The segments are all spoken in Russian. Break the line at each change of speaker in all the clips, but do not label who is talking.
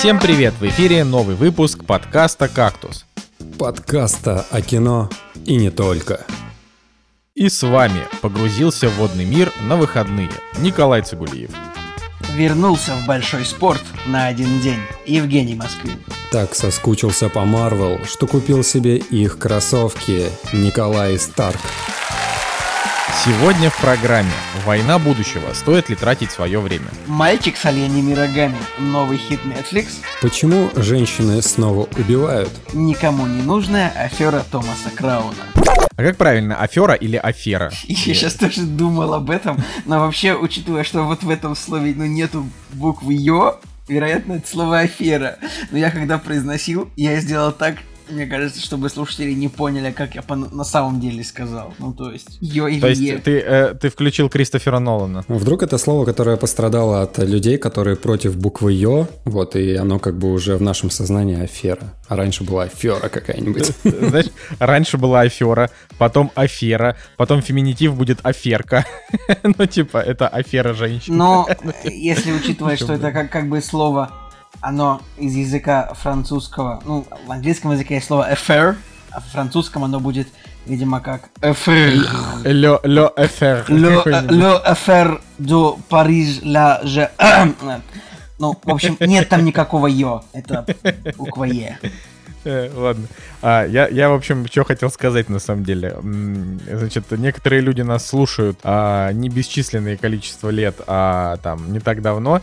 Всем привет! В эфире новый выпуск подкаста «Кактус».
Подкаста о кино и не только.
И с вами погрузился в водный мир на выходные Николай Цигулиев.
Вернулся в большой спорт на один день Евгений Москвин.
Так соскучился по Марвел, что купил себе их кроссовки Николай Старк.
Сегодня в программе «Война будущего. Стоит ли тратить свое время?»
Мальчик с оленями рогами. Новый хит Netflix.
Почему женщины снова убивают?
Никому не нужная афера Томаса Крауна.
А как правильно, афера или афера?
Я сейчас тоже думал об этом, но вообще, учитывая, что вот в этом слове нету буквы «ё», вероятно, это слово афера. Но я когда произносил, я сделал так, мне кажется, чтобы слушатели не поняли, как я на самом деле сказал. Ну, то есть, ё или
То есть
е.
ты включил Кристофера Нолана.
Вдруг это слово, которое пострадало от людей, которые против буквы «ё», вот, и оно как бы уже в нашем сознании афера. А раньше была афера какая-нибудь.
Знаешь, раньше была афера, потом афера, потом феминитив будет аферка. Ну, типа, это афера женщин.
Но если учитывать, что это как бы слово, оно из языка французского, ну, в английском языке есть слово affair, а в французском оно будет, видимо, как affaire.
Le affaire.
Le affaire de Paris, la je... Ну, в общем, нет там никакого «ё», это буква «е».
Ладно. Я, в общем, что хотел сказать на самом деле. Значит, некоторые люди нас слушают не бесчисленное количество лет, а там не так давно.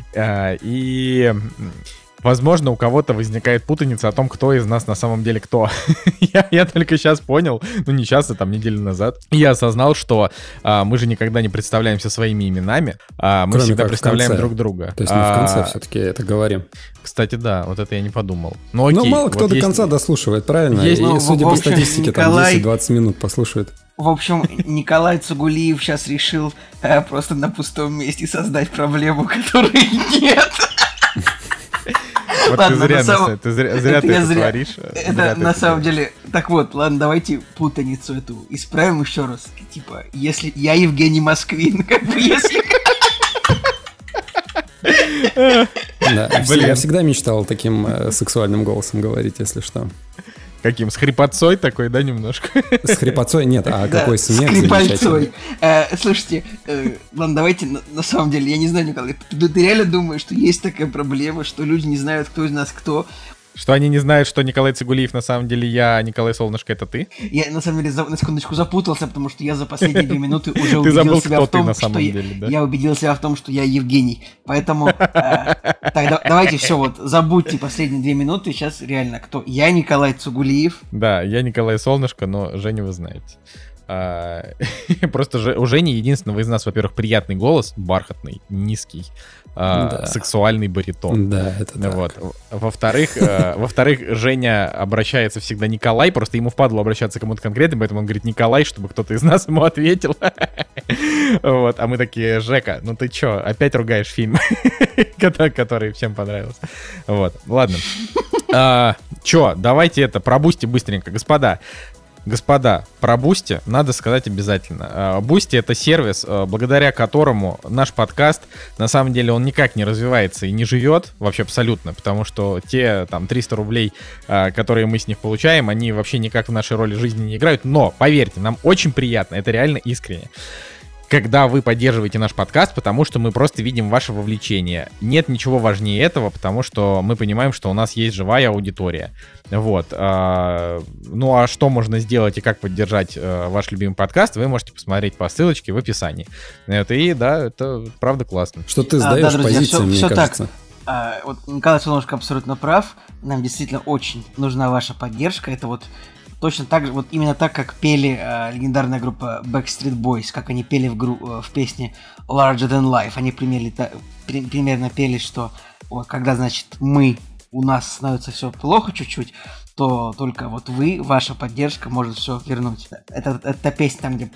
И... возможно, у кого-то возникает путаница о том, кто из нас на самом деле кто. Я только сейчас понял, ну не сейчас, а там неделю назад, я осознал, что мы же никогда не представляемся своими именами, мы всегда представляем друг друга.
То есть мы в конце все-таки это говорим.
Кстати, да, вот это я не подумал. Но окей,
мало кто до конца дослушивает, правильно?
Есть,
и, судя по статистике,
Николай...
там 10-20 минут послушают.
В общем, Николай Цигулиев сейчас решил просто на пустом месте создать проблему, которой нет.
Вот
ладно,
ты зря это творишь.
Это на самом деле... Так вот, ладно, давайте путаницу эту исправим еще раз. Типа, если я Евгений Москвин, как бы если...
Да, я всегда мечтал таким сексуальным голосом говорить, если что.
Каким? С хрипотцой такой, да, немножко?
С хрипотцой? Нет, а какой смех
замечательный. Слушайте, ладно, давайте, на самом деле, я не знаю, Николай, ты реально думаешь, что есть такая проблема, что люди не знают, кто из нас кто?
Что они не знают, что Николай Цигулиев на самом деле я, а Николай Солнышко это ты?
Я на самом деле на секундочку запутался, потому что я за последние 2 минуты уже убедил себя в том, что я убедил себя в том, что я Евгений. Поэтому давайте все, вот забудьте последние 2 минуты. Сейчас реально кто? Я Николай Цигулиев.
Да, я Николай Солнышко, но Женю вы знаете. Просто у Жени единственного из нас, во-первых, приятный голос, бархатный, низкий, сексуальный баритон.
Да, это так.
Вот. Во-вторых, Женя обращается всегда Николай, просто ему впадло обращаться к кому-то конкретно, поэтому он говорит Николай, чтобы кто-то из нас ему ответил. Вот. А мы такие: Жека, ну ты чё, опять ругаешь фильм, который всем понравился. Вот, ладно. Чё, давайте про Бусти быстренько, Господа, про Бусти надо сказать обязательно. Бусти — это сервис, благодаря которому наш подкаст, на самом деле, он никак не развивается и не живет, вообще абсолютно, потому что те там 300 рублей, которые мы с них получаем, они вообще никак в нашей роли жизни не играют. Но, поверьте, нам очень приятно, это реально искренне, когда вы поддерживаете наш подкаст, потому что мы просто видим ваше вовлечение. Нет ничего важнее этого, потому что мы понимаем, что у нас есть живая аудитория. Вот. Ну а что можно сделать и как поддержать ваш любимый подкаст, вы можете посмотреть по ссылочке в описании. И да, это правда классно.
Что ты сдаешь позиции, мне кажется.
Вот Николай Солнышко абсолютно прав. Нам действительно очень нужна ваша поддержка. Это вот точно так же, вот именно так, как пели легендарная группа Backstreet Boys, как они пели в песне Larger Than Life. Они примерно пели, что когда, значит, у нас становится все плохо чуть-чуть, то только вот ваша поддержка может все вернуть. Это песня там, где...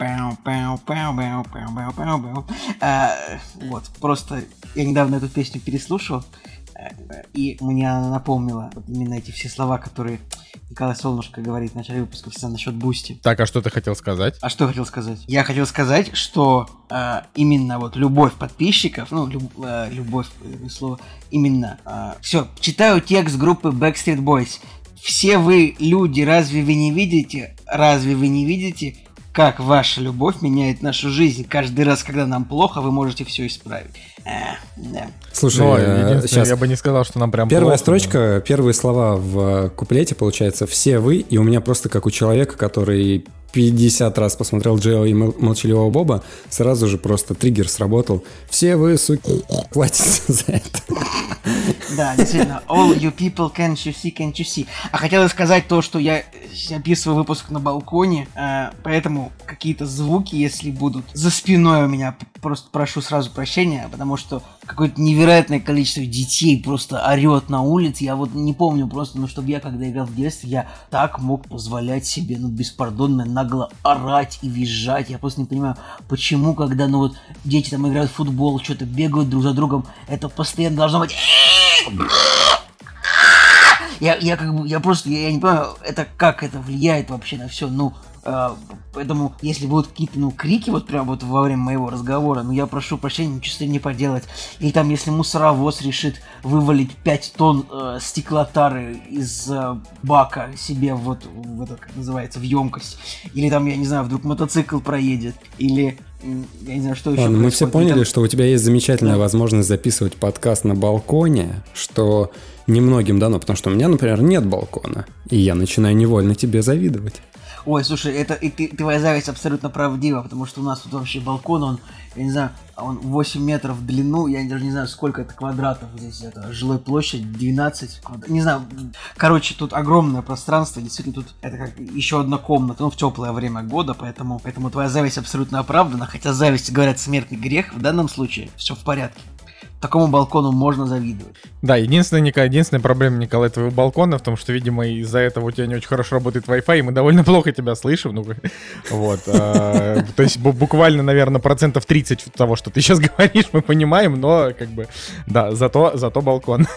Вот, просто я недавно эту песню переслушал, И мне она напомнила вот именно эти все слова, которые Николай Солнышко говорит в начале выпуска всегда насчет Бусти.
Так, а что ты хотел сказать?
А что я хотел сказать? Я хотел сказать, что именно вот любовь подписчиков, любовь, слово, именно, все, читаю текст группы Backstreet Boys. Все вы, люди, разве вы не видите, как ваша любовь меняет нашу жизнь? Каждый раз, когда нам плохо, вы можете все исправить. Да.
Слушай, сейчас
я бы не сказал, что нам прям
первая
плохо,
строчка, первые слова в куплете, получается, все вы, и у меня просто как у человека, который 50 раз посмотрел Джео и Молчаливого Боба, сразу же просто триггер сработал. Все вы, суки, платите за это.
Да, действительно. All you people, can't you see. А хотел сказать то, что я записываю выпуск на балконе, поэтому какие-то звуки, если будут за спиной у меня, просто прошу сразу прощения, потому что какое-то невероятное количество детей просто орет на улице. Я вот не помню просто, чтобы я, когда играл в детстве, я так мог позволять себе, беспардонно, нагло орать и визжать. Я просто не понимаю, почему, когда, дети там играют в футбол, что-то бегают друг за другом, это постоянно должно быть... Я не понимаю, как это влияет вообще на все, поэтому, если будут какие-то, крики прям во время моего разговора, я прошу прощения, ничего с этим не поделать. Или там, если мусоровоз решит вывалить 5 тонн стеклотары из бака себе в это, как называется, в емкость. Или там, я не знаю, вдруг мотоцикл проедет. Или... Я не знаю, что еще.
Ладно, мы все поняли, что у тебя есть замечательная возможность записывать подкаст на балконе, что немногим дано, потому что у меня, например, нет балкона, и я начинаю невольно тебе завидовать.
Ой, слушай, твоя зависть абсолютно правдива, потому что у нас тут вообще балкон, он, я не знаю, он 8 метров в длину, я даже не знаю, сколько это квадратов здесь, это жилой площадь 12 квадратов, не знаю, короче, тут огромное пространство, действительно, тут это как еще одна комната, в теплое время года, поэтому твоя зависть абсолютно оправдана, хотя зависть, говорят, смертный грех, в данном случае все в порядке. Такому балкону можно завидовать.
Да, единственная проблема, Николай, твоего балкона в том, что, видимо, из-за этого у тебя не очень хорошо работает Wi-Fi, и мы довольно плохо тебя слышим. То есть буквально, наверное, 30% того, что ты сейчас говоришь, мы понимаем, но да, зато балкон.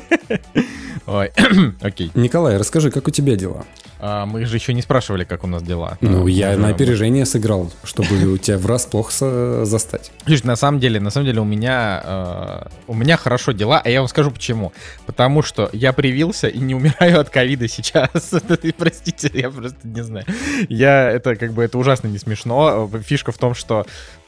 Ой, окей.
Николай, расскажи, как у тебя дела?
Мы же еще не спрашивали, как у нас дела.
Я на опережение сыграл, чтобы у тебя врасплох застать.
Слушай, на самом деле у меня хорошо дела, а я вам скажу почему. Потому что я привился и не умираю от ковида сейчас. Простите, я просто не знаю. Это ужасно не смешно. Фишка в том, что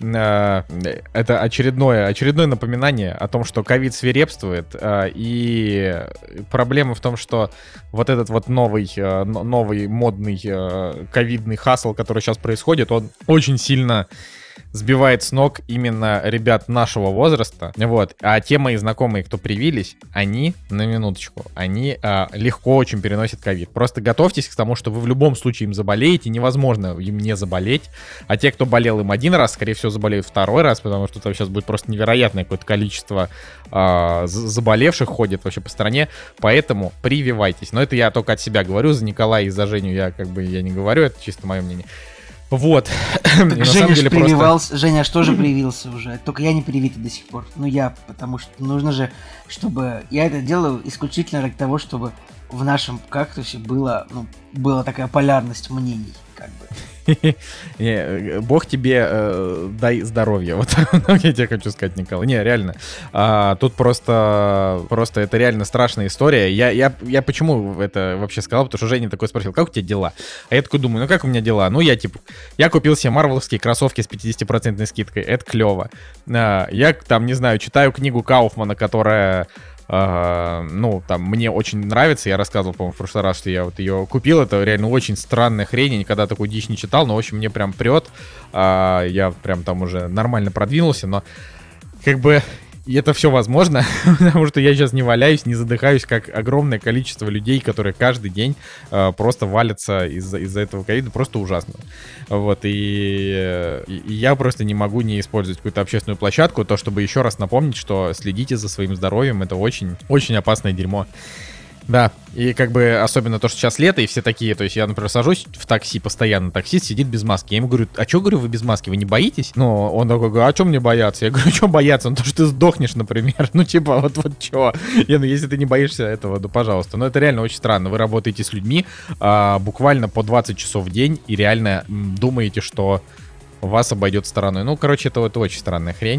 это очередное напоминание о том, что ковид свирепствует, и проблема в том, что вот этот вот новый модный ковидный хасл, который сейчас происходит, он очень сильно сбивает с ног именно ребят нашего возраста. А те мои знакомые, кто привились, они, на минуточку, легко очень переносят ковид. Просто готовьтесь к тому, что вы в любом случае им заболеете, невозможно им не заболеть. А те, кто болел им один раз, скорее всего, заболеют второй раз, потому что там сейчас будет просто невероятное какое-то количество заболевших ходит вообще по стране. Поэтому прививайтесь. Но это я только от себя говорю, за Николая и за Женю я не говорю, это чисто мое мнение. Вот.
Так Женя же прививался. Женя аж тоже привился уже. Только я не привитый до сих пор. Потому что нужно же, чтобы... Я это делаю исключительно ради того, чтобы в нашем кактусе была такая полярность мнений,
Бог тебе дай здоровья. Вот я тебе хочу сказать, Николай. Не, реально. Тут просто это реально страшная история. Я почему это вообще сказал? Потому что Женя такой спросил, как у тебя дела? А я такой думаю, как у меня дела? Я купил себе марвеловские кроссовки с 50% скидкой. Это клево. Я там, не знаю, читаю книгу Кауфмана, которая... мне очень нравится. Я рассказывал, по-моему, в прошлый раз, что я вот ее купил. Это реально очень странная хрень. Я никогда такую дичь не читал, но, в общем, мне прям прет. Я прям там уже нормально продвинулся, но и это все возможно, потому что я сейчас не валяюсь, не задыхаюсь, как огромное количество людей, которые каждый день просто валятся из-за этого ковида, просто ужасно. И я просто не могу не использовать какую-то общественную площадку, чтобы еще раз напомнить, что следите за своим здоровьем, это очень, очень опасное дерьмо. Да, и как бы особенно то, что сейчас лето, и все такие, то есть я, например, сажусь в такси постоянно, таксист сидит без маски, я ему говорю, а что, говорю, вы без маски, вы не боитесь? Ну, он такой, говорит, а что мне бояться? Я говорю, что бояться? Ну, то, что ты сдохнешь, например, ну, типа, вот что? Я, ну, если ты не боишься этого, ну, пожалуйста. Но это реально очень странно, вы работаете с людьми буквально по 20 часов в день и реально думаете, что вас обойдет стороной. Ну, короче, это очень странная хрень.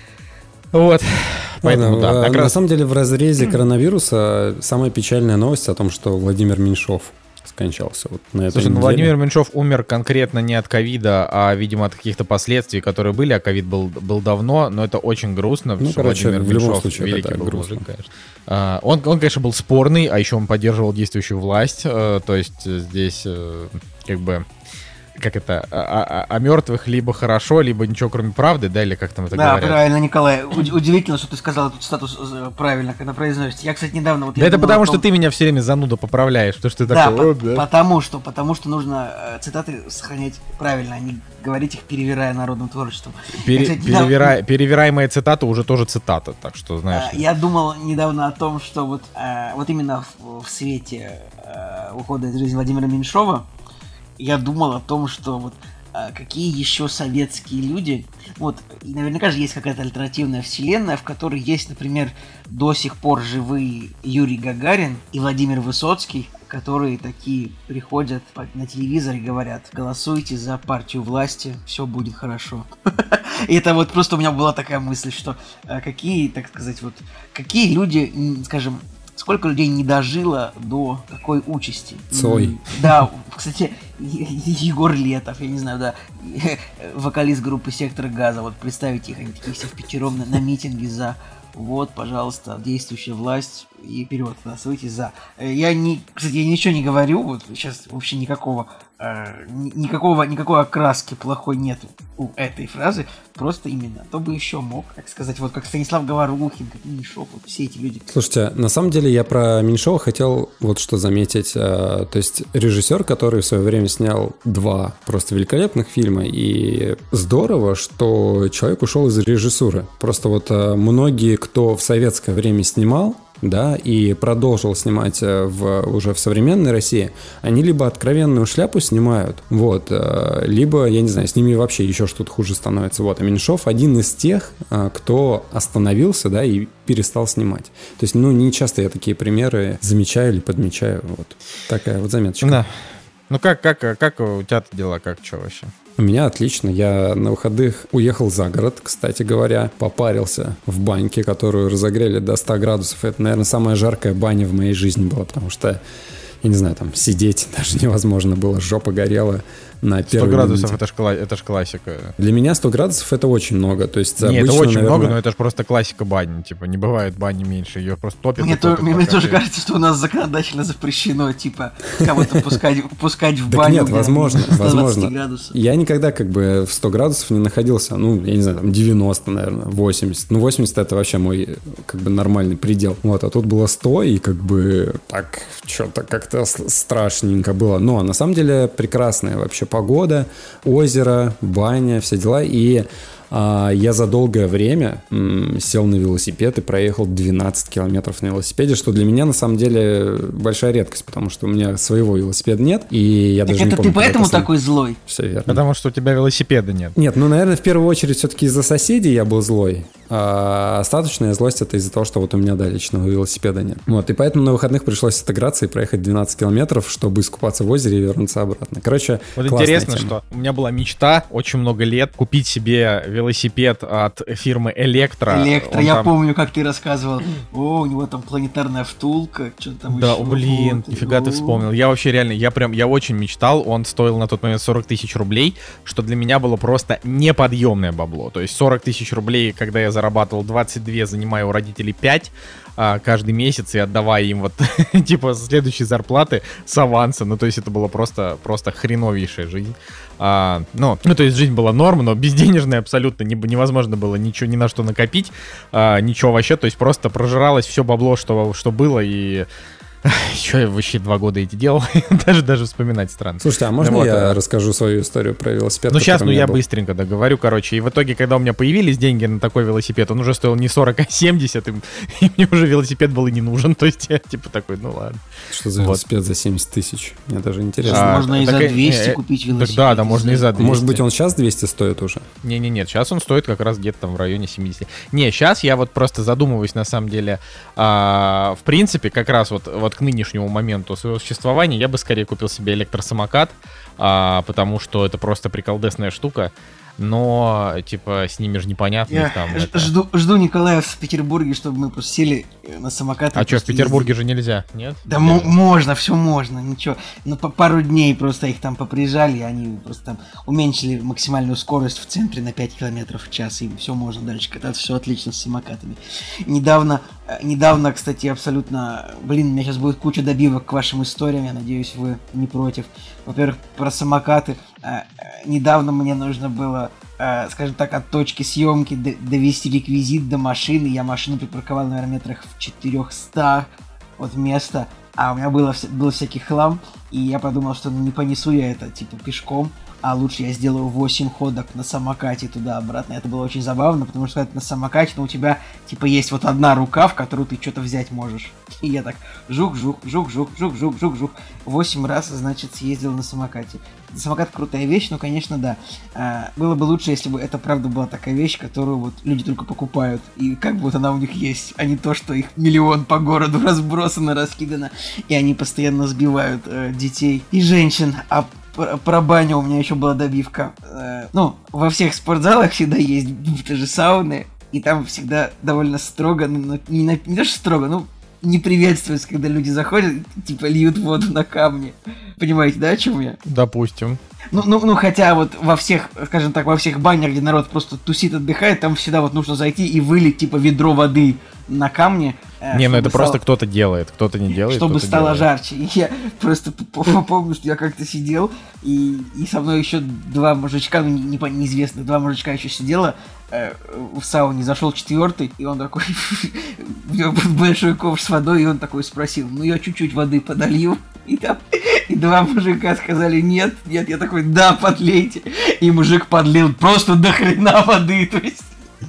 Вот. Поэтому, да.
На самом деле, в разрезе коронавируса самая печальная новость о том, что Владимир Меньшов скончался вот на этой неделе.
Владимир Меньшов умер конкретно не от ковида, а, видимо, от каких-то последствий, которые были, а ковид был давно, но это очень грустно,
ну,
что
короче,
Владимир
в любом
Меньшов
случае,
великий был
грустно.
мужик, конечно. Он, конечно, был спорный, а еще он поддерживал действующую власть, то есть здесь как бы... Как это, о мертвых либо хорошо, либо ничего кроме правды, да, или как там это говорят?
Да, правильно, Николай. Удивительно, что ты сказал этот статус правильно, когда произносите. Я, кстати, недавно... Вот
да это потому, что ты меня все время зануда поправляешь, потому что ты такой...
Потому что нужно цитаты сохранять правильно, а не говорить их, перевирая народным творчеством.
Перевираемая цитата уже тоже цитата, так что, знаешь...
Я думал недавно о том, что вот именно в свете ухода из жизни Владимира Меньшова я думал о том, что вот какие еще советские люди, вот, и наверняка же есть какая-то альтернативная вселенная, в которой есть, например, до сих пор живые Юрий Гагарин и Владимир Высоцкий, которые такие приходят на телевизор и говорят: голосуйте за партию власти, все будет хорошо. И это вот просто у меня была такая мысль, что какие, так сказать, вот, какие люди, скажем, сколько людей не дожило до такой участи.
Цой.
Да, кстати, Егор Летов, я не знаю, да, вокалист группы «Сектор газа», вот представьте их, они такие все впятером на митинге за, вот, пожалуйста, действующая власть, и вперед, голосуйте за. Кстати, я ничего не говорю, вот сейчас вообще никакой окраски плохой нету у этой фразы, просто именно, кто бы еще мог, так сказать, вот как Станислав Говорухин, как Меньшов, вот все эти люди.
Слушайте, на самом деле я про Меньшова хотел вот что заметить, то есть режиссер, который в свое время снял 2 просто великолепных фильма, и здорово, что человек ушел из режиссуры, просто вот многие, кто в советское время снимал, да, и продолжил снимать уже в современной России, они либо откровенную шляпу снимают, вот, либо, я не знаю, с ними вообще еще что-то хуже становится, вот, а Меньшов один из тех, кто остановился, да, и перестал снимать. То есть, ну, не часто я такие примеры замечаю или подмечаю, вот, такая вот заметочка.
Да. Ну, как у тебя дела, как что вообще?
У меня отлично. Я на выходных уехал за город, кстати говоря, попарился в баньке, которую разогрели до 100 градусов. Это, наверное, самая жаркая баня в моей жизни была, потому что, я не знаю, там сидеть даже невозможно было, жопа горела на первой
100 градусов
минуте.
это ж классика.
Для меня 100 градусов это очень много. То есть,
нет,
обычно,
это очень
наверное...
много, но это же просто классика бани. Типа, не бывает бани меньше, ее просто топят.
Мне тоже кажется, что у нас законодательно запрещено, типа, кого-то пускать в баню.
Так нет, возможно.
Градусов.
Я никогда как бы в 100 градусов не находился, ну, я не знаю, там 90, наверное, 80. Ну, 80 это вообще мой как бы нормальный предел. Вот, а тут было 100, и как бы так что-то как-то страшненько было. Но на самом деле прекрасная вообще погода, озеро, баня, все дела. И я за долгое время сел на велосипед и проехал 12 километров на велосипеде, что для меня на самом деле большая редкость, потому что у меня своего велосипеда нет, и я
так
даже не
это
помню.
Ты поэтому такой злой?
Все верно.
Потому что у тебя велосипеда нет.
Нет, ну, наверное, в первую очередь все-таки из-за соседей я был злой, а остаточная злость это из-за того, что вот у меня, да, личного велосипеда нет. Вот, и поэтому на выходных пришлось отыграться и проехать 12 километров, чтобы искупаться в озере и вернуться обратно. Короче,
вот интересно, тема. Что у меня была мечта очень много лет купить себе велосипед от фирмы Электро.
Я помню, как ты рассказывал. О, у него там планетарная втулка, что там
да,
еще.
Да, блин, нифига ты вспомнил. Я вообще реально, я очень мечтал. Он стоил на тот момент 40 тысяч рублей, что для меня было просто неподъемное бабло. То есть 40 тысяч рублей, когда я зарабатывал 22, занимаю у родителей 5 каждый месяц и отдавая им вот типа следующей зарплаты с аванса. Ну, то есть это было просто хреновейшая жизнь. Ну, то есть жизнь была норм, но безденежная абсолютно невозможно было ничего, ни на что накопить, ничего вообще. То есть просто прожиралось все бабло, что было, и Что я вообще 2 года эти делал? даже вспоминать странно.
Слушайте, а можно я расскажу свою историю про велосипед?
Ну сейчас, я быстренько договорю, короче. И в итоге, когда у меня появились деньги на такой велосипед, он уже стоил не 40, а 70, и мне уже велосипед был и не нужен. То есть я типа такой, ну ладно.
Что за велосипед за 70 тысяч? Мне даже интересно.
Можно и за 200 купить велосипед.
Да, можно и за 200.
Может быть, он сейчас 200 стоит уже?
Не-не-нет, сейчас он стоит как раз где-то там в районе 70. Не, сейчас я вот просто задумываюсь, на самом деле, в принципе, как раз вот к нынешнему моменту своего существования я бы скорее купил себе электросамокат, потому что это просто приколдесная штука. Но, типа, с ними же непонятно.
Я
там,
жду Николая в Петербурге, чтобы мы просто сели на самокат.
А что, в Петербурге же нельзя, нет?
Да можно, все можно, ничего. Но пару дней просто их там поприезжали, и они просто там уменьшили максимальную скорость в центре на 5 км в час, и все можно дальше кататься, все отлично с самокатами. Недавно, кстати, абсолютно... Блин, у меня сейчас будет куча добивок к вашим историям, я надеюсь, вы не против. Во-первых, про самокаты. Недавно мне нужно было, скажем так, от точки съемки довести реквизит до машины. Я машину припарковал, наверное, метрах в 400 от места, а у меня был всякий хлам, и я подумал, что не понесу я это, типа, пешком, а лучше я сделаю 8 ходок на самокате туда-обратно. Это было очень забавно, потому что когда ты на самокате, но у тебя, типа, есть вот одна рука, в которую ты что-то взять можешь. И я так жук-жук. 8 раз, значит, съездил на самокате. Самокат крутая вещь, но, конечно, да. Было бы лучше, если бы это правда была такая вещь, которую вот люди только покупают. И как бы вот она у них есть, а не то, что их миллион по городу разбросано, раскидано. И они постоянно сбивают детей и женщин. А про баню у меня еще была добивка. Во всех спортзалах всегда есть даже сауны, и там всегда довольно строго, не то что строго, не приветствуется, когда люди заходят, типа льют воду на камни. Понимаете, да, о чем я?
Допустим.
Хотя вот во всех, скажем так, во всех банях, где народ просто тусит, отдыхает, там всегда вот нужно зайти и вылить, типа, ведро воды на камни.
Это просто кто-то делает, кто-то не делает.
Чтобы стало жарче. И я просто помню, что я как-то сидел, и со мной еще 2 мужичка, неизвестных, 2 мужичка еще сидело в сауне, зашел 4-й, и он такой, у него был большой ковш с водой, и он такой спросил, я чуть-чуть воды подолью, и 2 мужика сказали, нет, я такой, да, подлейте, и мужик подлил просто до хрена воды, то есть,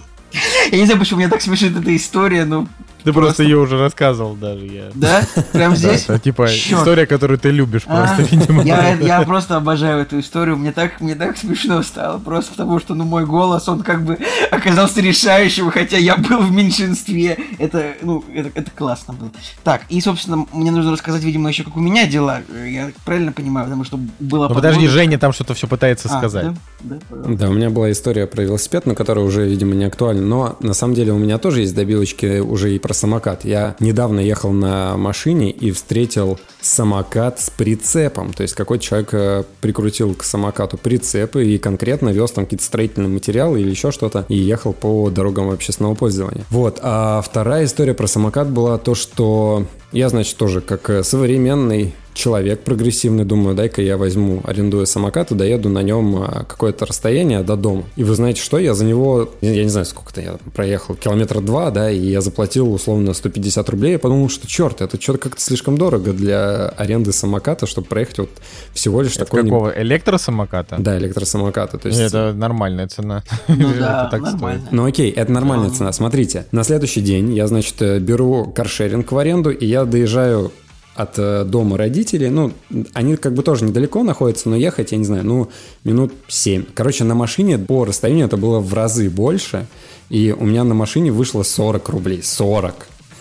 я не знаю, почему меня так смешит эта история,
Ты просто ее уже рассказывал даже.
Да? Прям здесь?
Да, типа история, которую ты любишь просто, видимо.
Я просто обожаю эту историю. Мне так смешно стало. Просто потому, что мой голос, он как бы оказался решающим, хотя я был в меньшинстве. Это классно было. Так, и, собственно, мне нужно рассказать, видимо, еще, как у меня дела. Я правильно понимаю, потому что было...
Подожди, Женя там что-то все пытается сказать.
Да, у меня была история про велосипед, но которая уже, видимо, не актуальна. Но, на самом деле, у меня тоже есть добивочки уже и про самокат. Я недавно ехал на машине и встретил самокат с прицепом. То есть какой-то человек прикрутил к самокату прицеп и конкретно вез там какие-то строительные материалы или еще что-то и ехал по дорогам общественного пользования. Вот. А вторая история про самокат была то, что я, значит, тоже как современный человек прогрессивный, думаю, дай-ка я возьму, арендую самокат и доеду на нем какое-то расстояние до дома. И вы знаете что, я за него, я не знаю, сколько-то я проехал, 2 километра, да, и я заплатил условно 150 рублей. Я подумал, что черт, это что-то как-то слишком дорого для аренды самоката, чтобы проехать вот всего лишь
это
такой...
Какого? Электросамоката?
Да, электросамоката. То есть...
Это нормальная цена.
Да, нормально.
Ну окей, это нормальная цена. Смотрите, на следующий день я, значит, беру каршеринг в аренду, и я доезжаю от дома родителей, они как бы тоже недалеко находятся, но ехать, я не знаю, минут 7. Короче, на машине по расстоянию это было в разы больше, и у меня на машине вышло 40 рублей. 40!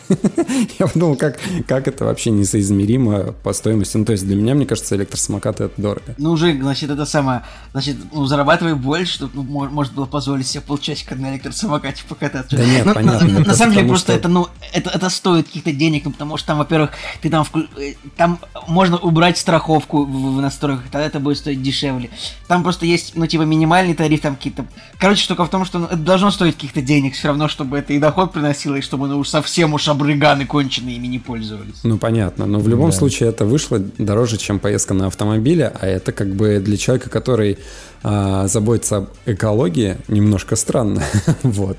Я подумал, как это вообще несоизмеримо по стоимости. То есть для меня, мне кажется, электросамокаты это дорого.
Уже, значит, это самое, зарабатывай больше, чтобы может было позволить себе полчасика на электросамокате покататься.
Да нет, понятно.
На самом деле, просто это стоит каких-то денег, потому что там, во-первых, ты там можно убрать страховку в настройках, тогда это будет стоить дешевле. Там просто есть, минимальный тариф, там какие-то... Короче, штука в том, что это должно стоить каких-то денег все равно, чтобы это и доход приносило, и чтобы совсем уж барыганы конченые ими не пользовались.
Ну, понятно, но в любом случае это вышло дороже, чем поездка на автомобиле, а это как бы для человека, который заботится об экологии, немножко странно. Вот.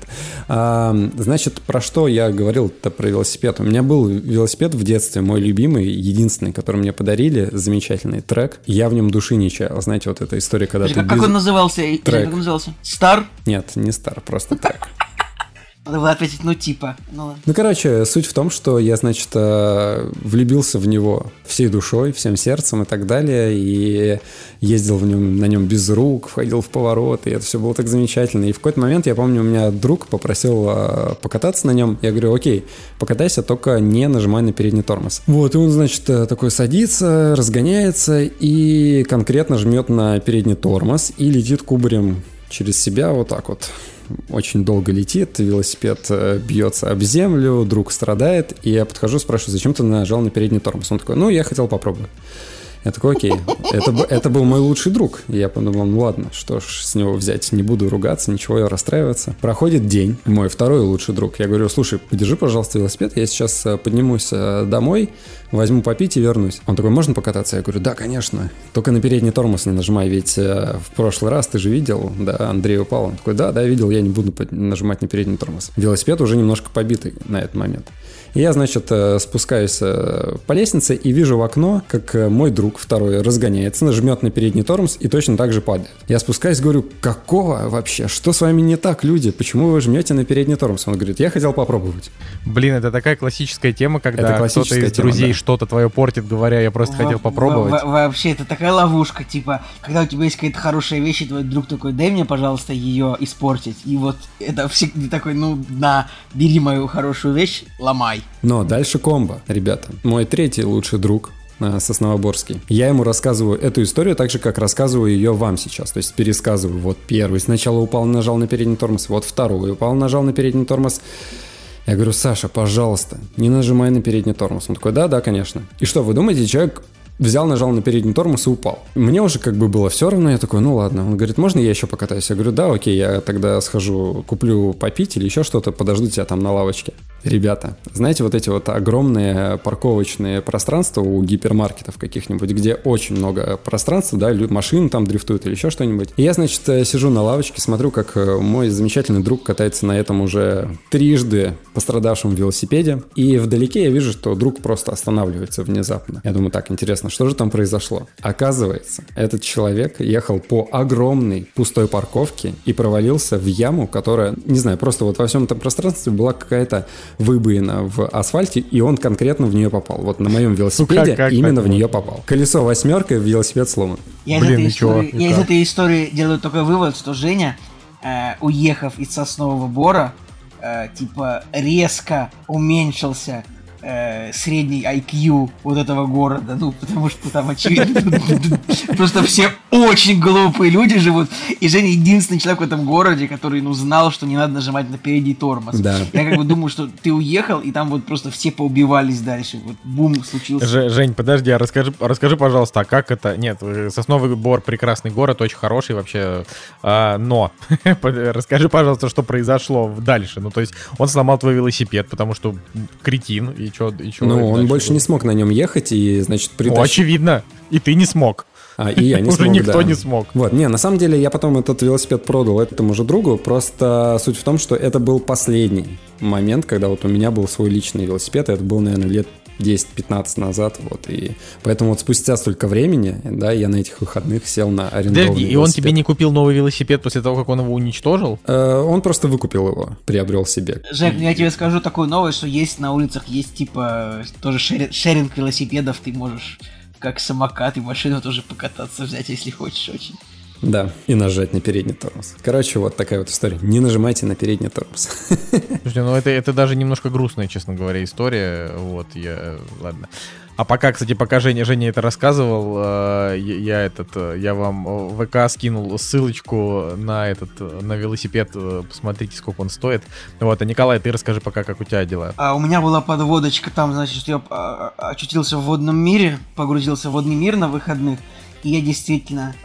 Значит, про что я говорил-то про велосипед? У меня был велосипед в детстве, мой любимый, единственный, который мне подарили, замечательный трек. Я в нем души не чаял. Знаете, вот эта история, когда ты...
Как он назывался?
Трек.
Как он назывался? Стар?
Нет, не Стар, просто трек.
Надо было ответить, ну типа. Ну
короче, суть в том, что я, значит, влюбился в него всей душой, всем сердцем и так далее, и ездил на нем без рук, входил в поворот, и это все было так замечательно. И в какой-то момент, я помню, у меня друг попросил покататься на нем. Я говорю, окей, покатайся, только не нажимай на передний тормоз. Вот, и он, значит, такой садится, разгоняется и конкретно жмет на передний тормоз и летит кубарем через себя вот так вот. Очень долго летит, велосипед бьется об землю, друг страдает, и я подхожу, спрашиваю, зачем ты нажал на передний тормоз? Он такой, я хотел попробовать. Я такой, окей, это был мой лучший друг. И я подумал, ну ладно, что ж с него взять, не буду ругаться, ничего, расстраиваться. Проходит день, мой второй лучший друг. Я говорю, слушай, подержи, пожалуйста, велосипед, я сейчас поднимусь домой, возьму попить и вернусь. Он такой, можно покататься? Я говорю, да, конечно, только на передний тормоз не нажимай, ведь в прошлый раз ты же видел, да, Андрей упал. Он такой, да, видел, я не буду нажимать на передний тормоз. Велосипед уже немножко побитый на этот момент. И я, значит, спускаюсь по лестнице и вижу в окно, как мой друг второй разгоняется, нажмет на передний тормоз и точно так же падает. Я спускаюсь, говорю, какого вообще? Что с вами не так, люди? Почему вы жмете на передний тормоз? Он говорит, я хотел попробовать.
Блин, это такая классическая тема, когда кто-то из друзей что-то твое портит, говоря, я просто хотел попробовать.
Вообще, это такая ловушка, типа, когда у тебя есть какая-то хорошая вещь, и твой друг такой, дай мне, пожалуйста, ее испортить. И вот это всегда такой, бери мою хорошую вещь, ломай.
Но дальше комбо, ребята. Мой третий лучший друг, Сосновоборский. Я ему рассказываю эту историю так же, как рассказываю ее вам сейчас. То есть пересказываю. Вот первый сначала упал, нажал на передний тормоз. Вот второй упал, нажал на передний тормоз. Я говорю, Саша, пожалуйста, не нажимай на передний тормоз. Он такой, да, конечно. И что, вы думаете, человек взял, нажал на передний тормоз и упал. Мне уже как бы было все равно, я такой, ну ладно. Он говорит, можно я еще покатаюсь? Я говорю, да, окей, я тогда схожу, куплю попить или еще что-то, подожду тебя там на лавочке. Ребята, знаете, вот эти вот огромные парковочные пространства у гипермаркетов каких-нибудь, где очень много пространства, да, машины там дрифтуют или еще что-нибудь. И я, значит, сижу на лавочке, смотрю, как мой замечательный друг катается на этом уже трижды пострадавшем велосипеде. И вдалеке я вижу, что друг просто останавливается внезапно. Я думаю, так, интересно, что же там произошло? Оказывается, этот человек ехал по огромной пустой парковке и провалился в яму, которая, не знаю, просто вот во всем этом пространстве была какая-то выбоина в асфальте, и он конкретно в нее попал. Вот на моем велосипеде именно в нее попал. Колесо восьмеркой, велосипед сломан.
Я из этой истории делаю такой вывод, что Женя, уехав из Соснового Бора, типа резко уменьшился средний IQ вот этого города, потому что там, очевидно, просто все очень глупые люди живут, и Женя единственный человек в этом городе, который, знал, что не надо нажимать на передний тормоз.
Да.
Я как бы думаю, что ты уехал, и там вот просто все поубивались дальше, вот бум случился.
Жень, подожди, а расскажи, пожалуйста, а как это? Нет, Сосновый Бор прекрасный город, очень хороший вообще, но расскажи, пожалуйста, что произошло дальше. Ну, то есть он сломал твой велосипед, потому что кретин, и что?
Ну, он больше не смог на нем ехать, и, значит, притащил...
Ну, очевидно, и ты не смог.
И я не смог,
уже никто не смог.
Вот, на самом деле я потом этот велосипед продал этому же другу, просто суть в том, что это был последний момент, когда вот у меня был свой личный велосипед, и это был, наверное, лет 10-15 назад, вот, и поэтому вот спустя столько времени, да, я на этих выходных сел на арендованный велосипед.
И он тебе не купил новый велосипед после того, как он его уничтожил?
Он просто выкупил его, приобрел себе.
Жек, я тебе скажу такую новость, что есть на улицах, есть типа тоже шеринг велосипедов, ты можешь как самокат и машину тоже покататься, взять, если хочешь очень.
Да, и нажать на передний тормоз. Короче, вот такая вот история. Не нажимайте на передний тормоз.
Слушайте, это даже немножко грустная, честно говоря, история. Вот, ладно. А пока Женя это рассказывал, я вам в ВК скинул ссылочку на велосипед, посмотрите, сколько он стоит. Вот, а Николай, ты расскажи пока, как у тебя дела.
У меня была подводочка, там, значит, я очутился в водном мире, погрузился в водный мир на выходных. И я действительно,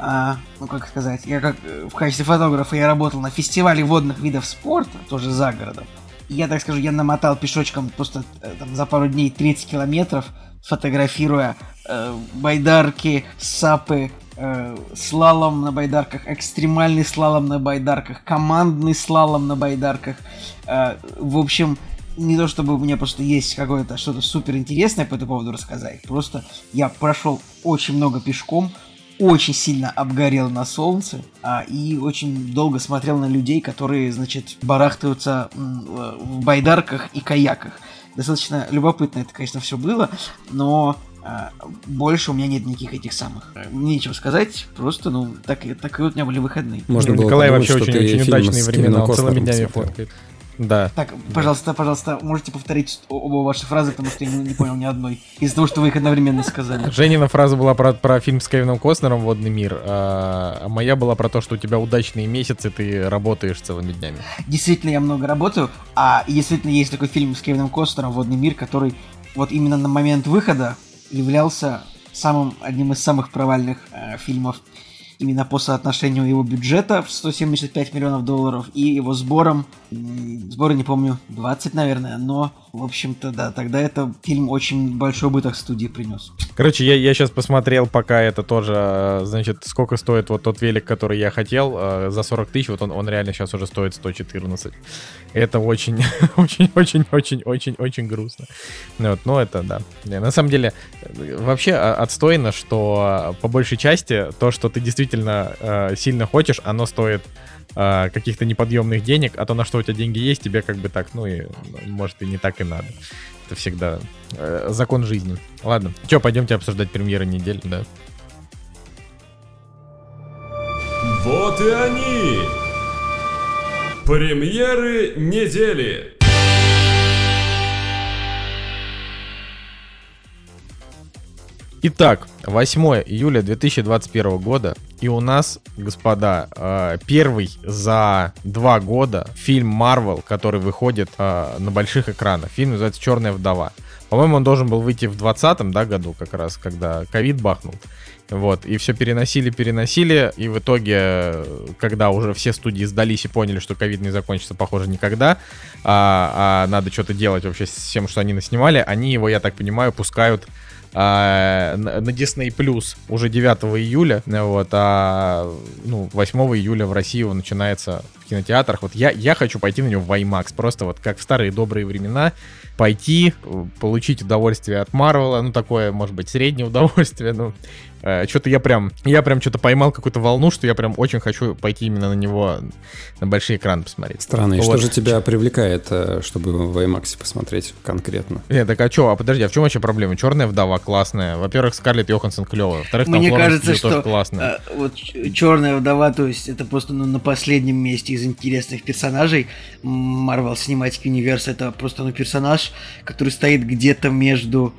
я как в качестве фотографа я работал на фестивале водных видов спорта, тоже за городом. Я так скажу, я намотал пешочком просто там, за пару дней 30 километров, фотографируя байдарки, сапы, слалом на байдарках, экстремальный слалом на байдарках, командный слалом на байдарках. В общем, не то чтобы у меня просто есть какое-то что-то супер интересное по этому поводу рассказать. Просто я прошел очень много пешком, очень сильно обгорел на солнце и очень долго смотрел на людей, которые, значит, барахтаются в байдарках и каяках. Достаточно любопытно это, конечно, все было, но больше у меня нет никаких этих самых. Нечего сказать, просто, так и вот у меня были выходные.
Можно было
Николай
подумать,
вообще
что
очень
ты
удачные
фильм с
времена,
Кевином
он целыми
Костнером
днями
смотрел.
фоткает. Да.
Так, пожалуйста, можете повторить оба ваши фразы, потому что я не понял ни одной. Из-за того, что вы их одновременно сказали.
Женина фраза была про фильм с Кевином Костнером «Водный мир», а моя была про то, что у тебя удачные месяцы, ты работаешь целыми днями.
Действительно, я много работаю, и действительно есть такой фильм с Кевином Костнером «Водный мир», который вот именно на момент выхода являлся одним из самых провальных фильмов именно по соотношению его бюджета в $175 миллионов и его сборы, не помню, 20, наверное, но, в общем-то, да, тогда это фильм очень большой убыток студии принес.
Короче, я сейчас посмотрел, пока это тоже, значит, сколько стоит вот тот велик, который я хотел, за 40 тысяч, вот он реально сейчас уже стоит 114. Это очень грустно. Вот, но это, да. На самом деле, вообще отстойно, что по большей части то, что ты действительно сильно хочешь, оно стоит каких-то неподъемных денег, а то, на что у тебя деньги есть, тебе как бы так, и может и не так и надо. Это всегда закон жизни. Ладно, что, пойдемте обсуждать премьеры недели, да?
Вот и они! Премьеры недели!
Итак, 8 июля 2021 года, и у нас, господа, первый за 2 года фильм Marvel, который выходит на больших экранах. Фильм называется «Черная вдова». По-моему, он должен был выйти в 2020 году, как раз, когда ковид бахнул. Вот, и все переносили, и в итоге, когда уже все студии сдались и поняли, что ковид не закончится, похоже, никогда, а надо что-то делать вообще с тем, что они наснимали, они его, я так понимаю, пускают на Disney Plus уже 9 июля, вот, 8 июля в России он начинается в кинотеатрах. Вот я хочу пойти на него в IMAX, просто вот как в старые добрые времена, пойти, получить удовольствие от Марвела, такое, может быть, среднее удовольствие, что-то я прям что-то поймал какую-то волну, что я прям очень хочу пойти именно на него, на большой экран посмотреть.
Странно, и
вот.
что же тебя привлекает, чтобы в IMAX посмотреть конкретно?
Нет, так подожди, а в чем вообще проблема? «Черная вдова» классная. Во-первых, Скарлетт Йоханссон клевая. Во-вторых,
мне
там
кажется,
тоже
что
классная.
вот «Черная вдова», то есть это просто на последнем месте из интересных персонажей Marvel Cinematic Universe. Это просто персонаж, который стоит где-то между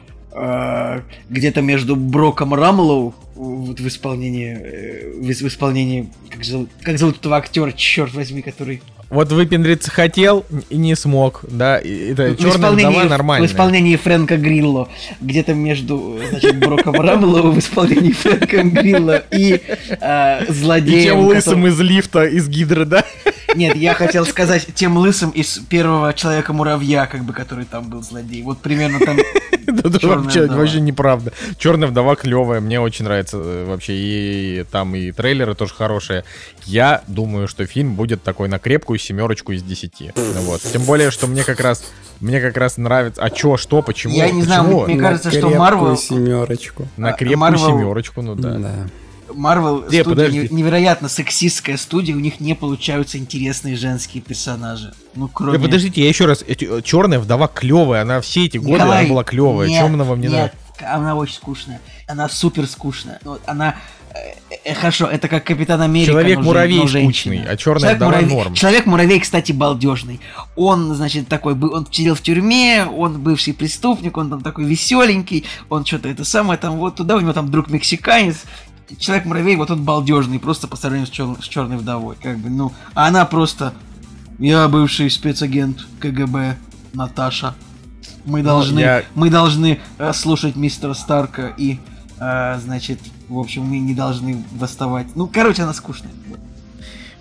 Броком Рамлоу вот в исполнении как зовут этого актера, черт возьми, который...
Вот выпендриться хотел и не смог, да, это «Черная вдова» нормальная.
В исполнении Фрэнка Грилло, где-то между, Броком Рамлоу в исполнении Фрэнка Грилло и злодеем...
И тем лысым из лифта, из Гидры, да?
Нет, я хотел сказать тем лысым из первого Человека-муравья, который там был злодей. Вот примерно там...
Это вообще неправда. «Черная вдова» клевая, мне очень нравится вообще. И там и трейлеры тоже хорошие. Я думаю, что фильм будет такой на крепкую 7 из 10. Вот. Тем более, что мне как раз нравится. А что, почему?
Я не знаю, мне кажется, что Marvel...
На крепкую 7, да.
Marvel студия невероятно сексистская студия, у них не получаются интересные женские персонажи. Кроме...
Да подождите, я еще раз. «Черная вдова» клевая, она все эти годы она была клевая. Чем она вам не нравится?
Она очень скучная. Она супер скучная. Она... Хорошо, это как Капитан Америка.
Человек-муравей скучный, а «Черная вдова» норм.
Человек-муравей, кстати, балдежный. Он, такой, он сидел в тюрьме, он бывший преступник, он там такой веселенький, он что-то вот туда, у него там друг мексиканец. Человек-муравей, вот он балдежный, просто по сравнению с черной вдовой. А она просто... Я бывший спецагент КГБ, Наташа. Мы должны слушать мистера Старка и, в общем, мы не должны восставать. Она скучная.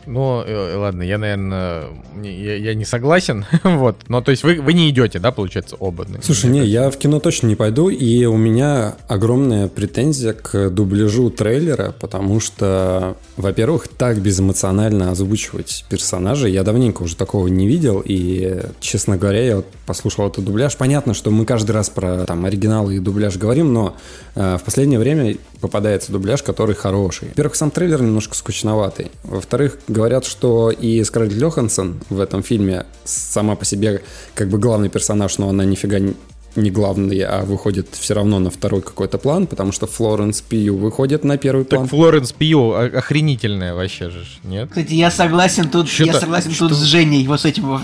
Ну, ладно, я, наверное, я не согласен, вот. Но, то есть вы не идете, да, получается, оба?
Слушай, не, я в кино точно не пойду, и у меня огромная претензия к дубляжу трейлера, потому что, во-первых, так безэмоционально озвучивать персонажей, я давненько уже такого не видел, и, честно говоря, я вот послушал этот дубляж. Понятно, что мы каждый раз про там оригиналы и дубляж говорим, но в последнее время попадается дубляж, который хороший. Во-первых, сам трейлер немножко скучноватый. Во-вторых, говорят, что и Скарлетт Йоханссон в этом фильме сама по себе как бы главный персонаж, но она нифига не главный, а выходит все равно на второй какой-то план, потому что Флоренс Пью выходит на первый план.
Так Флоренс Пью охренительная вообще же, нет?
Кстати, я согласен тут с Женей вот с этим в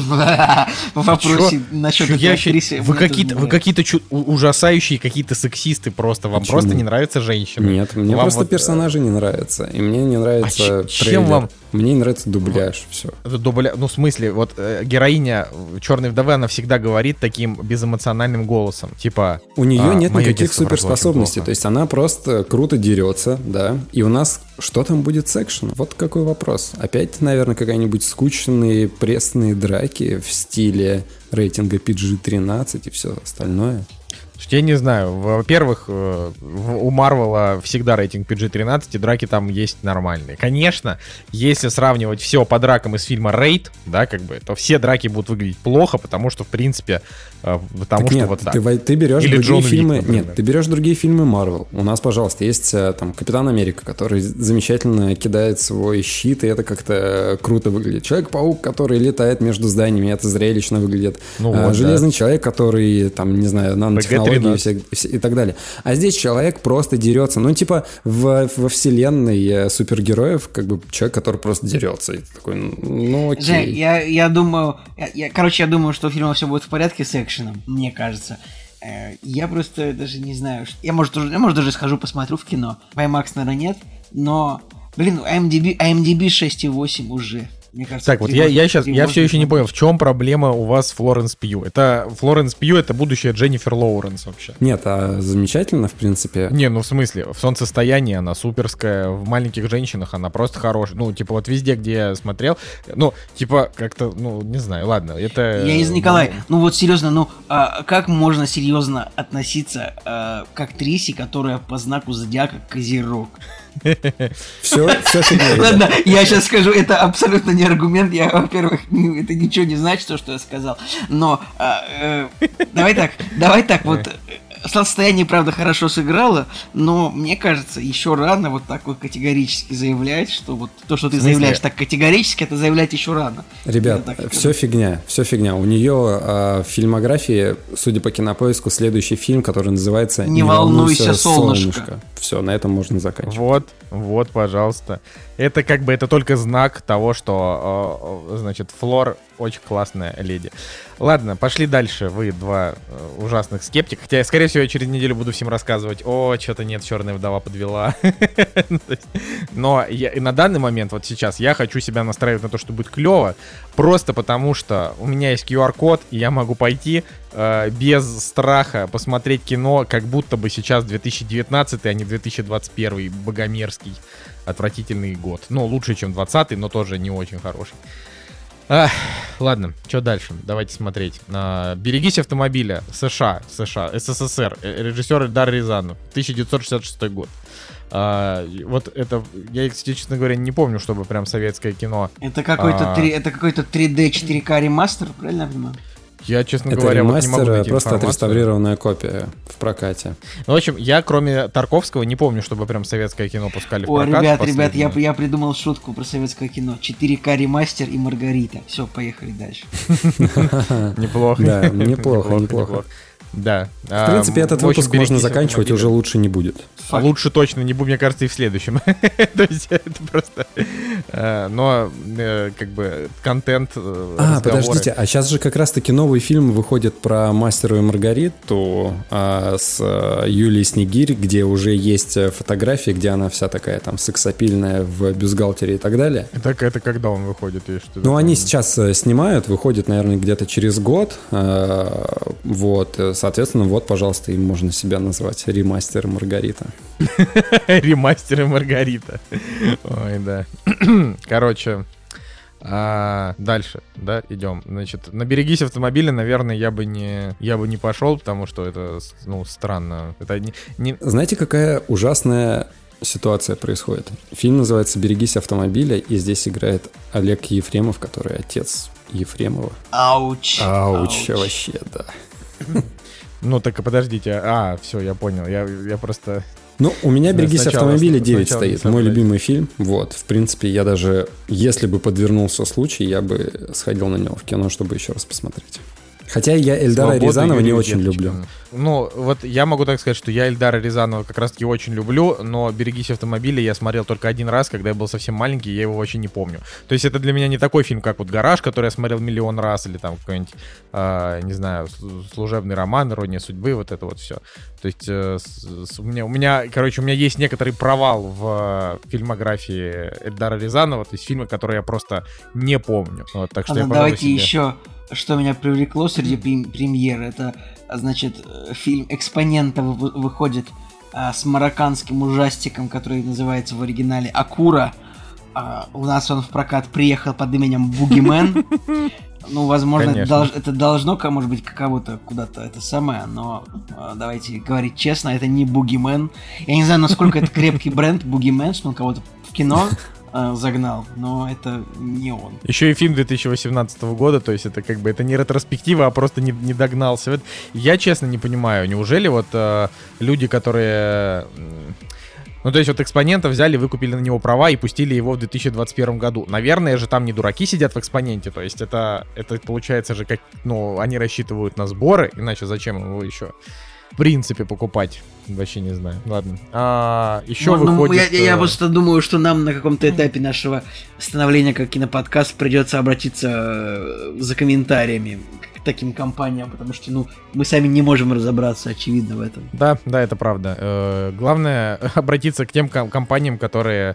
вопросе насчет этой актрисы.
Вы какие-то ужасающие какие-то сексисты просто. Вам просто не нравятся женщины?
Нет, мне просто персонажи не нравятся. И мне не нравится трейлер. Мне не нравится дубляж, все.
Ну, в смысле, вот героиня Черной вдовы, она всегда говорит таким безэмоциональным голосом. Типа...
У нее нет никаких суперспособностей. То есть она просто круто дерется, да. И у нас что там будет с экшеном? Вот какой вопрос. Опять, наверное, какая-нибудь скучные пресные драки в стиле рейтинга PG-13 и все остальное.
Я не знаю. Во-первых, у Марвела всегда рейтинг PG-13, и драки там есть нормальные. Конечно, если сравнивать все по дракам из фильма «Рейд», да, как бы, то все драки будут выглядеть плохо, потому что, в принципе, потому что вот так.
Ты берешь
или
другие
Джон
фильмы...
Уик,
нет, ты берешь другие фильмы Марвел. У нас, пожалуйста, есть там Капитан Америка, который замечательно кидает свой щит, и это как-то круто выглядит. Человек-паук, который летает между зданиями, это зрелищно выглядит. Железный человек, который, там, не знаю, нанотехнологии и так далее. А здесь человек просто дерется. Ну, типа, во вселенной супергероев, как бы, человек, который просто дерется. И ты такой, ну, окей.
Жень, я думаю, я думаю, что у фильма все будет в порядке с экшеном, мне кажется. Я просто даже не знаю. Я, может, даже схожу, посмотрю в кино. В IMAX, наверное, нет. Но, блин, IMDb 6,8 уже. Мне кажется,
так, вот я все еще не понял, в чем проблема у вас с Флоренс Пью? Флоренс Пью — это будущая Дженнифер Лоуренс вообще.
Нет, замечательно, в принципе.
Не, ну в смысле, в «Солнцестоянии» она суперская, в «Маленьких женщинах» она просто хорошая. Ну, типа, вот везде, где я смотрел, ну, типа, как-то, ну, не знаю, ладно, это...
Николай, ну вот серьезно, как можно серьезно относиться к актрисе, которая по знаку зодиака Козерог?
Все фигня.
Ладно, я сейчас скажу, это абсолютно не аргумент. Я, во-первых, это ничего не значит, то, что я сказал. Но давай так, вот «Солнцестояние», правда, хорошо сыграло, но мне кажется, еще рано вот так вот категорически заявлять, что вот то, что ты заявляешь так категорически, это заявлять еще рано.
Ребят, все фигня. У нее в фильмографии, судя по Кинопоиску, следующий фильм, который называется
«Не волнуйся, солнышко».
Все, на этом можно заканчивать.
Вот, пожалуйста. Это как бы, это только знак того, что, значит, Флор очень классная леди. Ладно, пошли дальше. Вы два ужасных скептика. Хотя, скорее всего, я через неделю буду всем рассказывать: о, что-то нет, «Черная вдова» подвела. Но и на данный момент, вот сейчас, я хочу себя настраивать на то, что будет клево, просто потому что у меня есть QR-код, и я могу пойти без страха посмотреть кино, как будто бы сейчас 2019, а не 2021 богомерзкий, отвратительный год. Ну, лучше, чем 20-й, но тоже не очень хороший. Ладно, что дальше? Давайте смотреть. «Берегись автомобиля», США, СССР, режиссер Эльдар Рязанов, 1966 год. Вот это, я, честно говоря, не помню, чтобы прям советское кино.
Это какой-то 3D 4К ремастер, правильно я понимаю?
Я, честно
это
говоря,
ремастер,
вот не могу найти
просто
информацию.
отреставрированная копия в прокате.
Ну, в общем, я, кроме Тарковского, не помню, чтобы прям советское кино пускали в прокат.
Ребят, я придумал шутку про советское кино. 4К ремастер и Маргарита. Все, поехали дальше.
Неплохо.
Да, неплохо.
Да.
В принципе, этот выпуск можно заканчивать, уже лучше не будет.
Лучше точно не будет, мне кажется, и в следующем. То есть это просто... Но, как бы, контент, разговоры.
Подождите, а сейчас же как раз-таки новый фильм выходит про «Мастера и Маргариту» с Юлией Снегирь, где уже есть фотографии, где она вся такая там сексапильная в бюстгальтере и так далее.
Это когда он выходит?
Ну, они сейчас снимают, выходит, наверное, где-то через год. Вот. соответственно, вот, пожалуйста, им можно себя назвать ремастер Маргарита.
Ремастер Маргарита. Ой, да. Короче, дальше, да, идем. Значит, на «Берегись автомобиля», наверное, я бы не пошел, потому что это, ну, странно. Это не...
Знаете, какая ужасная ситуация происходит? Фильм называется «Берегись автомобиля», и здесь играет Олег Ефремов, который отец Ефремова.
Ауч.
Вообще, да.
Ну, так подождите. Все, я понял. Я просто...
Ну, у меня «Берегись автомобиля» 9
сначала
стоит. Мой любимый фильм. Вот, в принципе, я даже, если бы подвернулся случай, я бы сходил на него в кино, чтобы еще раз посмотреть. Хотя я Эльдара Рязанова не очень люблю.
Ну, вот я могу так сказать, что я Эльдара Рязанова как раз-таки очень люблю, но «Берегись автомобиля» я смотрел только один раз, когда я был совсем маленький, я его вообще не помню. То есть это для меня не такой фильм, как вот «Гараж», который я смотрел миллион раз, или там какой-нибудь, не знаю, «Служебный роман», «Ирония судьбы», вот это вот все. То есть у меня есть некоторый провал в фильмографии Эльдара Рязанова, то есть фильмы, которые я просто не помню. Вот, так что
давайте еще... Что меня привлекло среди премьер, это, значит, фильм «Экспонента» выходит с марокканским ужастиком, который называется в оригинале «Акура». У нас он в прокат приехал под именем «Бугимен». Ну, возможно, это должно, может быть, кого-то куда-то это самое, но давайте говорить честно, это не «Бугимен». Я не знаю, насколько это крепкий бренд «Бугимен», что он кого-то в кино загнал, но это не он.
Еще и фильм 2018 года, то есть это как бы это не ретроспектива, а просто не догнался. Я честно не понимаю, неужели вот люди, которые... Ну, то есть вот «Экспонента» взяли, выкупили на него права и пустили его в 2021 году. Наверное же там не дураки сидят в «Экспоненте», то есть это получается же как... Ну, они рассчитывают на сборы, иначе зачем его еще... в принципе покупать. Вообще не знаю. Ладно. Еще выходит...
Я просто думаю, что нам на каком-то этапе нашего становления как киноподкаст придется обратиться за комментариями к таким компаниям, потому что, ну, мы сами не можем разобраться, очевидно, в этом.
Да, это правда. Главное обратиться к тем компаниям, которые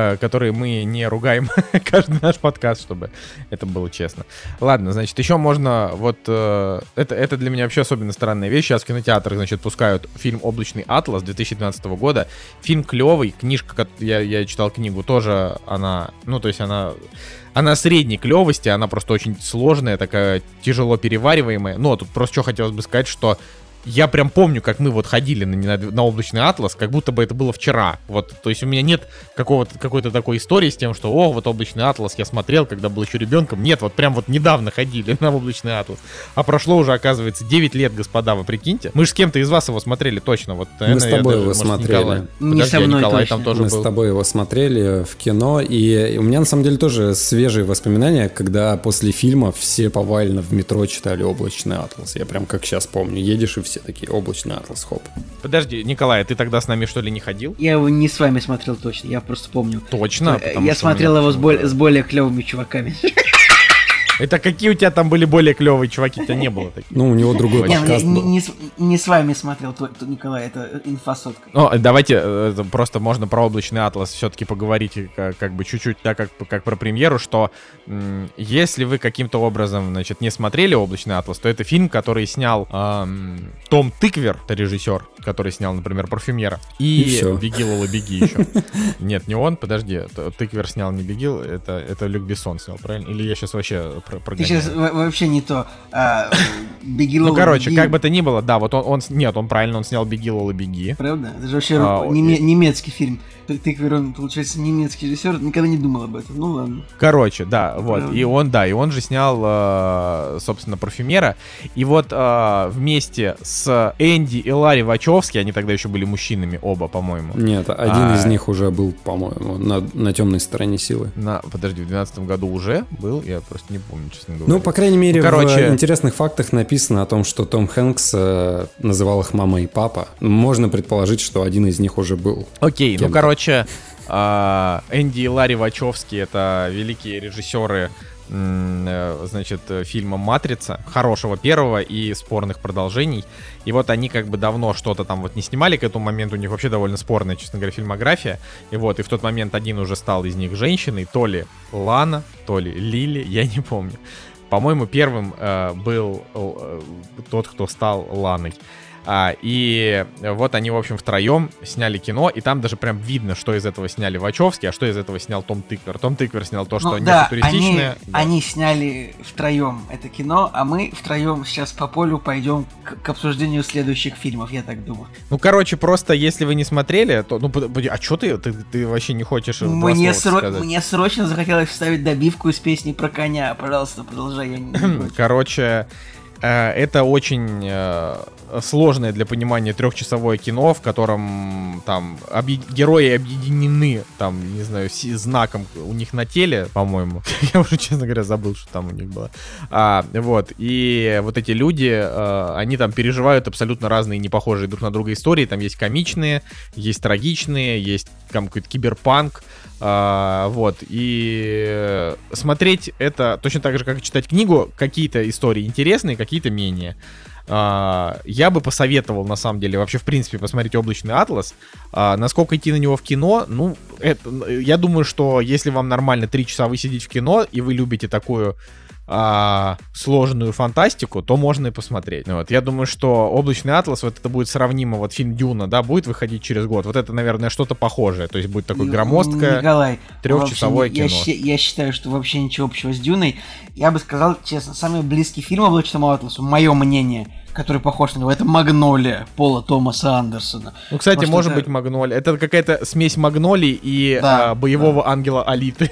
мы не ругаем каждый наш подкаст, чтобы это было честно. Ладно, значит, еще можно вот... Это для меня вообще особенно странная вещь. Сейчас в кинотеатрах, значит, пускают фильм «Облачный атлас» 2012 года. Фильм клевый, книжка, я читал книгу, тоже она... Ну, то есть она средней клевости, она просто очень сложная, такая тяжело перевариваемая. Ну, а тут просто что хотелось бы сказать, что я прям помню, как мы вот ходили на «Облачный атлас», как будто бы это было вчера. Вот, то есть у меня нет какой-то такой истории с тем, что вот «Облачный атлас» я смотрел, когда был еще ребенком. Нет, вот прям вот недавно ходили на «Облачный атлас». А прошло уже, оказывается, 9 лет, господа, вы прикиньте. Мы же с кем-то из вас его смотрели точно. Вот,
мы с тобой его смотрели.
Не со мной
Николай
точно.
Там тоже
мы
был.
с тобой его смотрели в кино, и у меня на самом деле тоже свежие воспоминания, когда после фильма все повально в метро читали «Облачный атлас». Я прям как сейчас помню. Едешь и все такие: «Облачный атлас», хоп.
Подожди, Николай, ты тогда с нами что ли не ходил?
Я его не с вами смотрел точно, я просто помню.
Точно?
Я смотрел его с более клевыми чуваками.
Это какие у тебя там были более клевые чуваки-то не было таких?
Ну, у него другой подкаст был.
Не с вами смотрел, Николай, это инфосотка.
Ну, давайте просто можно про «Облачный атлас» все-таки поговорить как бы чуть-чуть так, как про премьеру, что если вы каким-то образом, значит, не смотрели «Облачный атлас», то это фильм, который снял Том Тыквер, это режиссер, который снял, например, «Парфюмера», и «Беги, Лола, беги» еще. Нет, не он, подожди, Тыквер снял не «Беги», это Люк Бессон снял, правильно? Или я сейчас вообще...
Ты сейчас вообще не то. «Беги, Лола,
ну, короче,
беги».
как бы то ни было, да, вот он правильно, он снял «Беги, Лола, беги».
Правда? Это же вообще немецкий фильм. Тыквер, он, получается, немецкий режиссер, никогда не думал об этом, ну ладно.
Короче, да, вот, и он же снял, собственно, «Парфюмера», и вот вместе с Энди и Ларри Вачовски, они тогда еще были мужчинами оба, по-моему.
Нет, один из них уже был, по-моему, на «Темной стороне силы».
Подожди, в 2012 году уже был? Я просто не помню, честно говоря.
Ну, по крайней мере, в интересных фактах написано о том, что Том Хэнкс называл их мама и папа. Можно предположить, что один из них уже был.
Окей,
кем-то.
ну, короче, Энди и Ларри Вачовски — это великие режиссеры, значит, фильма «Матрица», хорошего первого и спорных продолжений. И вот они как бы давно что-то там вот не снимали к этому моменту, у них вообще довольно спорная, честно говоря, фильмография. И вот, и в тот момент один уже стал из них женщиной, то ли Лана, то ли Лили, я не помню. По-моему, первым был тот, кто стал Ланой. И вот они, в общем, втроем сняли кино, и там даже прям видно, что из этого сняли Вачовски, а что из этого снял Том Тыквер. Том Тыквер снял то, что не футуристичное.
Они сняли втроем это кино, а мы втроем сейчас по полю пойдем к обсуждению следующих фильмов, я так думаю.
Ну, короче, просто если вы не смотрели, то... Ну, а что ты вообще не хочешь
мне срочно захотелось вставить добивку из песни про коня. Пожалуйста, продолжай, я не против.
Короче... Это очень сложное для понимания трехчасовое кино, в котором там герои объединены, там, не знаю, знаком у них на теле, по-моему. Я уже, честно говоря, забыл, что там у них было. Вот. И вот эти люди, они там переживают абсолютно разные, не похожие друг на друга истории. Там есть комичные, есть трагичные, есть там какой-то киберпанк. Вот. И смотреть это точно так же, как и читать книгу. Какие-то истории интересные, какие-то менее. Я бы посоветовал, на самом деле, вообще, в принципе, посмотреть «Облачный атлас». Насколько идти на него в кино, ну, я думаю, что если вам нормально 3 часа вы сидите в кино, и вы любите такую сложную фантастику, то можно и посмотреть. Вот. Я думаю, что «Облачный атлас», вот это будет сравнимо, вот фильм «Дюна», да, будет выходить через год. Вот это, наверное, что-то похожее. То есть будет такое громоздкое,
Николай,
3-часовое кино.
Я считаю, что вообще ничего общего с «Дюной». Я бы сказал, честно, самый близкий фильм «Облачному атласу», мое мнение, который похож на него, это «Магнолия» Пола Томаса Андерсона.
Ну, кстати, может быть «Магнолия». Это какая-то смесь «Магнолии» и боевого ангела Алиты.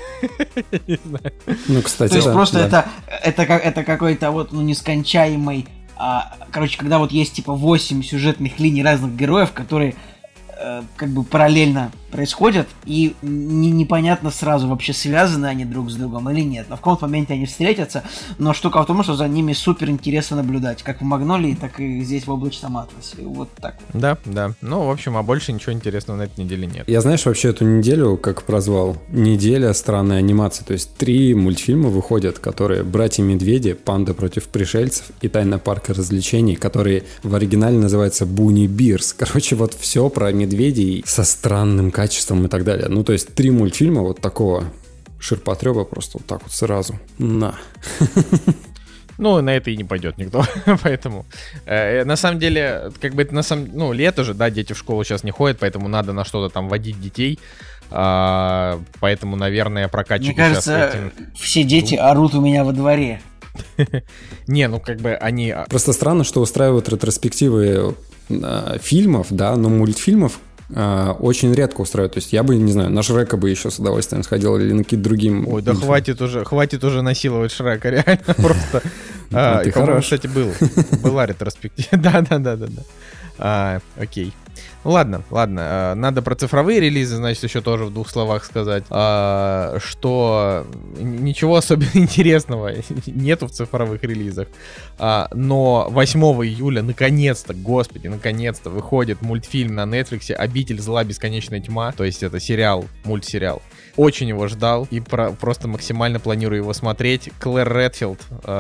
Ну, кстати,
то есть просто это какой-то вот, ну, нескончаемый... короче, когда вот есть, типа, 8 сюжетных линий разных героев, которые как бы параллельно происходят, и непонятно сразу, вообще связаны они друг с другом или нет. Но в каком-то моменте они встретятся, но штука в том, что за ними супер интересно наблюдать, как в «Магнолии», так и здесь в «Облачном атласе». Вот так вот.
Да, да. Ну, в общем, а больше ничего интересного на этой неделе нет.
Я, знаешь, вообще эту неделю как прозвал? Неделя странной анимации. То есть 3 мультфильма выходят, которые «Братья-медведи», «Панда против пришельцев» и «Тайна парка развлечений», которые в оригинале называются «Буни Бирс». Короче, вот все про медведей со странным качеством и так далее. Ну, то есть 3 мультфильма вот такого ширпотреба просто вот так вот сразу. На.
Ну, на это и не пойдет никто, поэтому... на самом деле, как бы это ну, лето же, да, дети в школу сейчас не ходят, поэтому надо на что-то там водить детей. Поэтому, наверное, прокачивать.
Мне кажется, все дети орут у меня во дворе.
Не, ну как бы они...
Просто странно, что устраивают ретроспективы фильмов, да, но мультфильмов очень редко устраивают. То есть я бы, не знаю, на Шрека бы еще с удовольствием сходил или на какие-то другие...
Ой, да хватит уже насиловать Шрека, реально, просто... И, по-моему, кстати, была ретроспектива. Да. Окей. Ну ладно, надо про цифровые релизы, значит, еще тоже в 2 словах сказать, что ничего особенно интересного нету в цифровых релизах, но 8 июля наконец-то выходит мультфильм на Netflix «Обитель зла. Бесконечная тьма», то есть это мультсериал. Очень его ждал и просто максимально планирую его смотреть. Клэр Редфилд,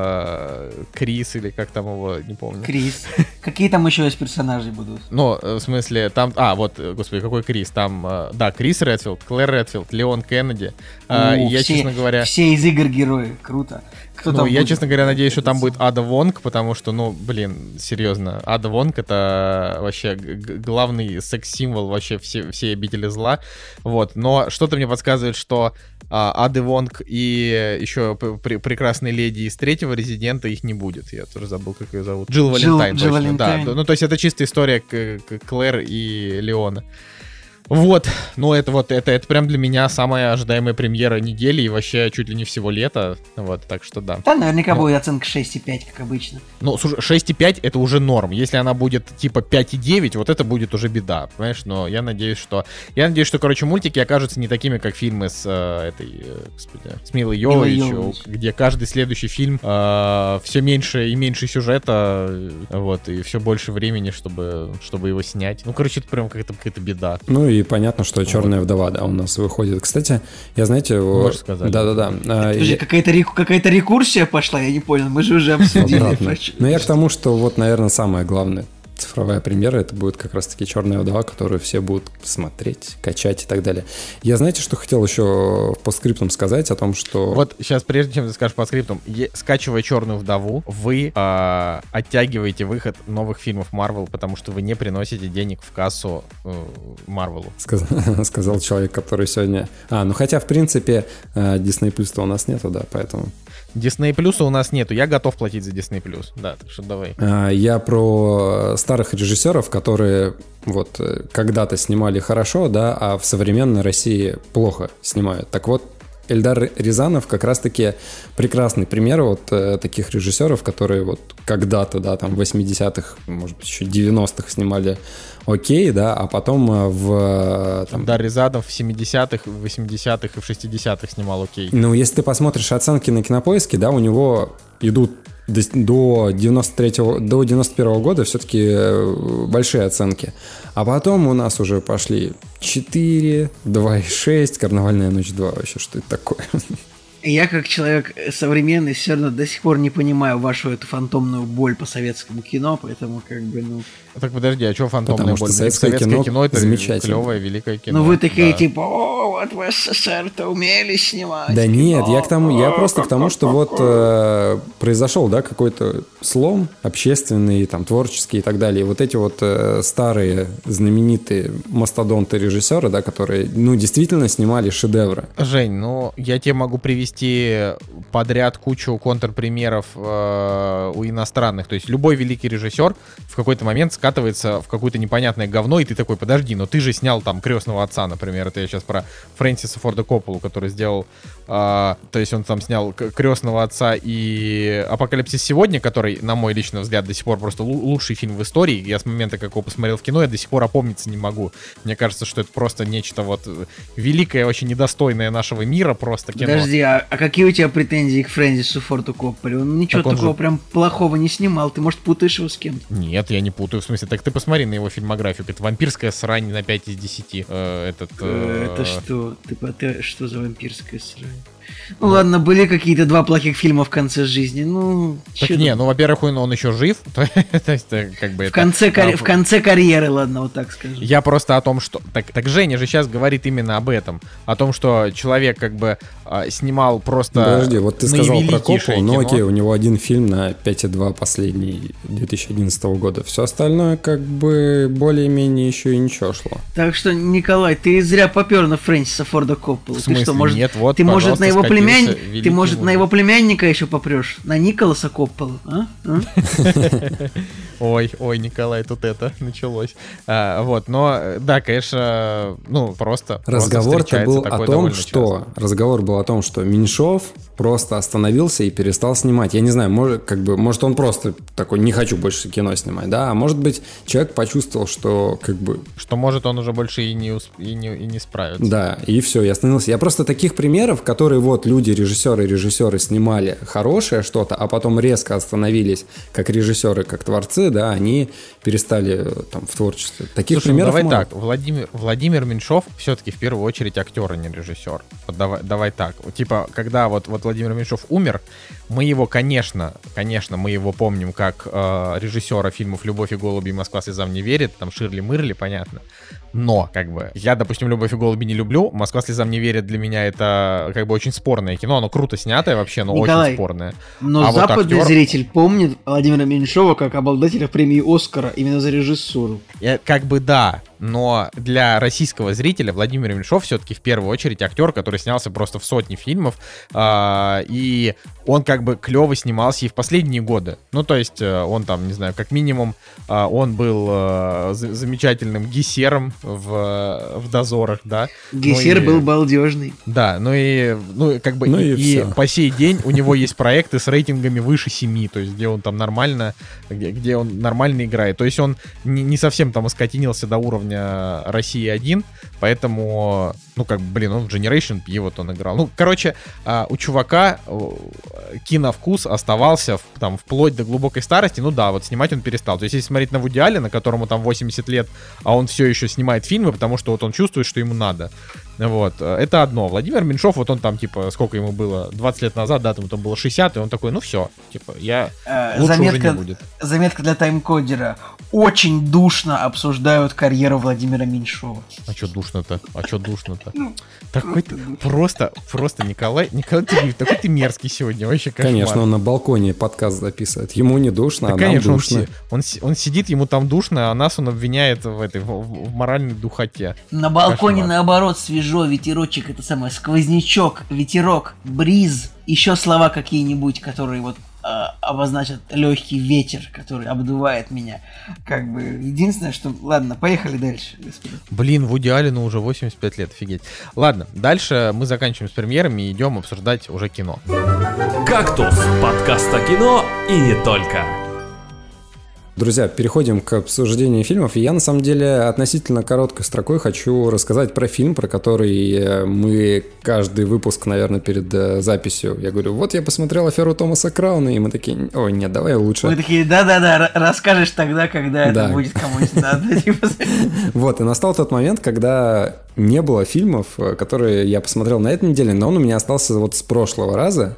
Крис или как там его, не помню.
Крис. Какие там еще есть персонажи будут?
Ну, в смысле, там... господи, какой Крис? Там, Крис Редфилд, Клэр Редфилд, Леон Кеннеди. Я, честно говоря...
Все из игр герои, круто.
Я, честно говоря, надеюсь, что там будет Ада Вонг, потому что, серьезно, Ада Вонг — это вообще главный секс-символ вообще всей обители зла. Вот, но что-то мне подсказывает, что Ады Вонг и еще прекрасной леди из 3-го Резидента их не будет. Я тоже забыл, как ее зовут. Джилл Валентайн, точно. Да. Ну, то есть это чистая история Клэр и Леона. Вот, это прям для меня самая ожидаемая премьера недели и вообще чуть ли не всего лета, вот, так что да.
Да, наверняка будет оценка 6,5, как обычно.
Ну, слушай, 6,5 это уже норм, если она будет типа 5,9, вот это будет уже беда, понимаешь, но я надеюсь, что, короче, мультики окажутся не такими, как фильмы с с Милой Йовович, где каждый следующий фильм все меньше и меньше сюжета, вот, и все больше времени, чтобы его снять. Ну, короче, это прям какая-то беда.
Ну и понятно, что «Черная вдова», да, у нас выходит. Кстати, я, знаете...
Можешь сказать.
Да.
Подожди, какая-то рекурсия пошла, я не понял, мы же уже обсудили.
Но я к тому, что вот, наверное, самое главное. цифровая премьера, это будет как раз-таки «Черная вдова», которую все будут смотреть, качать и так далее. Я, знаете, что хотел еще по скриптам сказать о том, что...
Вот сейчас, прежде чем ты скажешь по скриптам, скачивая «Черную вдову», вы оттягиваете выход новых фильмов Marvel, потому что вы не приносите денег в кассу Марвелу.
Сказал человек, который сегодня... ну хотя, в принципе, Disney Plus-то у нас нету, да, поэтому...
Disney Plus у нас нету, я готов платить за Disney Plus, да, так что давай.
Я про старых режиссеров, которые вот когда-то снимали хорошо, да, а в современной России плохо снимают. Так вот, Эльдар Рязанов как раз-таки прекрасный пример вот таких режиссеров, которые вот когда-то, да, там в 80-х, может быть, еще 90-х снимали окей, да, а потом в...
Эльдар Рязанов в 70-х, в 80-х и в 60-х снимал окей.
Ну, если ты посмотришь оценки на Кинопоиске, да, у него идут до 91 года все-таки большие оценки. А потом у нас уже пошли 4, 2,6, «Карнавальная ночь 2». Вообще, что это такое?
Я, как человек современный, все равно до сих пор не понимаю вашу эту фантомную боль по советскому кино, поэтому как бы, ну...
Так подожди, а что фантомная боль?
Советское
кино это
замечательно.
Клевое, великое кино.
Ну вы такие
да.
типа, о, вот в СССР-то умели снимать.
Да
кино.
нет, я просто к тому, что вот произошел, да, какой-то слом общественный, там, творческий и так далее. И вот эти вот старые знаменитые мастодонты-режиссеры, да, которые, ну, действительно снимали шедевры.
Жень, ну, я тебе могу привести подряд кучу контрпримеров у иностранных. То есть любой великий режиссер в какой-то момент скатывается в какое-то непонятное говно, и ты такой, подожди, но ты же снял там «Крестного отца», например. Это я сейчас про Фрэнсиса Форда Копполу, который сделал... то есть он там снял «Крестного отца» и «Апокалипсис сегодня», который, на мой личный взгляд, до сих пор просто лучший фильм в истории. Я с момента, как его посмотрел в кино, я до сих пор опомниться не могу. Мне кажется, что это просто нечто вот великое, очень недостойное нашего мира просто кино.
Подожди, а какие у тебя претензии к Фрэнсису Форду Копполе? Он ничего такого прям плохого не снимал. Ты, может, путаешь его с кем-то?
Нет, я не путаю. В смысле, так ты посмотри на его фильмографию. Это вампирская срань на 5 из 10. Это
что? Ты что за вампирская срань? Ну ладно, были какие-то 2 плохих фильма в конце жизни. Ну,
так не, ну, во-первых, он еще жив. То есть, как бы
в конце карьеры, ладно, вот так скажем.
Я просто о том, что... Так Женя же сейчас говорит именно об этом. О том, что человек как бы снимал просто...
Подожди, вот ты сказал про Копполу, ну окей, у него один фильм на 5,2 последний 2011 года. Все остальное как бы более-менее еще и ничего шло.
Так что, Николай, ты зря попер на Фрэнсиса Форда Копполу.
В смысле?
Ты что, может,
нет, вот,
ты может на его
ты, может,
на его племянника еще попрешь? На Николаса Копполу, а?
Ой, Николай, тут это началось. Вот, но, да, конечно, ну, просто
Разговор-то был о том, что... Разговор был о том, что Меньшов просто остановился и перестал снимать. Я не знаю, может он просто такой, не хочу больше кино снимать, да? А может быть, человек почувствовал, что как бы...
Что, может, он уже больше и не справится.
Да, и все, я остановился. Я просто таких примеров, которые вот люди, режиссеры снимали хорошее что-то, а потом резко остановились как режиссеры, как творцы, да, они перестали там в творчестве. Таких примеров
давай
мало.
так, Владимир Меньшов все-таки в первую очередь актер, а не режиссер. Вот давай так. Типа, когда вот Владимир Меньшов умер, мы его, конечно, мы его помним как режиссера фильмов «Любовь и голуби» и «Москва слезам не верит», там «Ширли-мырли», понятно. Но, как бы, я, допустим, «Любовь и голуби» не люблю, «Москва слезам не верит» для меня это, как бы, очень спорное кино, оно круто снятое вообще, но Николай, очень спорное.
Но западный зритель помнит Владимира Меньшова как обладателя премии «Оскара» именно за режиссуру.
Как бы да, но для российского зрителя Владимир Меньшов все-таки в первую очередь актер, который снялся просто в сотни фильмов, и он как бы клево снимался и в последние годы. Ну, то есть он там, не знаю, как минимум он был замечательным Гессером в «Дозорах», да.
Гессер был балдежный.
Да, как бы и по сей день у него есть проекты с рейтингами выше 7, то есть где он там нормально, где он нормально играет. То есть он не совсем там оскотинился до уровня «Россия-1», поэтому, ну, как бы, блин, он в Generation P вот он играл. Ну, короче, у чувака киновкус оставался там вплоть до глубокой старости. Ну да, вот снимать он перестал. То есть если смотреть на Вуди Аллена, которому там 80 лет, а он все еще снимает фильмы, потому что вот он чувствует, что ему надо. Вот, это одно. Владимир Меньшов, вот он там, типа, сколько ему было, 20 лет назад, да, там было 60, и он такой, ну все, типа, лучше уже не будет.
Заметка для таймкодера. Очень душно обсуждают карьеру Владимира Меньшова.
А чё душно-то? Такой ты, просто Николай Тигриев, такой ты мерзкий сегодня, вообще кошмар.
Конечно, он на балконе подкаст записывает. Ему не душно,
да,
а
конечно,
нам душно.
Он сидит, ему там душно, а нас он обвиняет в моральной духоте.
На балконе,
Кошмар.
наоборот, свежо, ветерочек, это самое, сквознячок, ветерок, бриз, еще слова какие-нибудь, которые вот обозначат легкий ветер, который обдувает меня. Как бы единственное, что... Ладно, поехали дальше, господа.
Блин, Вуди Аллену уже 85 лет, офигеть. Ладно, дальше мы заканчиваем с премьерами и идем обсуждать уже кино.
«Кактус» — подкаст о кино и не только.
Друзья, переходим к обсуждению фильмов. И я, на самом деле, относительно короткой строкой хочу рассказать про фильм, про который мы каждый выпуск, наверное, перед записью. Я говорю, вот я посмотрел «Аферу Томаса Крауна», и мы такие, ой, нет, давай лучше.
Мы такие, да-да-да, расскажешь тогда, когда это будет кому-нибудь надо.
Вот, и настал тот момент, когда не было фильмов, которые я посмотрел на этой неделе, но он у меня остался вот с прошлого раза.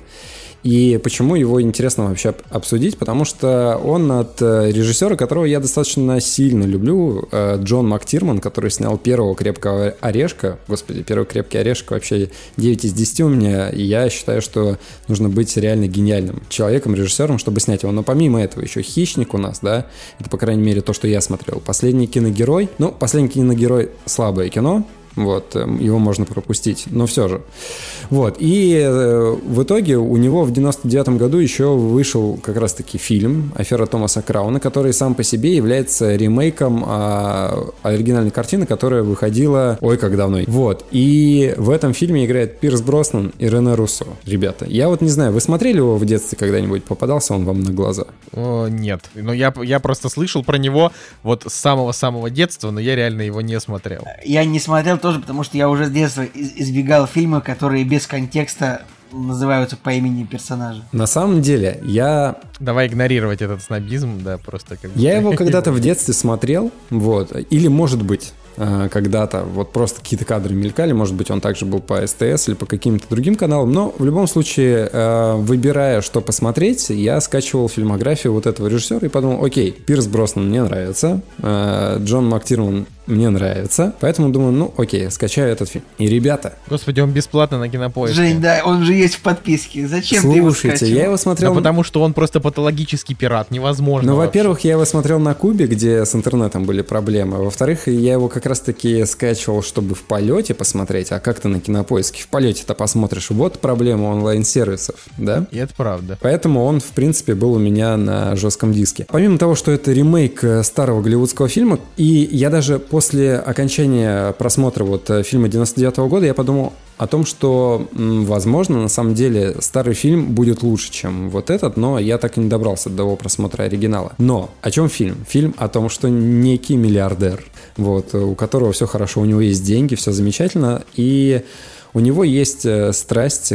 И почему его интересно вообще обсудить? Потому что он от режиссера, которого я достаточно сильно люблю, Джон Мактирман, который снял первого «Крепкого орешка». Господи, первый «Крепкий орешек» вообще 9 из 10 у меня, и я считаю, что нужно быть реально гениальным человеком, режиссером, чтобы снять его. Но помимо этого еще «Хищник» у нас, да, это, по крайней мере, то, что я смотрел. «Последний киногерой». Ну, «Последний киногерой» — слабое кино. Вот, его можно пропустить, но все же. Вот, и в итоге у него в 99-м году еще вышел как раз-таки фильм «Афера Томаса Крауна», который сам по себе является ремейком оригинальной картины, которая выходила, ой, как давно. Вот, и в этом фильме играет Пирс Броснан и Рене Руссо. Ребята, я вот не знаю, вы смотрели его в детстве когда-нибудь? Попадался он вам на глаза?
Нет, но я просто слышал про него вот с самого-самого детства, но я реально его не смотрел.
Я не смотрел тоже, потому что я уже с детства избегал фильмы, которые без контекста называются по имени персонажа.
На самом деле,
Давай игнорировать этот снобизм, да, просто как бы...
Я его когда-то в детстве смотрел, вот, или, может быть, когда-то вот просто какие-то кадры мелькали, может быть, он также был по СТС или по каким-то другим каналам, но в любом случае, выбирая, что посмотреть, я скачивал фильмографию вот этого режиссера и подумал, окей, Пирс Броснан мне нравится, Джон Мактирман мне нравится, поэтому думаю, ну окей, скачаю этот фильм. И, ребята...
Господи, он бесплатно на Кинопоиске.
Жень, да, он же есть в подписке. Зачем ты его скачивал?
Слушайте, я его смотрел...
Да потому что он просто патологический пират, невозможно.
Ну,
вообще.
во-первых, я его смотрел на Кубе, где с интернетом были проблемы. Во-вторых, я его как раз-таки скачивал, чтобы в полете посмотреть. А как ты на Кинопоиске в полете-то посмотришь? Вот проблема онлайн-сервисов, да?
И это правда.
Поэтому он, в принципе, был у меня на жестком диске. Помимо того, что это ремейк старого голливудского фильма, и я даже после окончания просмотра вот фильма 99-го года, я подумал о том, что, возможно, на самом деле старый фильм будет лучше, чем вот этот, но я так и не добрался до просмотра оригинала. Но о чем фильм? Фильм о том, что некий миллиардер, вот, у которого все хорошо, у него есть деньги, все замечательно, и у него есть страсть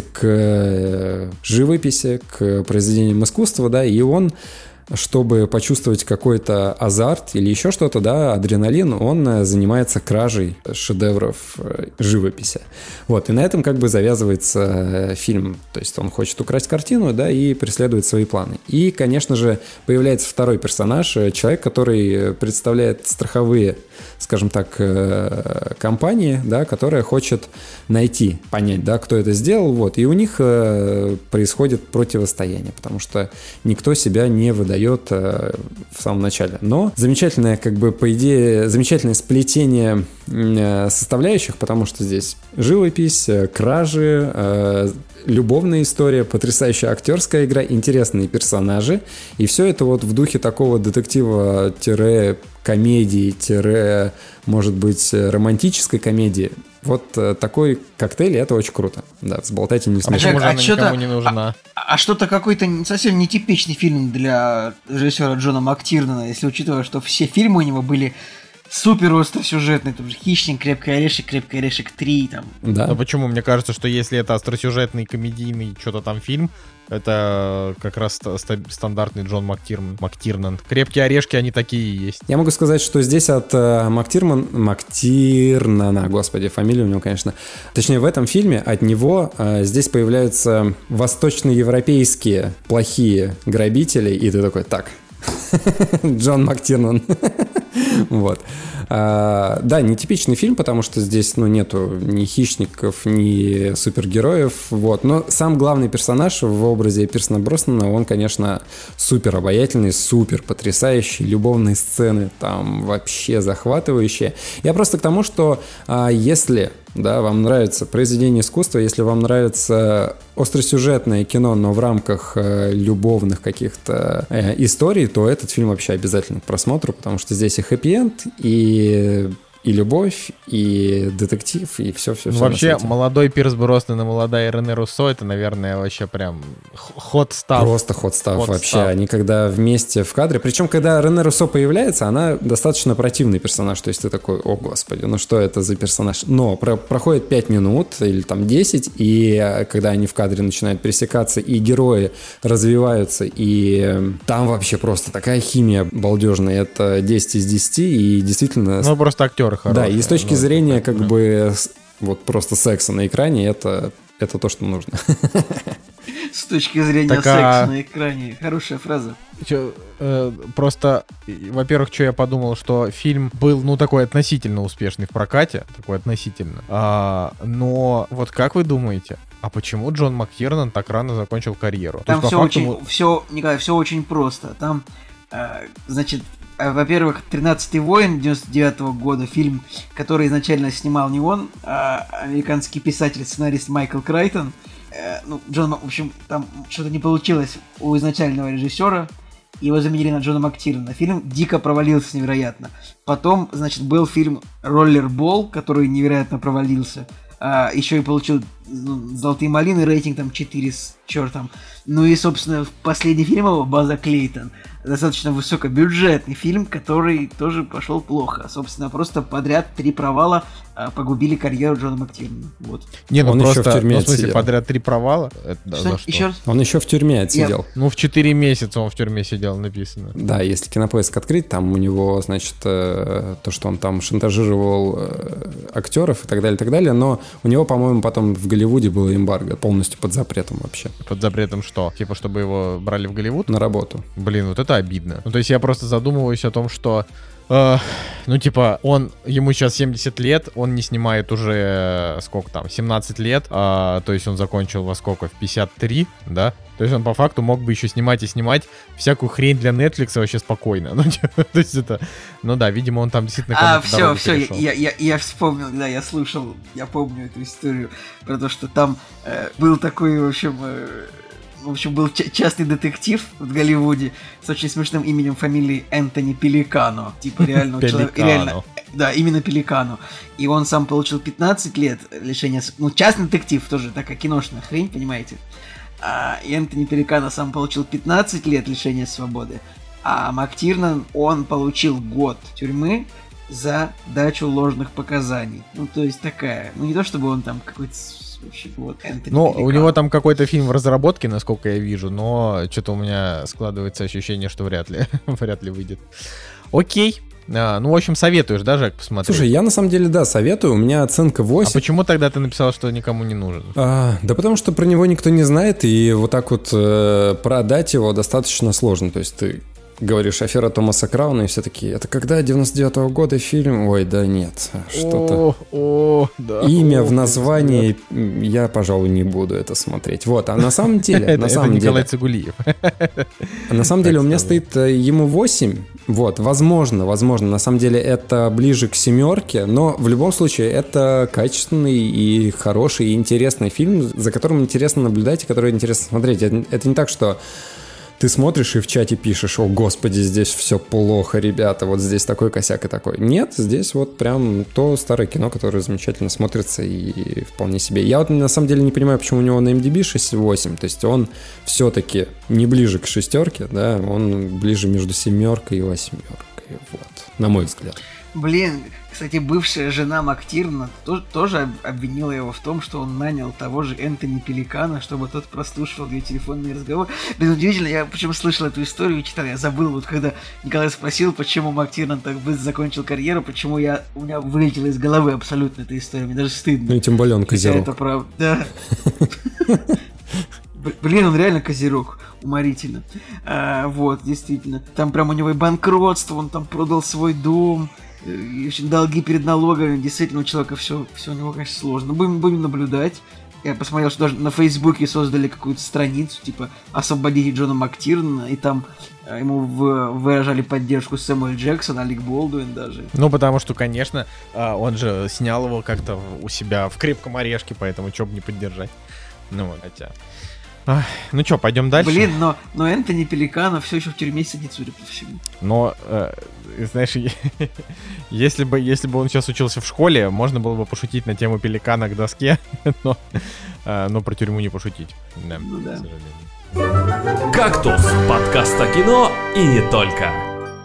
к живописи, к произведениям искусства, да, и он, чтобы почувствовать какой-то азарт или еще что-то, да, адреналин, он занимается кражей шедевров живописи. Вот, и на этом как бы завязывается фильм. То есть он хочет украсть картину, да, и преследует свои планы. И, конечно же, появляется второй персонаж, человек, который представляет страховые, скажем так, компании, да, которая хочет найти, понять, да, кто это сделал, вот, и у них происходит противостояние, потому что никто себя не выдает в самом начале. Но замечательное, как бы, по идее, замечательное сплетение составляющих, потому что здесь живопись, кражи, любовная история, потрясающая актерская игра, интересные персонажи, и все это вот в духе такого детектива-комедии, может быть, романтической комедии. Вот такой коктейль, и это очень круто. Да, взболтать и не смешно.
Почему же она никому не нужна?
А что-то какой-то совсем нетипичный фильм для режиссера Джона Мактирнана, если учитывая, что все фильмы у него были супер остросюжетный, там же «Хищник», «Крепкий орешек 3», там.
Да.
Но почему? Мне кажется, что если это остросюжетный, комедийный, что-то там фильм, это как раз стандартный Джон Мактирнан. «Крепкие орешки», они такие и есть.
Я могу сказать, что здесь от Мактирнана, господи, фамилия у него, конечно. Точнее, в этом фильме от него здесь появляются восточноевропейские плохие грабители, и ты такой, так, Джон Мактирнан. Вот. Да, нетипичный фильм, потому что здесь, нету ни хищников, ни супергероев, вот. Но сам главный персонаж в образе Пирса Броснана, он, конечно, супер обаятельный, супер потрясающий, любовные сцены там вообще захватывающие. Я просто к тому, что если... Да, вам нравится произведение искусства, если вам нравится остросюжетное кино, но в рамках любовных каких-то историй, то этот фильм вообще обязательно к просмотру, потому что здесь и хэппи-энд, и любовь, и детектив, и все.
Вообще, молодой Пирс Броснан и молодая Рене Руссо, это, наверное, вообще прям хот став.
Просто хот став вообще. Они когда вместе в кадре. Причем, когда Рене Руссо появляется, она достаточно противный персонаж. То есть ты такой, о господи, ну что это за персонаж? Но проходит 5 минут или там 10, и когда они в кадре начинают пересекаться, и герои развиваются, и там вообще просто такая химия балдежная. Это 10 из 10, и действительно...
Ну, просто актеры хорошие.
Да, и с точки зрения как бы вот просто секса на экране, это то, что нужно.
С точки зрения секса на экране. Хорошая фраза.
Просто, во-первых, что я подумал, что фильм был, такой относительно успешный в прокате, такой относительно. Но вот как вы думаете, а почему Джон Мактирнан так рано закончил карьеру?
Там Николай, все очень просто. Там, значит, во-первых, «13-й воин» 99-го года, фильм, который изначально снимал не он, а американский писатель, сценарист Майкл Крайтон. В общем, там что-то не получилось у изначального режиссера, его заменили на Джона Мактирнана. Фильм дико провалился невероятно. Потом, значит, был фильм «Роллербол», который невероятно провалился. Еще и получил «Золотые малины», рейтинг там 4 с чертом. Ну и, собственно, последний фильм его «База Клейтон». Достаточно высокобюджетный фильм, который тоже пошел плохо. Собственно, просто подряд 3 провала погубили карьеру Джона Мактирнана. Вот.
Он просто, еще в тюрьме
в смысле, подряд 3 провала?
Что? Еще раз?
Он еще в тюрьме отсидел.
В 4 месяца он в тюрьме сидел, написано.
Да, если Кинопоиск открыть, там у него, значит, то, что он там шантажировал актеров и так далее, но у него, по-моему, потом в Голливуде было эмбарго, полностью под запретом вообще.
Под запретом что? Типа, чтобы его брали в Голливуд?
На работу.
Блин, вот это обидно. То есть я просто задумываюсь о том, что ему сейчас 70 лет, он не снимает уже, 17 лет, то есть он закончил во сколько, в 53, да? То есть он по факту мог бы еще снимать и снимать всякую хрень для Netflix вообще спокойно. То есть это, видимо, он там действительно...
Все, я вспомнил, да, я слушал, я помню эту историю про то, что там был такой, в общем, был частный детектив в Голливуде с очень смешным именем, фамилией Энтони Пеликано. Типа реально человек... Да, именно Пеликано. И он сам получил 15 лет лишения... частный детектив тоже, такая киношная хрень, понимаете? И Энтони Пеликано сам получил 15 лет лишения свободы. А Мактирнан, он получил год тюрьмы за дачу ложных показаний. То есть такая... не то, чтобы он там какой-то...
у него там какой-то фильм в разработке, насколько я вижу, но что-то у меня складывается ощущение, что вряд ли выйдет. Окей. В общем, советуешь, да, Жек, посмотреть?
Слушай, я на самом деле, да, советую. У меня оценка 8.
А почему тогда ты написал, что никому не нужен?
Да потому что про него никто не знает, и вот так вот продать его достаточно сложно. То есть ты говоришь «Афера Томаса Крауна», и все такие, это когда 99-го года фильм? Ой, да нет, что-то... Имя в названии, я, пожалуй, не буду это смотреть. Вот, а на самом деле...
Это Николай Цигулиев.
На самом деле у меня стоит ему 8. Вот, возможно, на самом деле это ближе к 7, но в любом случае это качественный и хороший, и интересный фильм, за которым интересно наблюдать и который интересно смотреть. Это не так, что ты смотришь и в чате пишешь: о господи, здесь все плохо, ребята, вот здесь такой косяк и такой. Нет, здесь вот прям то старое кино, которое замечательно смотрится и вполне себе. Я вот на самом деле не понимаю, почему у него на MDB 6,8, то есть он все-таки не ближе к 6, да, он ближе между 7 и 8, вот, на мой взгляд.
Блин, кстати, бывшая жена МакТирна тоже обвинила его в том, что он нанял того же Энтони Пеликана, чтобы тот прослушивал ее телефонные разговоры. Блин, удивительно, я почему слышал эту историю и читал, я забыл, вот когда Николай спросил, почему МакТирнан так быстро закончил карьеру, почему у меня вылетела из головы абсолютно эта история, мне даже стыдно.
Ну и тем более он козерог.
Это правда, да. Блин, он реально козерог. Уморительно. Вот, действительно. Там прям у него и банкротство, он там продал свой дом, и долги перед налогами. Действительно, у человека все у него, конечно, сложно. Будем наблюдать. Я посмотрел, что даже на Фейсбуке создали какую-то страницу, типа «Освободите Джона МакТирнана», и там ему выражали поддержку Сэмюэл Джексон, Алек Болдуин даже.
Ну, потому что, конечно, он же снял его как-то у себя в «Крепком орешке», поэтому чё бы не поддержать. Ну, вот, хотя... Ну чё, пойдем дальше?
Блин, но Энтони Пеликанов все еще в тюрьме сидит, судя по всему.
Но, знаешь, если бы он сейчас учился в школе, можно было бы пошутить на тему пеликана к доске, но про тюрьму не пошутить. Да,
ну, да.
К сожалению.
«Кактус» — подкаст о кино и не только.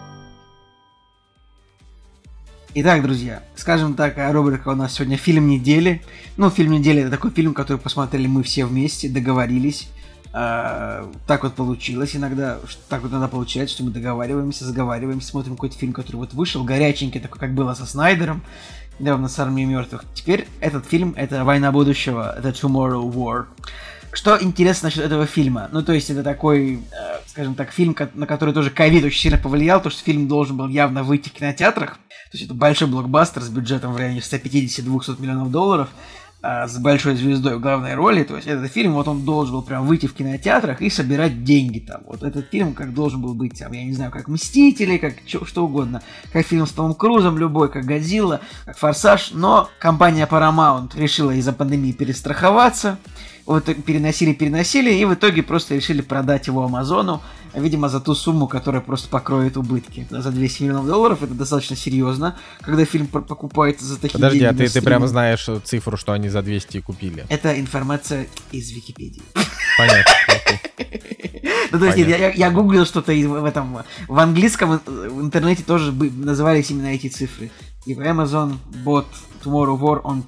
Итак, друзья, скажем так, рубрика у нас сегодня «Фильм недели». Ну, «Фильм недели» — это такой фильм, который посмотрели мы все вместе, договорились. Так вот получилось иногда, так вот иногда получается, что мы договариваемся, заговариваемся, смотрим какой-то фильм, который вот вышел, горяченький, такой, как было со Снайдером, недавно с «Армией мертвых». Теперь этот фильм — это «Война будущего», это «Tomorrow War». Что интересно насчет этого фильма? Ну, то есть, это такой, скажем так, фильм, на который тоже ковид очень сильно повлиял, потому что фильм должен был явно выйти в кинотеатрах. То есть, это большой блокбастер с бюджетом в районе 150-200 миллионов долларов, с большой звездой в главной роли. То есть, этот фильм, вот он должен был прям выйти в кинотеатрах и собирать деньги там. Вот этот фильм как должен был быть, там, я не знаю, как «Мстители», как что угодно. Как фильм с Томом Крузом любой, как «Годзилла», как «Форсаж». Но компания Paramount решила из-за пандемии перестраховаться. Вот переносили, и в итоге просто решили продать его Амазону, видимо, за ту сумму, которая просто покроет убытки. За 200 миллионов долларов это достаточно серьезно, когда фильм покупается за такие деньги.
Подожди, а ты прямо знаешь цифру, что они за 200 купили?
Это информация из Википедии.
Понятно.
Ну, то есть, я гуглил что-то в английском, в интернете тоже назывались именно эти цифры. Типа Amazon bought Tomorrow War on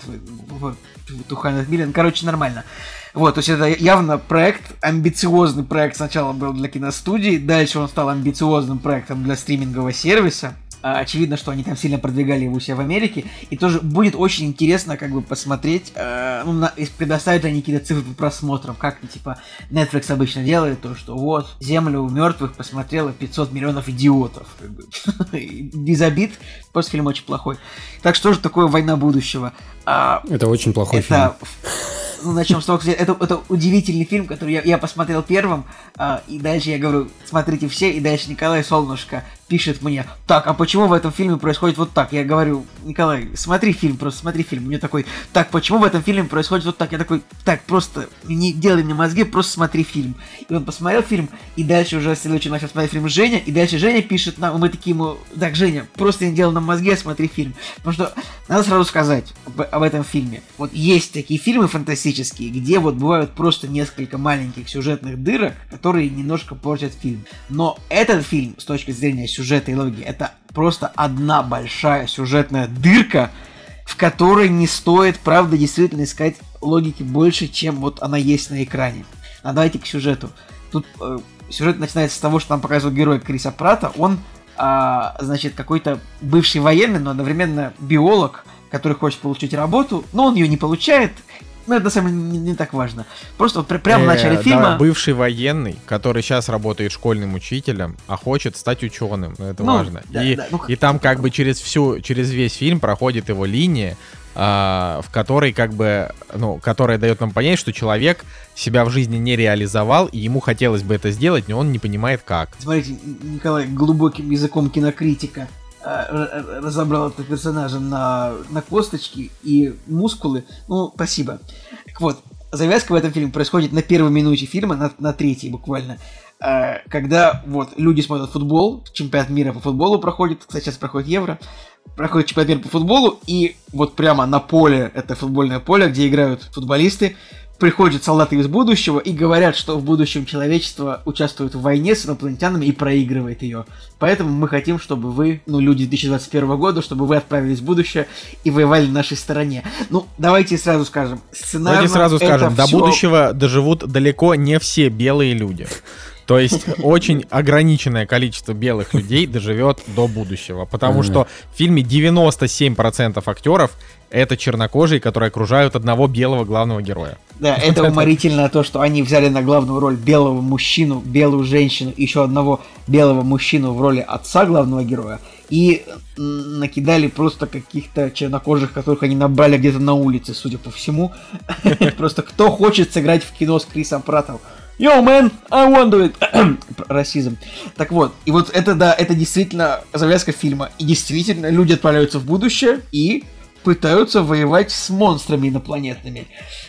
200 million. Короче, нормально. Вот, то есть это явно проект, амбициозный проект сначала был для киностудии, дальше он стал амбициозным проектом для стримингового сервиса. Очевидно, что они там сильно продвигали его у себя в Америке. И тоже будет очень интересно как бы посмотреть, предоставят ли они какие-то цифры по просмотрам, как типа Netflix обычно делает, то что вот, «Землю мертвых» посмотрело 500 миллионов идиотов. Как бы. Без обид, просто фильм очень плохой. Так что же такое «Война будущего»?
Это очень плохой фильм.
Ну, начнем с того, что это удивительный фильм, который я посмотрел первым, и дальше я говорю, смотрите все, и дальше Николай Солнышко пишет мне, так, а почему в этом фильме происходит вот так? Я говорю, Николай, смотри фильм, просто смотри фильм. Мне такой, так, почему в этом фильме происходит вот так? Я такой, так, просто не делай мне мозги, просто смотри фильм. И он посмотрел фильм, и дальше уже следующий начал смотреть фильм Женя, и дальше Женя пишет нам, и мы такие ему, так, Женя, просто не делай нам мозги, а смотри фильм. Потому что надо сразу сказать об этом фильме. Вот есть такие фильмы фантастические, где вот бывают просто несколько маленьких сюжетных дырок, которые немножко портят фильм. Но этот фильм, с точки зрения сюжета и логики, это просто одна большая сюжетная дырка, в которой не стоит, правда, действительно искать логики больше, чем вот она есть на экране. А давайте к сюжету. Тут сюжет начинается с того, что нам показывает герой Криса Пратта. Он, значит, какой-то бывший военный, но одновременно биолог, который хочет получить работу, но он ее не получает. Ну, это на самом деле не так важно. Просто вот прямо в начале фильма...
Да, бывший военный, который сейчас работает школьным учителем, а хочет стать ученым. Это важно.
Да,
и там как бы через весь фильм проходит его линия, в которой как бы, которая дает нам понять, что человек себя в жизни не реализовал, и ему хотелось бы это сделать, но он не понимает как.
Смотрите, Николай глубоким языком кинокритика разобрал этого персонажа на косточки и мускулы. Ну, спасибо. Так вот, завязка в этом фильме происходит на первой минуте фильма, на третьей буквально, когда вот люди смотрят футбол, чемпионат мира по футболу проходит, кстати, сейчас проходит Евро, проходит чемпионат мира по футболу, и вот прямо на поле, это футбольное поле, где играют футболисты, приходят солдаты из будущего и говорят, что в будущем человечество участвует в войне с инопланетянами и проигрывает ее. Поэтому мы хотим, чтобы вы, люди 2021 года, чтобы вы отправились в будущее и воевали на нашей стороне. Давайте сразу скажем.
До будущего доживут далеко не все белые люди. То есть очень ограниченное количество белых людей доживет до будущего. Потому что в фильме 97% актеров это чернокожие, которые окружают одного белого главного героя.
Да, это уморительно то, что они взяли на главную роль белого мужчину, белую женщину, еще одного белого мужчину в роли отца главного героя. И накидали просто каких-то чернокожих, которых они набрали где-то на улице, судя по всему. Просто кто хочет сыграть в кино с Крисом Праттом? Yo, man, I want to do it. Расизм. Так вот, и вот это действительно завязка фильма. И действительно люди отправляются в будущее и пытаются воевать с монстрами инопланетными.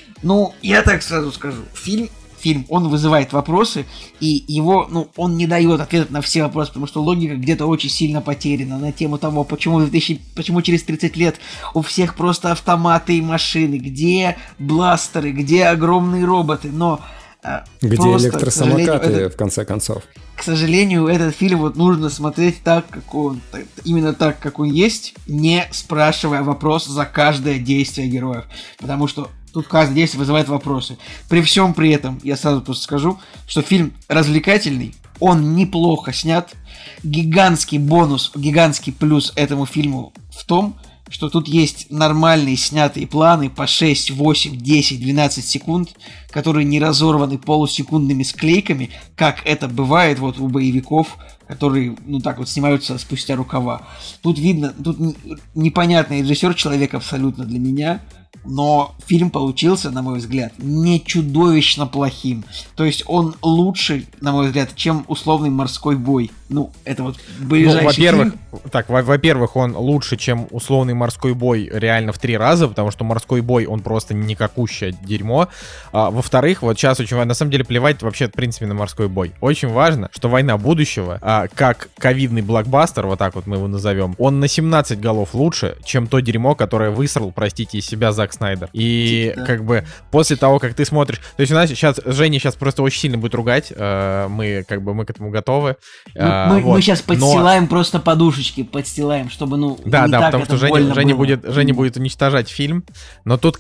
Я так сразу скажу. Фильм, он вызывает вопросы, и его, он не дает ответов на все вопросы, потому что логика где-то очень сильно потеряна на тему того, почему через 30 лет у всех просто автоматы и машины, где бластеры, где огромные роботы, но...
Где электросамокаты, в конце концов.
К сожалению, этот фильм нужно смотреть именно так, как он есть, не спрашивая вопрос за каждое действие героев. Потому что тут каждое действие вызывает вопросы. При всем при этом, я сразу просто скажу, что фильм развлекательный, он неплохо снят. Гигантский плюс этому фильму в том, что тут есть нормальные снятые планы по 6, 8, 10, 12 секунд, которые не разорваны полусекундными склейками, как это бывает у боевиков, которые, снимаются спустя рукава. Тут видно, непонятный режиссер человек абсолютно для меня, но фильм получился, на мой взгляд, не чудовищно плохим. То есть он лучше, на мой взгляд, чем условный «Морской бой». Это ближайший фильм.
Во-первых, он лучше, чем условный «Морской бой» реально в 3 раза, потому что «Морской бой», он просто никакущее дерьмо. Во-вторых, сейчас очень важно, на самом деле, плевать вообще, в принципе, на «Морской бой». Очень важно, что «Война будущего», как ковидный блокбастер, вот так вот мы его назовем, он на 17 голов лучше, чем то дерьмо, которое высрал, простите, из себя Зак Снайдер. И после того, как ты смотришь... То есть у нас Женя сейчас просто очень сильно будет ругать, мы к этому готовы.
Мы сейчас подстилаем просто подушечки, чтобы,
Да, потому что Женя будет уничтожать фильм, но тут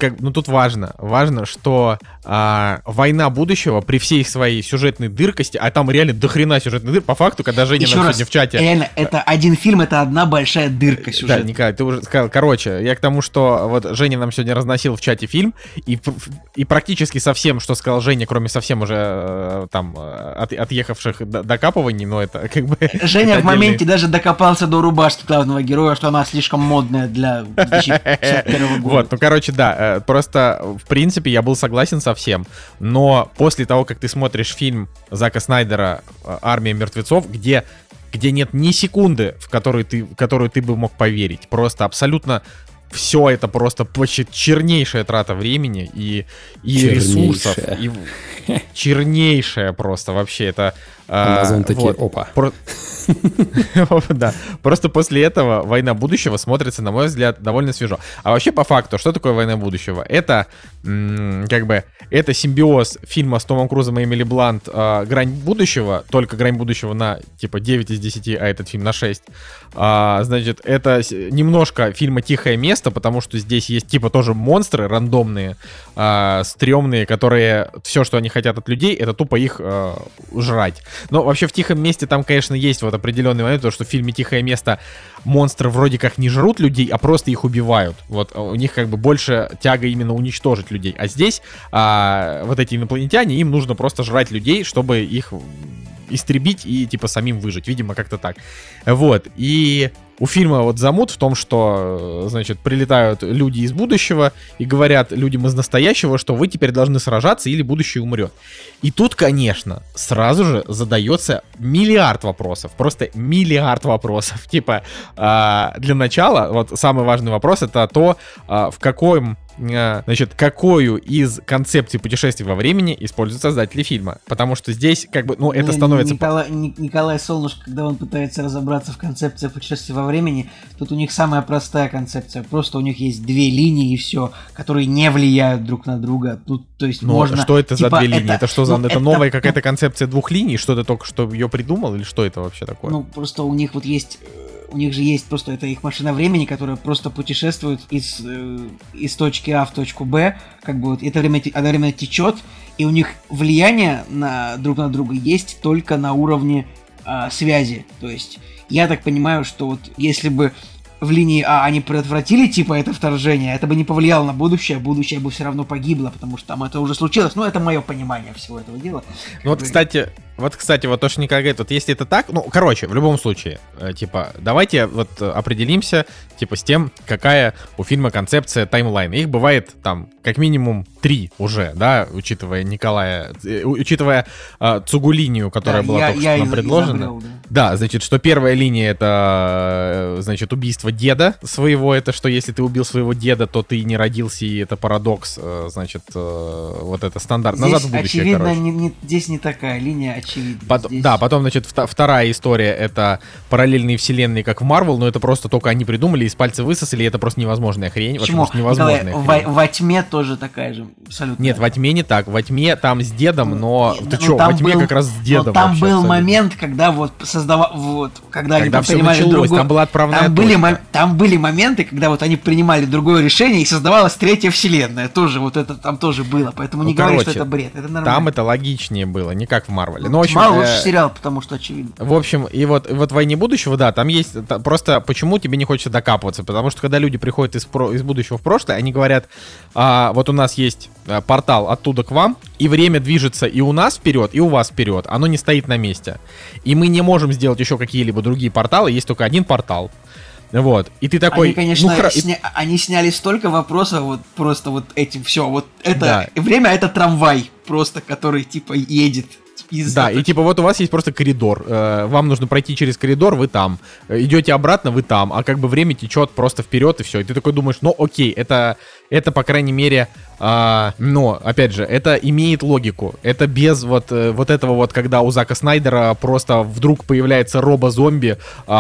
важно, что «Война будущего» при всей своей сюжетной дыркости, а там реально дохрена сюжетной дырки, по факту, когда Женя нам сегодня в чате...
Реально, это один фильм, это одна большая дырка сюжета.
Да, Николай, ты уже сказал, я к тому, что Женя нам сегодня разносил в чате фильм, и практически со всем, что сказал Женя, кроме совсем уже отъехавших докапываний, но это
Женя в моменте даже докопался до рубашки главного героя, что она слишком модная для 2051 года.
Просто в принципе я был согласен со всем, но после того, как ты смотришь фильм Зака Снайдера «Армия мертвецов», где нет ни секунды, в которую ты бы мог поверить, просто абсолютно все это просто чернейшая трата времени и ресурсов. И чернейшая просто вообще. Это...
Amazon такие, опа.
Да. Просто после этого «Война будущего» смотрится, на мой взгляд, довольно свежо. А вообще, по факту, что такое «Война будущего»? Это это симбиоз фильма с Томом Крузом и Эмили Блант «Грань будущего», только «Грань будущего» на 9 из 10, а этот фильм на 6. Значит, это немножко фильма «Тихое место», потому что здесь есть тоже монстры рандомные, стрёмные, которые все, что они хотят от людей, это тупо их жрать. Но вообще в «Тихом месте» там, конечно, есть определенный момент, потому что в фильме «Тихое место» монстры вроде как не жрут людей, а просто их убивают. У них больше тяга именно уничтожить людей. А здесь эти инопланетяне, им нужно просто жрать людей, чтобы их истребить и самим выжить. Видимо, как-то так. И у фильма замут в том, что, прилетают люди из будущего и говорят людям из настоящего, что вы теперь должны сражаться или будущее умрет. И тут, конечно, сразу же задается миллиард вопросов. Просто миллиард вопросов. Для начала, самый важный вопрос — это то, в каком значит, какую из концепций путешествий во времени используют создатели фильма. Потому что здесь, как бы, ну, это становится...
Николай Солнышко, когда он пытается разобраться в концепции путешествий во времени, тут у них самая простая концепция. Просто у них есть две линии и все, которые не влияют друг на друга. Тут, то есть,
но
можно...
что это
типа,
за две линии? Это что за...
Ну,
это новая какая-то концепция двух линий? Что ты только что ее придумал? Или что это вообще такое?
Ну, просто у них вот есть... У них же есть просто это их машина времени, которая просто путешествует из точки А в точку Б, как бы вот это время одновременно течет, и у них влияние друг на друга есть только на уровне связи. То есть я так понимаю, что вот если бы в линии А они предотвратили типа это вторжение, это бы не повлияло на будущее бы все равно погибло, потому что там это уже случилось. Ну, это мое понимание всего этого дела.
Ну вот, кстати, вот то, что Николай говорит, вот если это так, ну, короче, в любом случае, типа, давайте вот определимся, типа, с тем, какая у фильма концепция таймлайна. Их бывает там как минимум 3 уже, да, учитывая Николая, учитывая Цугу-линию, которая была только что нам предложена.
Изобрел,
да, значит, что первая линия это, значит, убийство деда своего, это что если ты убил своего деда, то ты не родился, и это парадокс, значит, вот это стандарт.
Здесь,
назад в будущее,
очевидно,
короче.
Здесь не такая линия, очевидно. Здесь...
Да, потом, значит, вторая история — это параллельные вселенные, как в Marvel, но это просто только они придумали, из пальца высосали, и это просто невозможная хрень.
Почему?
Невозможная
хрень. Во тьме тоже такая же, абсолютно.
Нет, во тьме не так. Во тьме там с дедом, но... Ты
ну,
чё, во тьме как раз с дедом.
Но там
вообще,
был
абсолютно.
момент, когда вот когда они
все
принимали
началось,
другое...
там была отправная точка.
Там были моменты, когда вот они принимали другое решение, и создавалась третья вселенная. Тоже вот это там тоже было. Поэтому не говори, что это бред. Это нормально.
Там это логичнее было, не как в Марвеле. Ну, в общем,
мало лучше сериал, потому что очевидно.
В общем, и вот в «Войне будущего», да, там есть... Просто почему тебе не хочется докапываться? Потому что когда люди приходят из будущего в прошлое, они говорят, вот у нас есть портал оттуда к вам, и время движется и у нас вперед, и у вас вперед. Оно не стоит на месте. И мы не можем сделать еще какие-либо другие порталы, есть только один портал. Вот. И ты такой...
Они, конечно, они сняли столько вопросов вот просто вот этим все. Вот это... Да. Время — это трамвай просто, который типа едет.
Да, и типа вот у вас есть просто коридор, вам нужно пройти через коридор, вы там, идете обратно, вы там, а как бы время течет просто вперед и все, и ты такой думаешь, ну окей, это по крайней мере, но опять же, это имеет логику, это без вот этого вот, когда у Зака Снайдера просто вдруг появляется робо-зомби,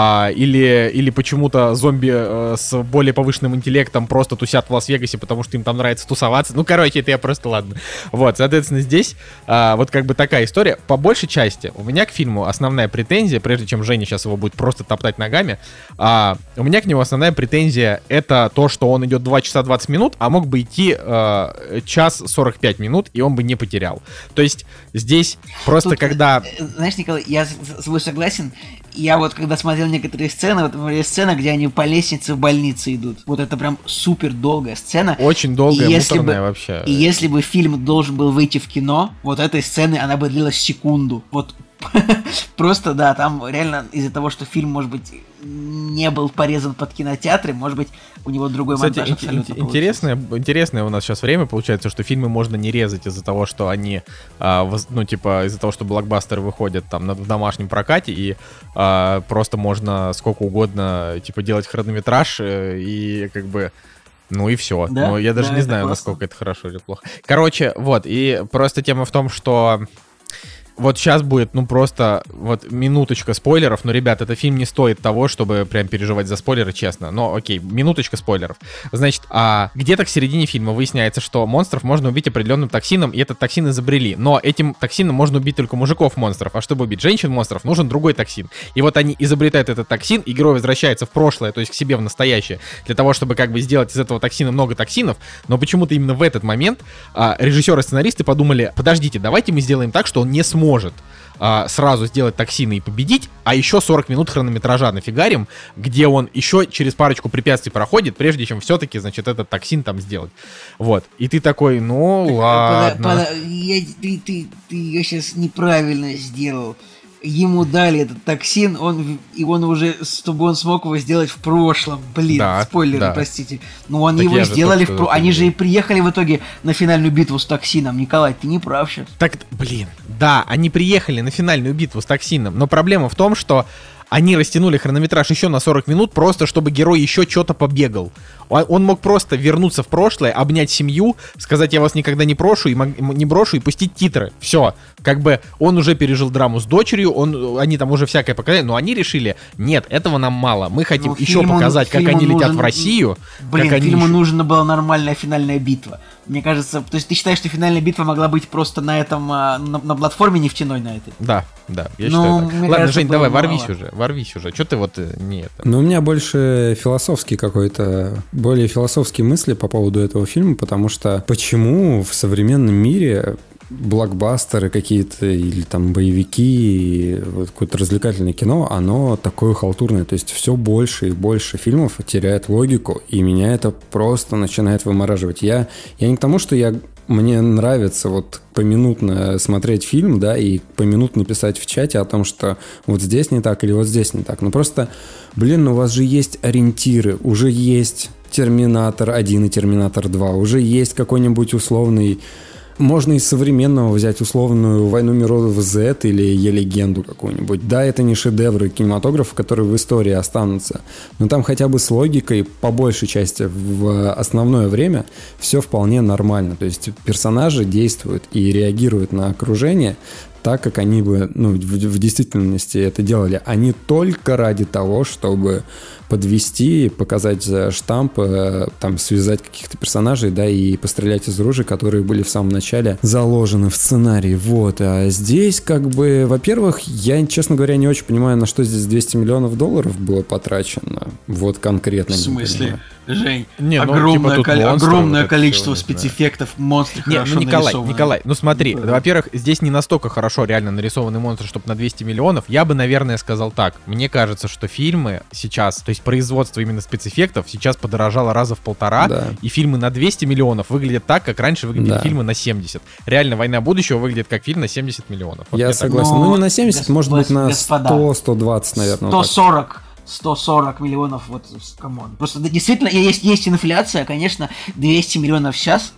или почему-то зомби с более повышенным интеллектом просто тусят в Лас-Вегасе, потому что им там нравится тусоваться, ну короче, это я просто ладно. Вот, соответственно, здесь вот как бы такая история. По большей части у меня к фильму основная претензия, прежде чем Женя сейчас его будет просто топтать ногами, у меня к нему основная претензия — это то, что он идет 2 часа 20 минут, а мог бы идти час 45 минут, и он бы не потерял. То есть здесь просто тут, когда...
Знаешь, Николай, я с тобой согласен. Я вот когда смотрел некоторые сцены, вот например, сцена, где они по лестнице в больнице идут. Вот это прям супер долгая сцена.
Очень долгая, муторная вообще.
И если бы фильм должен был выйти в кино, вот этой сцены она бы длилась секунду. Вот просто, да, там реально из-за того, что фильм, может быть, не был порезан под кинотеатры, может быть, у него другой монтаж абсолютно
интересное у нас сейчас время получается, что фильмы можно не резать из-за того, что они, ну, типа, из-за того, что блокбастеры выходят там в домашнем прокате, и просто можно сколько угодно, типа, делать хронометраж, и как бы... Ну и все.
Да?
Но я даже не знаю, насколько это хорошо или плохо. Короче, вот, и просто тема в том, что... Вот сейчас будет, ну, просто вот минуточка спойлеров. Но, ребят, этот фильм не стоит того, чтобы прям переживать за спойлеры, честно. Но, окей, минуточка спойлеров. Значит, где-то к середине фильма выясняется, что монстров можно убить определенным токсином, и этот токсин изобрели. Но этим токсином можно убить только мужиков-монстров. А чтобы убить женщин-монстров, нужен другой токсин. И вот они изобретают этот токсин, и герой возвращается в прошлое, то есть к себе в настоящее, для того, чтобы как бы сделать из этого токсина много токсинов. Но почему-то именно в этот момент режиссеры и сценаристы подумали, подождите, давайте мы сделаем так, что он не сможет сразу сделать токсины и победить, а еще 40 минут хронометража нафигарим, где он еще через парочку препятствий проходит, прежде чем все-таки, значит, этот токсин там сделать. Вот. И ты такой, ну ладно.
Ты сейчас неправильно сделал. Ему дали этот токсин, и он уже, чтобы он смог его сделать в прошлом. Блин, да, спойлеры, да. Простите. Но они его сделали в прошлом. Они же и приехали в итоге на финальную битву с токсином. Николай, ты не прав сейчас.
Так, блин, да, они приехали на финальную битву с токсином, но проблема в том, что они растянули хронометраж еще на 40 минут, просто чтобы герой еще что-то побегал. Он мог просто вернуться в прошлое, обнять семью, сказать: я вас никогда не брошу, и пустить титры. Все. Как бы он уже пережил драму с дочерью, они там уже всякое показали, но они решили: нет, этого нам мало. Мы хотим еще показать, как они летят в Россию.
Фильму нужна была нормальная финальная битва. Мне кажется, то есть ты считаешь, что финальная битва могла быть просто на этом, на платформе нефтяной на этой?
Да, я считаю так. Ладно, Жень, давай, ворвись уже. Что ты вот не это?
Ну, у меня больше более философские мысли по поводу этого фильма, потому что почему в современном мире блокбастеры какие-то или там боевики, вот какое-то развлекательное кино, оно такое халтурное. То есть все больше и больше фильмов теряет логику, и меня это просто начинает вымораживать. Я не к тому, что мне нравится вот поминутно смотреть фильм, да, и поминутно писать в чате о том, что вот здесь не так или вот здесь не так. Но просто, у вас же есть ориентиры, уже есть Терминатор 1 и Терминатор 2, уже есть какой-нибудь условный. Можно из современного взять условную «Войну миров Z» или «Я легенду» какую-нибудь. Да, это не шедевры кинематографа, которые в истории останутся, но там хотя бы с логикой, по большей части, в основное время все вполне нормально. То есть персонажи действуют и реагируют на окружение так, как они бы в действительности это делали. Они только ради того, чтобы подвести, показать штамп, там, связать каких-то персонажей, да, и пострелять из ружей, которые были в самом начале заложены в сценарий. Вот. А здесь, во-первых, я, честно говоря, не очень понимаю, на что здесь $200 миллионов было потрачено. Вот конкретно.
В смысле? Жень,
монстры,
огромное количество спецэффектов, монстры хорошо нарисованы.
Николай, смотри, во-первых, здесь не настолько хорошо реально нарисованы монстры, чтобы на 200 миллионов. Я бы, наверное, сказал так. Мне кажется, что фильмы сейчас, то есть производство именно спецэффектов сейчас подорожало раза в 1,5, да. И фильмы на 200 миллионов выглядят так, как раньше выглядели фильмы на 70. Реально, «Война будущего» выглядит как фильм на 70 миллионов. Вот
я согласен. Не на 70, может быть, на 100-120, наверное.
140 миллионов, вот, камон. Просто действительно, есть инфляция, конечно, 200 миллионов сейчас,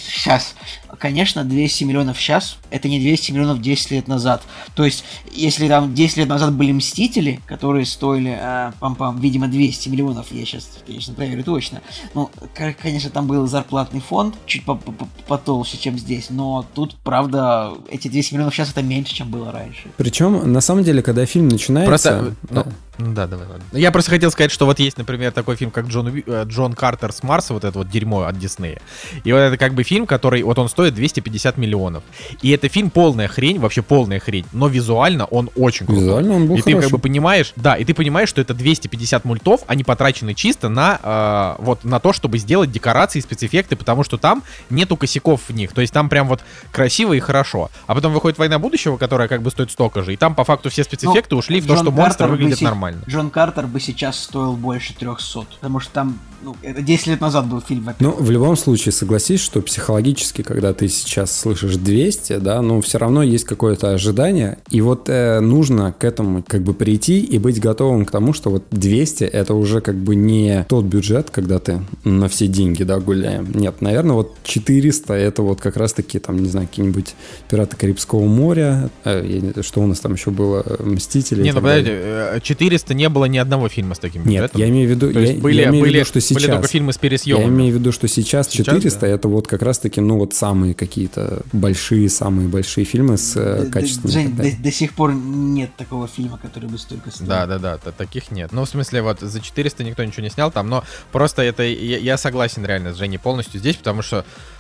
конечно, 200 миллионов сейчас, это не 200 миллионов 10 лет назад. То есть, если там 10 лет назад были «Мстители», которые стоили, видимо, 200 миллионов, я сейчас, конечно, проверю точно. Ну, конечно, там был зарплатный фонд, чуть потолще, чем здесь, но тут, правда, эти 200 миллионов сейчас это меньше, чем было раньше.
Причем, на самом деле, когда фильм начинается...
Да, давай, ладно. Я просто хотел сказать, что вот есть, например, такой фильм, как Джон Картер с Марса, вот это вот дерьмо от Диснея. И вот это как бы фильм, который, вот он стоит 250 миллионов. И это фильм полная хрень, вообще полная хрень, но визуально он очень крутой.
Визуально он был
и
хороший.
Ты как бы понимаешь, да, и ты понимаешь, что это 250 мультов, они потрачены чисто на то, чтобы сделать декорации, спецэффекты, потому что там нету косяков в них. То есть там прям вот красиво и хорошо. А потом выходит «Война будущего», которая как бы стоит столько же, и там по факту все спецэффекты ушли в то, что монстры выглядят нормально.
Джон Картер бы сейчас стоил больше 300, потому что там, это 10 лет назад был фильм, во-первых.
В любом случае, согласись, что психологически, когда ты сейчас слышишь 200, да, все равно есть какое-то ожидание, и вот нужно к этому как бы прийти и быть готовым к тому, что вот 200 это уже как бы не тот бюджет, когда ты на все деньги, да, гуляем. Нет, наверное, вот 400 это вот как раз-таки, там, не знаю, какие-нибудь «Пираты Карибского моря», что у нас там еще было, «Мстители».
Не, подожди, 400 не было ни одного фильма с таким бюджетом.
Нет, я имею в виду, что сейчас...
Были только фильмы с пересъемами.
Я имею в виду, что сейчас 400 да? Это вот как раз-таки, самые какие-то самые большие фильмы с качественными...
Жень, до сих пор нет такого фильма, который бы столько стоил.
Да, таких нет. В смысле, вот за 400 никто ничего не снял там, но просто это... Я согласен реально с Женей полностью здесь, потому что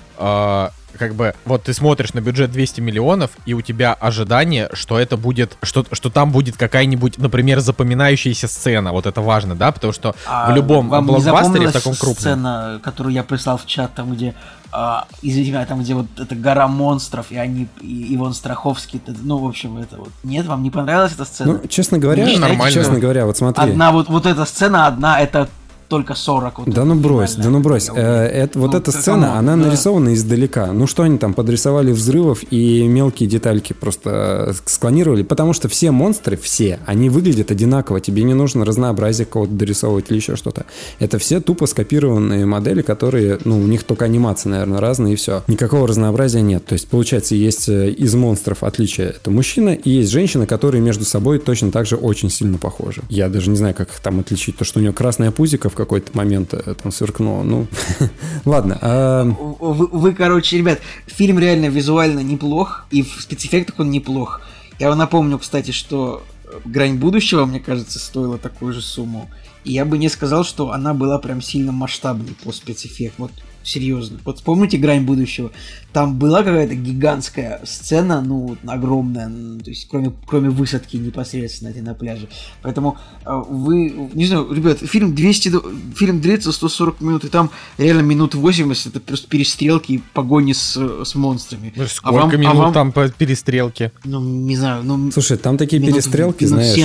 как бы, вот ты смотришь на бюджет 200 миллионов, и у тебя ожидание, что это будет, что там будет какая-нибудь, например, запоминающаяся сцена. Вот это важно, да, потому что в любом блокбастере в таком крупном...
сцена, которую я прислал в чат, там, где извините меня, там, где вот эта гора монстров, и Иван Страховский, в общем, это вот... Нет, вам не понравилась эта сцена?
Честно говоря, вот смотри.
Вот эта сцена одна, это только 40. Вот
да ну брось. Вот эта сцена, она нарисована издалека. Ну что они там подрисовали взрывов и мелкие детальки просто склонировали? Потому что все монстры, они выглядят одинаково. Тебе не нужно разнообразие кого-то дорисовывать или еще что-то. Это все тупо скопированные модели, которые, у них только анимация, наверное, разная, и все. Никакого разнообразия нет. То есть, получается, есть из монстров отличие. Это мужчина, и есть женщина, которые между собой точно так же очень сильно похожи. Я даже не знаю, как их там отличить. То, что у нее красная пузика в какой-то момент там сверкнула. Ладно.
Вы, короче, ребят, фильм реально визуально неплох, и в спецэффектах он неплох. Я вам напомню, кстати, что «Грань будущего», мне кажется, стоила такую же сумму. И я бы не сказал, что она была прям сильно масштабной по спецэффектам. Вот серьезно. Вот вспомните «Грань будущего». Там была какая-то гигантская сцена, огромная, то есть кроме высадки непосредственно на пляже. Поэтому вы, не знаю, ребят, фильм длится 140 минут, и там реально минут 80 это просто перестрелки и погони с монстрами.
Сколько минут там по перестрелке?
Не знаю.
Слушай, там такие перестрелки, знаешь,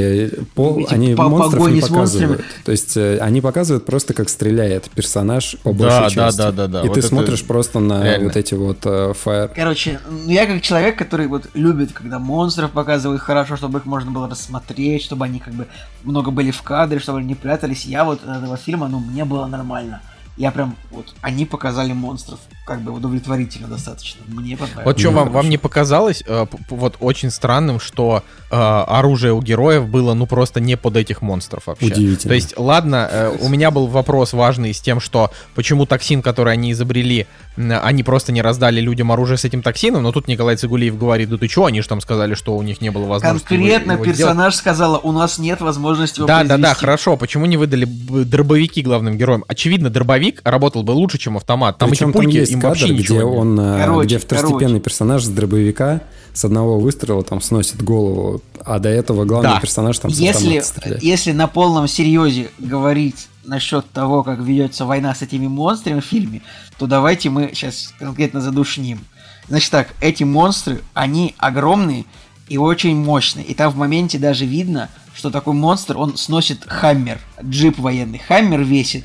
они монстров не показывают. То есть они показывают просто, как стреляет персонаж по большей части.
Да.
И вот ты смотришь просто на реально. Вот эти вот фаер.
Короче, я как человек, который вот любит, когда монстров показывают хорошо, чтобы их можно было рассмотреть, чтобы они как бы много были в кадре, чтобы они не прятались. Я вот от этого фильма, мне было нормально. Я прям, они показали монстров как бы удовлетворительно достаточно. Мне понравилось.
Вот что вам не показалось, очень странным, что оружие у героев было, просто не под этих монстров вообще.
Удивительно.
То есть, ладно, у меня был вопрос важный с тем, что почему токсин, который они изобрели, они просто не раздали людям оружие с этим токсином, но тут Николай Цигулиев говорит, да ты что, они же там сказали, что у них не было возможности
конкретно
его
персонаж сказала, у нас нет возможности его
произвести.
Да,
хорошо, почему не выдали дробовики главным героям? Очевидно, дробовик работал бы лучше, чем автомат. Там
причем
эти пульки,
там есть
им
кадр,
вообще ничего
нет. Где второстепенный персонаж с дробовика с одного выстрела там сносит голову, а до этого главный персонаж там с автомата стреляет.
Если на полном серьезе говорить насчет того, как ведется война с этими монстрами в фильме, то давайте мы сейчас конкретно задушним. Значит так, эти монстры, они огромные и очень мощные. И там в моменте даже видно, что такой монстр, он сносит Хаммер, джип военный. Хаммер весит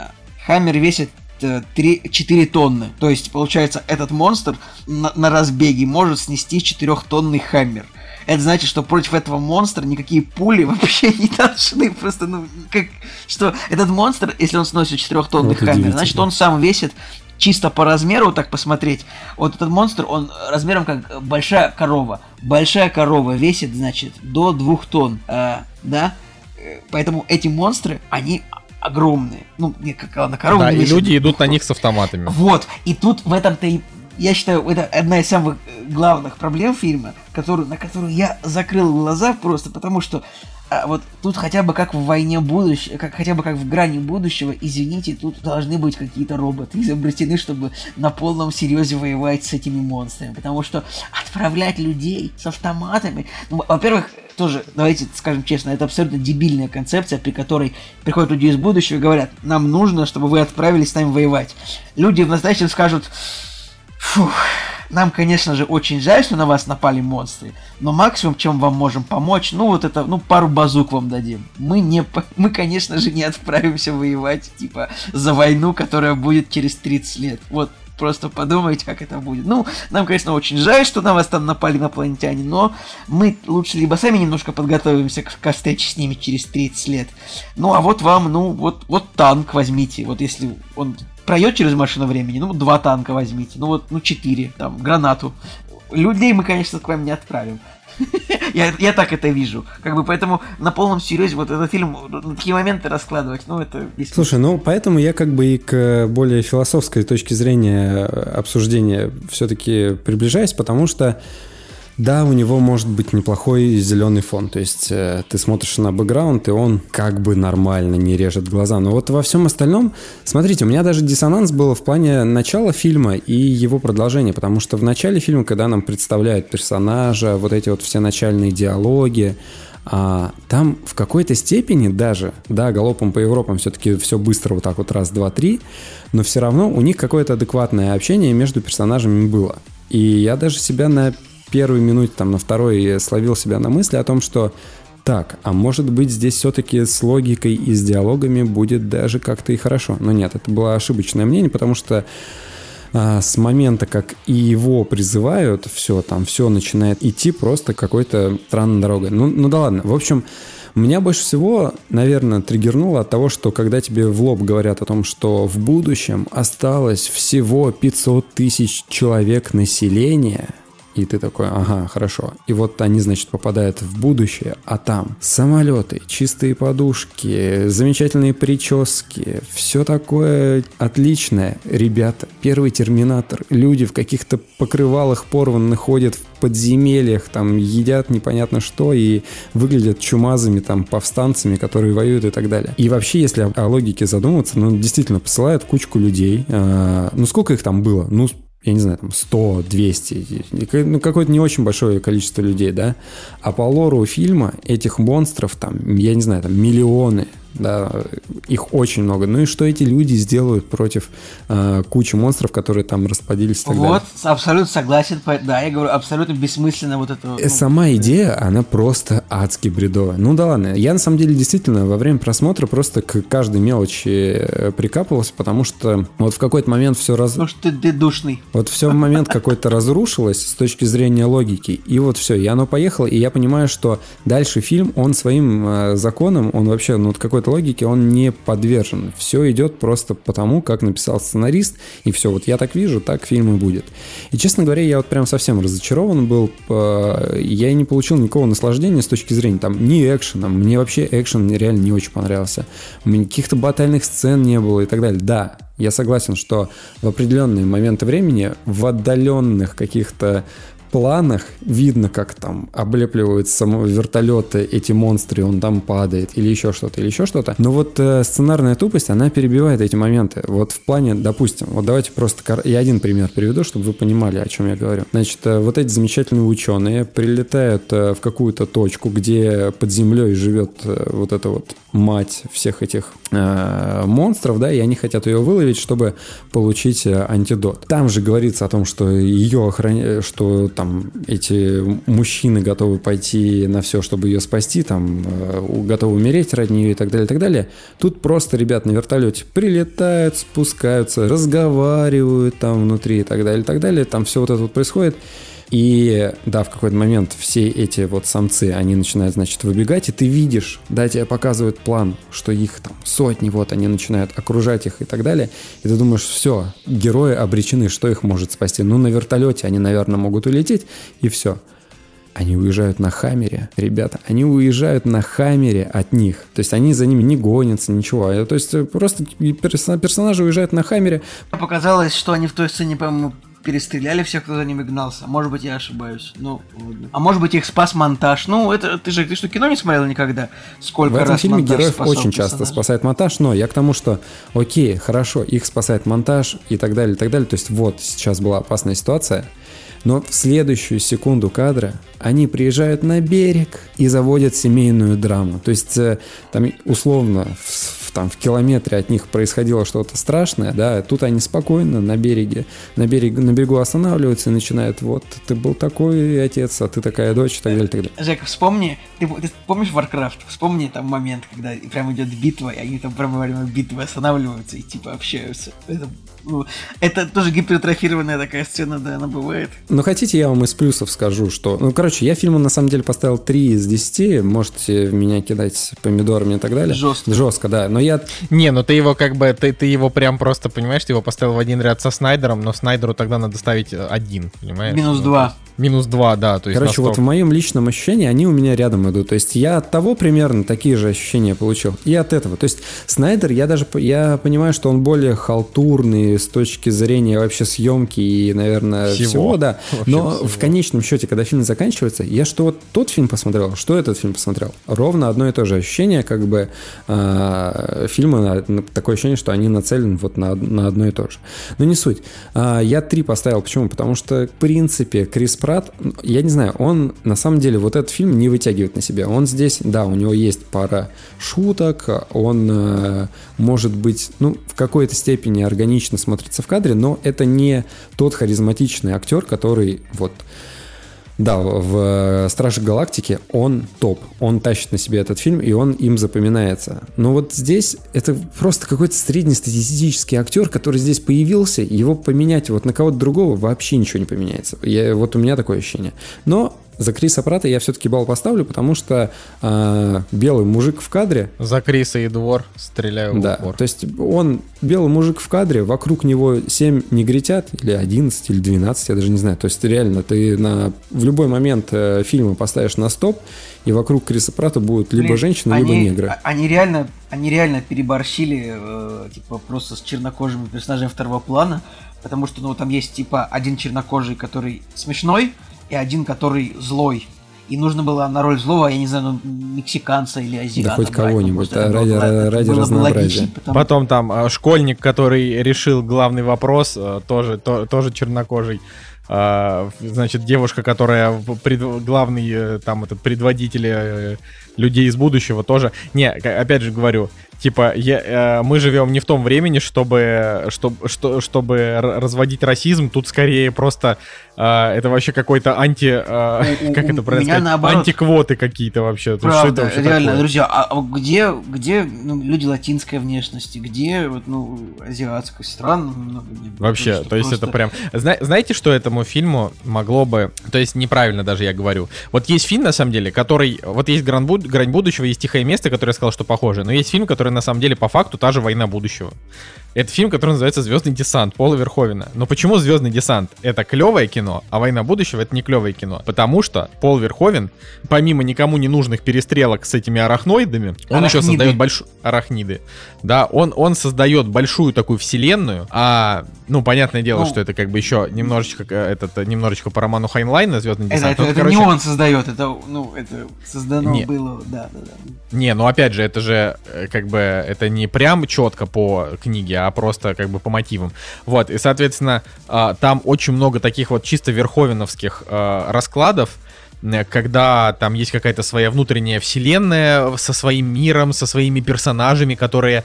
4 тонны. То есть, получается, этот монстр на разбеге может снести 4-тонный Хаммер. Это значит, что против этого монстра никакие пули вообще не должны. Просто, что этот монстр, если он сносит 4-тонный Хаммер, значит, он сам весит чисто по размеру, так посмотреть. Вот этот монстр, он размером как большая корова. Большая корова весит, значит, до 2 тонн. Да? Поэтому эти монстры, они огромные. Ладно, коровы.
Да, и люди идут на них с автоматами.
Вот. И тут в этом-то и... Я считаю, это одна из самых главных проблем фильма, на которую я закрыл глаза просто, потому что вот тут хотя бы как в «Войне будущего», хотя бы как в «Грани будущего», извините, тут должны быть какие-то роботы изобретены, чтобы на полном серьезе воевать с этими монстрами. Потому что отправлять людей с автоматами... во-первых, тоже, давайте скажем честно, это абсолютно дебильная концепция, при которой приходят люди из будущего и говорят, нам нужно, чтобы вы отправились с нами воевать. Люди в настоящем скажут... Фух, нам, конечно же, очень жаль, что на вас напали монстры, но максимум, чем вам можем помочь, пару базук вам дадим. Мы, конечно же, не отправимся воевать, за войну, которая будет через 30 лет. Вот, просто подумайте, как это будет. Нам, конечно, очень жаль, что на вас там напали инопланетяне, но мы лучше либо сами немножко подготовимся к встрече с ними через 30 лет. А вот вам, вот танк возьмите, вот если он... пройдет через машину времени, 2 танка возьмите, 4, гранату. Людей мы, конечно, к вам не отправим. Я так это вижу. Поэтому на полном серьезе вот этот фильм, такие моменты раскладывать, это...
Слушай, поэтому я и к более философской точке зрения обсуждения все-таки приближаюсь, потому что да, у него может быть неплохой зеленый фон, то есть ты смотришь на бэкграунд, и он нормально не режет глаза. Но вот во всем остальном, смотрите, у меня даже диссонанс был в плане начала фильма и его продолжения, потому что в начале фильма, когда нам представляют персонажа, вот эти вот все начальные диалоги, там в какой-то степени даже, да, галопом по Европам все-таки все быстро вот так вот раз, два, три, но все равно у них какое-то адекватное общение между персонажами было. И я даже себя на первой минуте, на второй словил себя на мысли о том, что так, а может быть здесь все-таки с логикой и с диалогами будет даже как-то и хорошо. Но нет, это было ошибочное мнение, потому что с момента, как и его призывают, все начинает идти просто какой-то странной дорогой. Ну да ладно. В общем, меня больше всего, наверное, триггернуло от того, что когда тебе в лоб говорят о том, что в будущем осталось всего 500 тысяч человек населения, и ты такой, ага, хорошо. И вот они, значит, попадают в будущее, а там самолеты, чистые подушки, замечательные прически, все такое отличное. Ребята, первый Терминатор, люди в каких-то покрывалах порванных ходят в подземельях, там едят непонятно что и выглядят чумазами, там, повстанцами, которые воюют и так далее. И вообще, если о логике задуматься, ну, действительно, посылают кучку людей. Ну, сколько их там было? Ну, я не знаю, там 100, 200, ну, какое-то не очень большое количество людей, да, а по лору фильма этих монстров там, я не знаю, там миллионы, да, их очень много. Ну и что эти люди сделают против кучи монстров, которые там расплодились и так далее?
Вот, абсолютно согласен, да, я говорю, абсолютно бессмысленно вот это.
Сама идея, она просто адски бредовая. Ну да ладно, я на самом деле действительно во время просмотра просто к каждой мелочи прикапывался, потому что вот в какой-то момент все
Потому что ты душный.
Вот все в момент какой-то разрушилось с точки зрения логики, и вот все, и оно поехало, и я понимаю, что дальше фильм, он своим законом, он вообще, ну, какой-то логике, он не подвержен. Все идет просто потому, как написал сценарист, и все, вот я так вижу, так фильм и будет. И, честно говоря, я вот прям совсем разочарован был, я не получил никакого наслаждения с точки зрения там ни экшена, мне вообще экшен реально не очень понравился, у меня каких-то батальных сцен не было и так далее. Да, я согласен, что в определенные моменты времени, в отдаленных каких-то планах видно, как там облепливаются вертолеты, эти монстры, он там падает, или еще что-то. Но вот сценарная тупость, она перебивает эти моменты. Вот в плане, допустим, вот давайте просто я один пример приведу, чтобы вы понимали, о чем я говорю. Значит, вот эти замечательные ученые прилетают в какую-то точку, где под землей живет вот эта вот мать всех этих монстров, да, и они хотят ее выловить, чтобы получить антидот. Там же говорится о том, что ее охраняют, что там эти мужчины готовы пойти на все, чтобы ее спасти, там готовы умереть ради нее и так далее, и так далее. Тут просто ребят на вертолете прилетают, спускаются, разговаривают там внутри и так далее, там все вот это вот происходит. И да, в какой-то момент все эти вот самцы, они начинают, значит, выбегать, и ты видишь, да, тебе показывают план, что их там сотни, вот они начинают окружать их и так далее, и ты думаешь, все, герои обречены, что их может спасти? Ну, на вертолете они, наверное, могут улететь, и все. Они уезжают на Хаммере, ребята, они уезжают на Хаммере от них, то есть они за ними не гонятся, ничего, то есть просто персонажи уезжают на Хаммере.
Показалось, что они в той сцене, по-моему, перестреляли всех, кто за ними гнался. Может быть, я ошибаюсь. Ну, ладно. А может быть, их спас монтаж. Ну, это ты что, кино не смотрел никогда? Сколько
в этом
раз
фильме героев
спасал
очень часто
персонажа?
спасает монтаж, но я к тому, что окей, хорошо, их спасает монтаж и так далее, и так далее. То есть вот сейчас была опасная ситуация, но в следующую секунду кадра они приезжают на берег и заводят семейную драму. То есть там условно в километре от них происходило что-то страшное, да, тут они спокойно на берегу останавливаются и начинают, вот, ты был такой отец, а ты такая дочь, и так далее, и так далее.
Жека, вспомни, ты помнишь Warcraft? Вспомни там момент, когда прям идет битва, и они там прямо во время битвы останавливаются и типа общаются. Это тоже гипертрофированная такая сцена, да, она бывает.
Ну, хотите, я вам из плюсов скажу, что... Ну, короче, я фильму на самом деле поставил 3 из 10, можете в меня кидать помидорами и так далее. Жестко, да, но я...
Не, ну ты его как бы, ты его прям просто, понимаешь, ты его поставил в один ряд со Снайдером, но Снайдеру тогда надо ставить 1, понимаешь?
-2.
-2, да. То есть
короче, вот в моем личном ощущении они у меня рядом идут. То есть я от того примерно такие же ощущения получил. И от этого. То есть Снайдер, я понимаю, что он более халтурный с точки зрения вообще съемки и, наверное, всего да. Но в конечном счете, когда фильм заканчивается, я что вот тот фильм посмотрел, что этот фильм посмотрел. Ровно одно и то же ощущение, как бы фильмы, такое ощущение, что они нацелены вот на одно и то же. Но не суть. Я 3 поставил. Почему? Потому что, в принципе, Крис Пратт, я не знаю, он на самом деле вот этот фильм не вытягивает на себя. Он здесь, да, у него есть пара шуток, он может быть, ну, в какой-то степени органично смотрится в кадре, но это не тот харизматичный актер, который вот Да, в «Стражах Галактики» он топ. Он тащит на себе этот фильм, и он им запоминается. Но вот здесь это просто какой-то среднестатистический актер, который здесь появился, его поменять вот на кого-то другого вообще ничего не поменяется. Вот у меня такое ощущение. Но за Криса Пратта я все-таки балл поставлю, потому что белый мужик в кадре...
За Криса и двор стреляю в упор.
То есть он белый мужик в кадре, вокруг него 7 негритят, или 11, или 12, я даже не знаю. То есть реально ты в любой момент фильма поставишь на стоп, и вокруг Криса Пратта будут либо женщины, либо негры.
Они реально переборщили типа просто с чернокожими персонажами второго плана, потому что там есть типа один чернокожий, который смешной, и один, который злой. И нужно было на роль злого, я не знаю, мексиканца или азиата.
Да хоть кого-нибудь, ради разнообразия.
Потом там школьник, который решил главный вопрос, тоже чернокожий. Значит, девушка, которая главный там этот предводитель людей из будущего тоже. Не, опять же говорю, типа, мы живем не в том времени, чтобы разводить расизм. Тут скорее просто это вообще какой-то как это правильно сказать? Антиквоты какие-то вообще.
Правда,
что это вообще
реально,
такое?
друзья, а где люди латинской внешности, где азиатской стран?
Вообще, то есть это прям... Знаете, что этому фильму могло бы... То есть неправильно даже я говорю. Вот есть фильм, на самом деле, который... Вот есть «Грань будущего», есть «Тихое место», которое я сказал, что похоже. Но есть фильм, который на самом деле по факту та же «Война будущего». Это фильм, который называется «Звездный десант» Пола Верховена. Но почему «Звездный десант» — это клевое кино, а «Война будущего» — это не клевое кино? Потому что Пол Верховен, помимо никому не нужных перестрелок с этими арахноидами, он еще создает большую... Арахниды. Да, он создает большую такую вселенную, понятное дело, что это как бы еще немножечко по роману Хайнлайна «Звездный десант».
Это не он создает, это создано было, да.
Не, опять же, это же как бы это не прям четко по книге, а просто как бы по мотивам. Вот, и, соответственно, там очень много таких вот чисто верховеновских раскладов, когда там есть какая-то своя внутренняя вселенная со своим миром, со своими персонажами, которые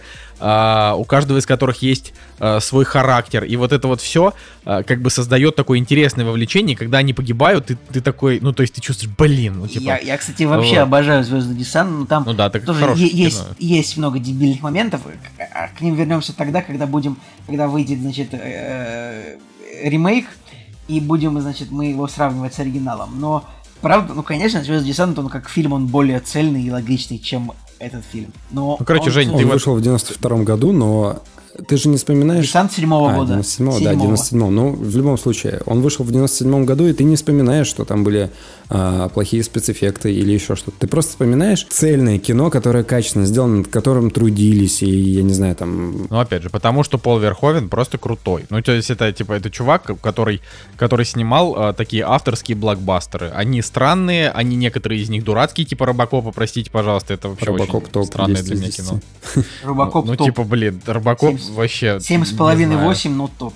у каждого из которых есть свой характер. И вот это вот все как бы создает такое интересное вовлечение, когда они погибают, ты такой, то есть ты чувствуешь,
Я, кстати, вообще обожаю «Звездный десант», но там тоже есть много дебильных моментов. К ним вернемся тогда, когда выйдет, значит, ремейк, и будем, значит, мы его сравнивать с оригиналом. Но правда, конечно, «Звездный десант», он как фильм, он более цельный и логичный, чем этот фильм. Но
Жень,
он вышел в 92-м году, но ты же не вспоминаешь...
«Десант» 7-го года.
97-го. Ну, в любом случае, он вышел в 97-м году, и ты не вспоминаешь, что там были плохие спецэффекты или еще что-то. Ты просто вспоминаешь цельное кино, которое качественно сделано, над которым трудились, и, я не знаю, там...
опять же, потому что Пол Верховен просто крутой. То есть это чувак, который снимал такие авторские блокбастеры. Они странные, они некоторые из них дурацкие, типа «Робокопа», простите, пожалуйста, это вообще
Робокоп
очень странное для меня кино.
«Робокоп» топ.
«Робокоп» вообще...
7,5-8, но топ.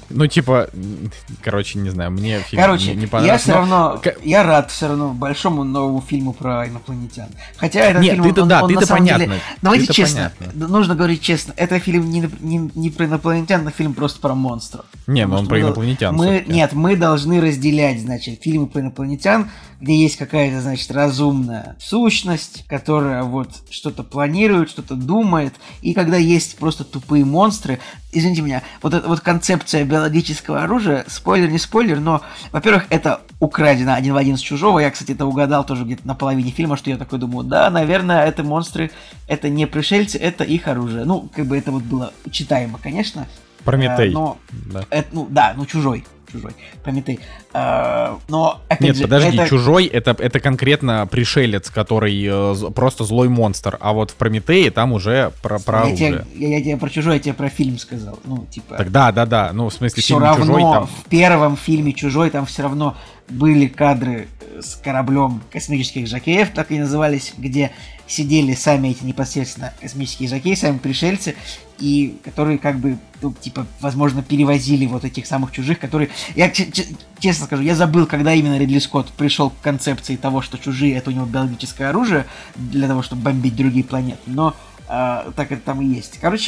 Не знаю, мне фильм не понравился.
Я рад все равно большому новому фильму про инопланетян. Хотя этот фильм,
ты-то
на самом
понятно.
деле... Давайте честно, нужно говорить честно, это фильм не про инопланетян, а фильм просто про монстров.
Он про инопланетян.
Нет, мы должны разделять, значит, фильмы про инопланетян, где есть какая-то, значит, разумная сущность, которая вот что-то планирует, что-то думает, и когда есть просто тупые монстры. Извините меня, вот концепция биологического оружия, спойлер, не спойлер, но, во-первых, это украдено один в один с «Чужого». Я, кстати, это угадал тоже где-то на половине фильма, что я такой думаю, да, наверное, это монстры, это не пришельцы, это их оружие. Это вот было читаемо, конечно.
Прометей.
«Чужой». Прометей. Но, опять
Нет,
же,
подожди, «Чужой» это конкретно пришелец, который просто злой монстр, а вот в «Прометее» там уже про оружие.
Я тебе про «Чужой», я тебе про фильм сказал.
Так да, в смысле
все
фильм
равно
«Чужой» там...
в первом фильме «Чужой» там все равно были кадры с кораблем космических жокеев, так и назывались, где сидели сами эти непосредственно космические жокеи, сами пришельцы, и которые как бы, возможно, перевозили вот этих самых чужих, которые... Я честно скажу, я забыл, когда именно Ридли Скотт пришел к концепции того, что чужие — это у него биологическое оружие для того, чтобы бомбить другие планеты, но так это там и есть.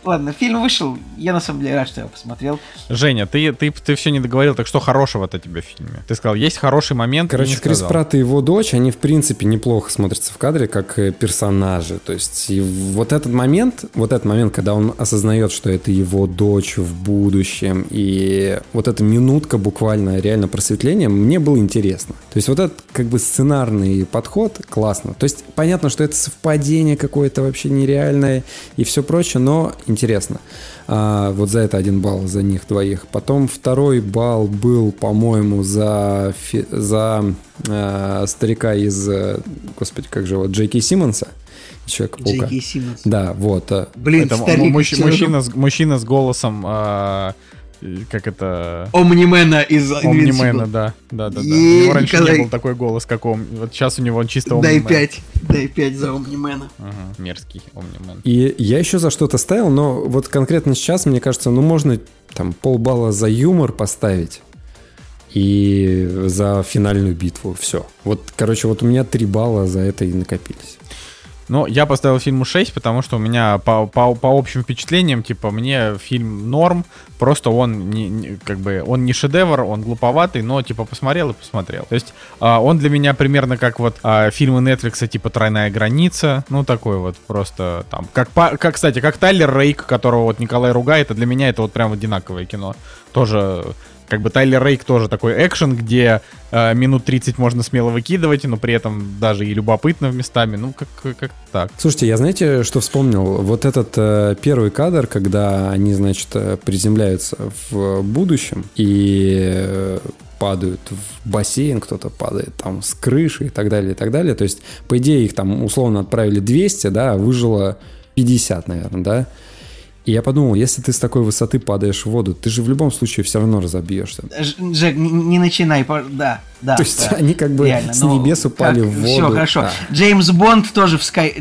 Ладно, фильм вышел, я на самом деле рад, что я его посмотрел.
Женя, ты все не договорил, так что хорошего-то тебе в фильме? Ты сказал, есть хороший момент.
Короче, Крис Пратт и его дочь, они в принципе неплохо смотрятся в кадре как персонажи. То есть и вот этот момент, когда он осознает, что это его дочь в будущем, и вот эта минутка буквально реально просветления, мне было интересно. То есть вот этот как бы сценарный подход классно. То есть понятно, что это совпадение какое-то вообще нереальное и все прочее, но интересно. Вот за это 1 балл за них двоих. Потом 2 балл был, по-моему, за старика из, господи, как же его, Джейки Симмонса. Человека-паука.
Джейки Симмонс.
Да, вот.
Блин,
это
старик.
мужчина с голосом, как это...
Омнимена из
Омнимена,
Invincible.
да. У него раньше
Николай...
не был такой голос, как он. Вот сейчас у него он чисто
Дай
Омнимен.
5 за Омнимена.
Мерзкий Омнимен.
И я еще за что-то ставил, но вот конкретно сейчас, мне кажется, можно там полбалла за юмор поставить и за финальную битву. Все. Вот, короче, вот у меня 3 балла за это и накопились.
Ну, я поставил фильму 6, потому что у меня по общим впечатлениям, типа, мне фильм норм, просто он он не шедевр, он глуповатый, но, типа, посмотрел и посмотрел. То есть он для меня примерно как вот фильмы Netflix, типа «Тройная граница», ну, такой вот просто там, кстати, как Тайлер Рейк, которого вот Николай ругает, а для меня это вот прям одинаковое кино. Тоже... Как бы Тайлер Рейк тоже такой экшен, где минут 30 можно смело выкидывать, но при этом даже и любопытно местами. Ну, как так.
Слушайте, я знаете, что вспомнил? Вот этот первый кадр, когда они, значит, приземляются в будущем и падают в бассейн, кто-то падает там с крыши и так далее, и так далее. То есть, по идее, их там условно отправили 200, да, а выжило 50, наверное, да? И я подумал, если ты с такой высоты падаешь в воду, ты же в любом случае все равно разобьешься.
Жек, не начинай, да.
То есть они как бы
реально,
с небес упали в воду.
Все, хорошо.
Да.
Джеймс Бонд тоже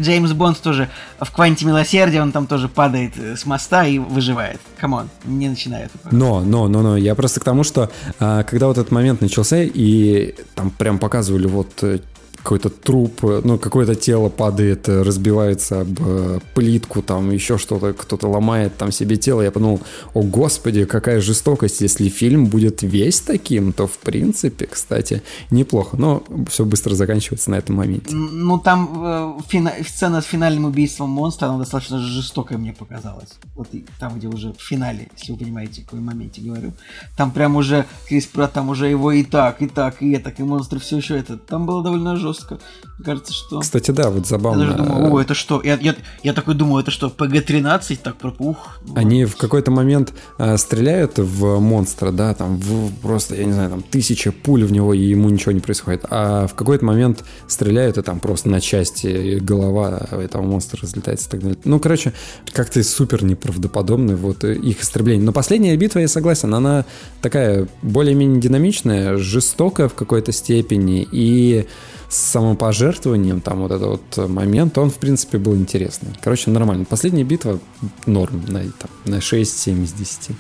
в «Кванте милосердия», он там тоже падает с моста и выживает. Камон, не начинай это.
Но, я просто к тому, что когда вот этот момент начался, и там прям показывали вот... какой-то труп, ну, какое-то тело падает, разбивается об плитку, там еще что-то, кто-то ломает там себе тело. Я подумал, о господи, какая жестокость. Если фильм будет весь таким, то в принципе, кстати, неплохо. Но все быстро заканчивается на этом моменте.
Ну, там сцена с финальным убийством монстра, она достаточно жестокая, мне показалась. Вот там, где уже в финале, если вы понимаете, в каком моменте говорю. Там прям уже Крис Пратт, там уже его и так, и монстры все еще это. Там было довольно жестко. Мне кажется, что...
Кстати, да, вот забавно.
Я даже думаю, это что? Я такой думаю, это что, ПГ-13? Так,
Они в какой-то момент стреляют в монстра, да, там просто, я не знаю, там 1000 пуль в него, и ему ничего не происходит. А в какой-то момент стреляют, и там просто на части голова этого монстра разлетается и так далее. Ну, короче, как-то супер неправдоподобно вот их истребление. Но последняя битва, я согласен, она такая более-менее динамичная, жестокая в какой-то степени, и с самопожертвованием, там вот этот вот момент, он, в принципе, был интересный. Короче, нормально. Последняя битва норм, на 6-7 из 10.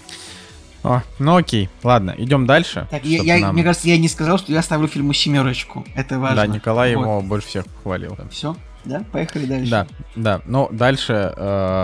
Ну окей, ладно, идем дальше.
Так, мне кажется, я не сказал, что я ставлю фильму 7. Это важно.
Да, Николай его больше всех похвалил.
Все? Да? Поехали дальше.
Да. Ну, дальше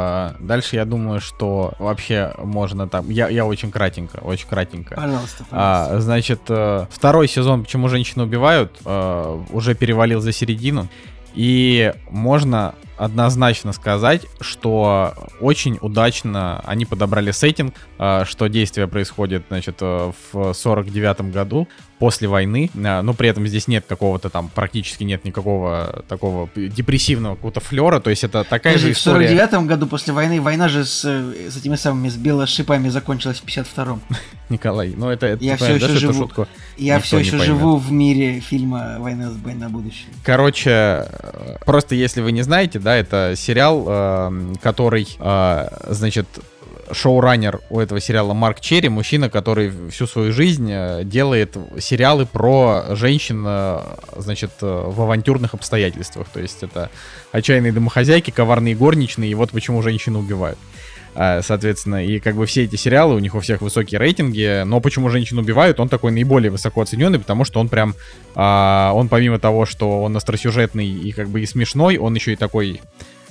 я думаю, что вообще можно там... Я очень кратенько.
Пожалуйста.
Значит, 2 сезон «Почему женщины убивают» уже перевалил за середину. И можно однозначно сказать, что очень удачно они подобрали сеттинг, что действие происходит, значит, в 49-м году, после войны, но при этом здесь нет какого-то там, практически нет никакого такого депрессивного какого-то флера, то есть это такая же история.
В 49-м году после войны, война же с этими самыми, с белошипами закончилась в 52-м.
Николай, ну это
я все еще живу. Я все еще живу в мире фильма «Война на будущее».
Короче, просто если вы не знаете, да, это сериал, который, значит, шоураннер у этого сериала Марк Черри, мужчина, который всю свою жизнь делает сериалы про женщин, значит, в авантюрных обстоятельствах. То есть это отчаянные домохозяйки, коварные горничные, и вот почему женщины убивают. Соответственно, и как бы все эти сериалы, у них у всех высокие рейтинги, но почему женщин убивают, он такой наиболее высоко оцененный, потому что он прям, он помимо того, что он остросюжетный и как бы и смешной, он еще и такой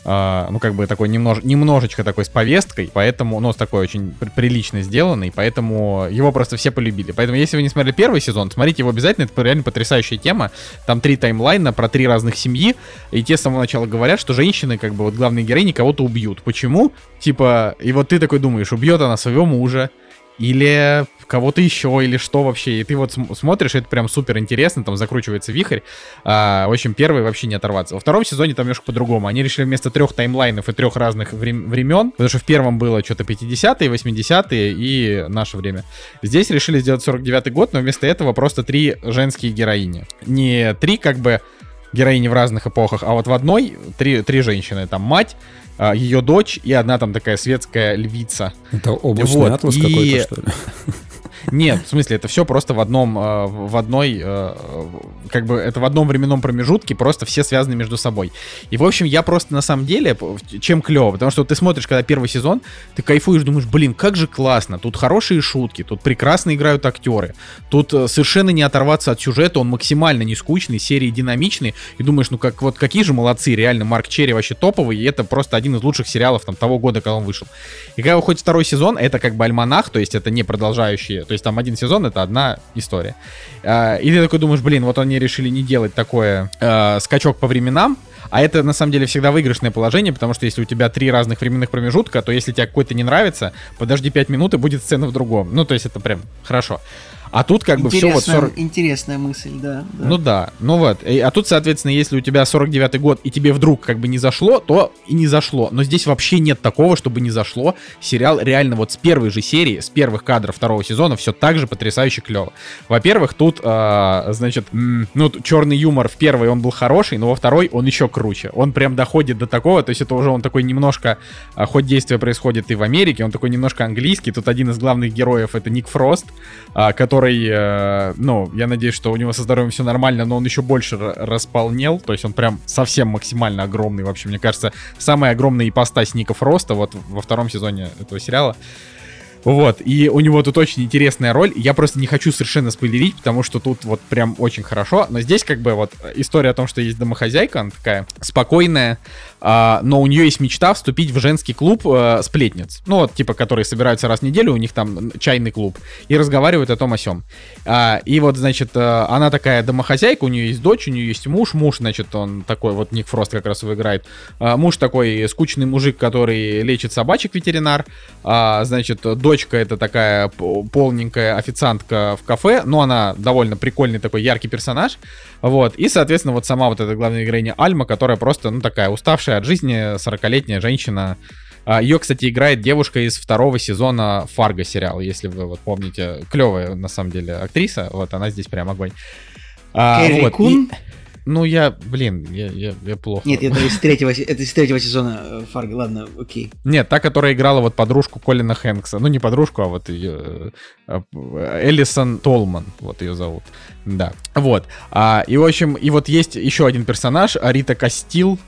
ну, как бы такой немножечко такой с повесткой, поэтому, ну, с такой очень прилично сделанный, поэтому его просто все полюбили. Поэтому, если вы не смотрели первый сезон, смотрите его обязательно, это реально потрясающая тема. Там 3 таймлайна про 3 разных семьи, и те с самого начала говорят, что женщины, как бы, вот главные героини кого-то убьют. Почему? Типа, и вот ты такой думаешь, убьет она своего мужа, или кого-то еще, или что вообще. И ты вот смотришь, это прям супер интересно, там закручивается вихрь. В общем, первый вообще не оторваться. Во втором сезоне там немножко по-другому. Они решили вместо 3 таймлайнов и 3 разных времен, потому что в первом было что-то 50-е, 80-е и наше время. Здесь решили сделать 49-й год, но вместо этого просто 3 женские героини. Не 3 как бы героини в разных эпохах, а вот в одной 3 женщины. Там мать, ее дочь и одна там такая светская львица.
Это облачный атлас какой-то, что ли?
Нет, в смысле, это все просто в одном временном промежутке, просто все связаны между собой. И, в общем, я просто на самом деле, чем клево, потому что ты смотришь, когда первый сезон, ты кайфуешь, думаешь, блин, как же классно, тут хорошие шутки, тут прекрасно играют актеры, тут совершенно не оторваться от сюжета, он максимально не скучный, серии динамичные, и думаешь, ну как, вот какие же молодцы, реально, Марк Черри вообще топовый, и это просто один из лучших сериалов там того года, когда он вышел. И когда выходит второй сезон, это как бы альманах, то есть это не продолжающие, то есть там один сезон, это одна история. И ты такой думаешь, блин, вот они решили не делать такое скачок по временам, а это на самом деле всегда выигрышное положение, потому что если у тебя 3 разных временных промежутка, то если тебе какой-то не нравится, подожди 5 минут и будет сцена в другом. Ну, то есть это прям хорошо. А тут как бы все вот 40...
Интересная мысль, да.
Ну да, ну вот. А тут, соответственно, если у тебя 49-й год, и тебе вдруг как бы не зашло, то и не зашло. Но здесь вообще нет такого, чтобы не зашло. Сериал реально вот с первой же серии, с первых кадров второго сезона все так же потрясающе клево. Во-первых, тут, значит, ну, черный юмор в первой он был хороший, но во второй он еще круче. Он прям доходит до такого, то есть это уже он такой немножко, хоть действие происходит и в Америке, он такой немножко английский. Тут один из главных героев — это Ник Фрост, который, ну, я надеюсь, что у него со здоровьем все нормально, но он еще больше располнел, то есть он прям совсем максимально огромный. Вообще, мне кажется, самая огромная ипостась Ника Фроста вот во втором сезоне этого сериала. Вот, и у него тут очень интересная роль. Я просто не хочу совершенно спойлерить, потому что тут вот прям очень хорошо. Но здесь как бы вот история о том, что есть домохозяйка, она такая спокойная, но у нее есть мечта вступить в женский клуб сплетниц. Ну вот, типа, которые собираются раз в неделю, у них там чайный клуб, и разговаривают о том о сём. И вот, значит, она такая домохозяйка, у нее есть дочь, у нее есть муж, значит, он такой, вот Ник Фрост как раз его играет. Муж такой скучный мужик, который лечит собачек, ветеринар. Значит, дочь это такая полненькая официантка в кафе, но она довольно прикольный такой яркий персонаж, вот, и, соответственно, вот сама вот эта главная героиня Альма, которая просто, ну, такая уставшая от жизни 40-летняя женщина. Ее, кстати, играет девушка из 2 сезона Фарго сериала, если вы вот помните, клевая, на самом деле, актриса, вот, она здесь прям огонь.
Кэрри Кун?
Ну, я плохо.
Нет, это из третьего сезона Фарго, ладно, окей.
Нет, та, которая играла вот подружку Колина Хэнкса. Ну, не подружку, а вот ее... Элисон Толман, вот ее зовут. Да, вот. И, в общем, и вот есть еще один персонаж, Рита Кастильо.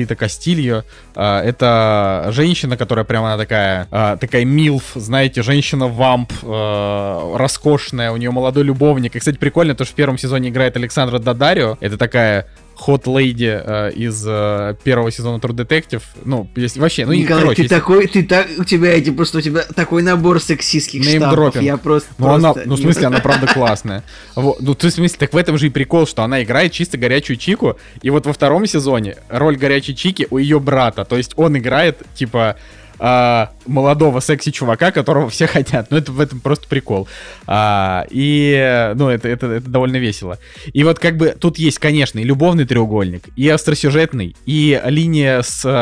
Это женщина, которая прямо она такая милф, знаете, женщина-вамп, роскошная, у нее молодой любовник. И, кстати, прикольно, то, что в первом сезоне играет Александра Дадарио. Это такая хот-лейди из первого сезона True Detective. Ну, если вообще... Ну,
Николай,
короче,
у тебя такой набор сексистских штампов. Я просто...
в смысле, она правда классная. Вот, ну, в смысле, так в этом же и прикол, что она играет чисто горячую чику, и вот во втором сезоне роль горячей чики у ее брата. То есть он играет, типа... молодого секси-чувака, которого все хотят. Ну, это в этом просто прикол. Это довольно весело. И вот как бы тут есть, конечно, и любовный треугольник, и остросюжетный, и линия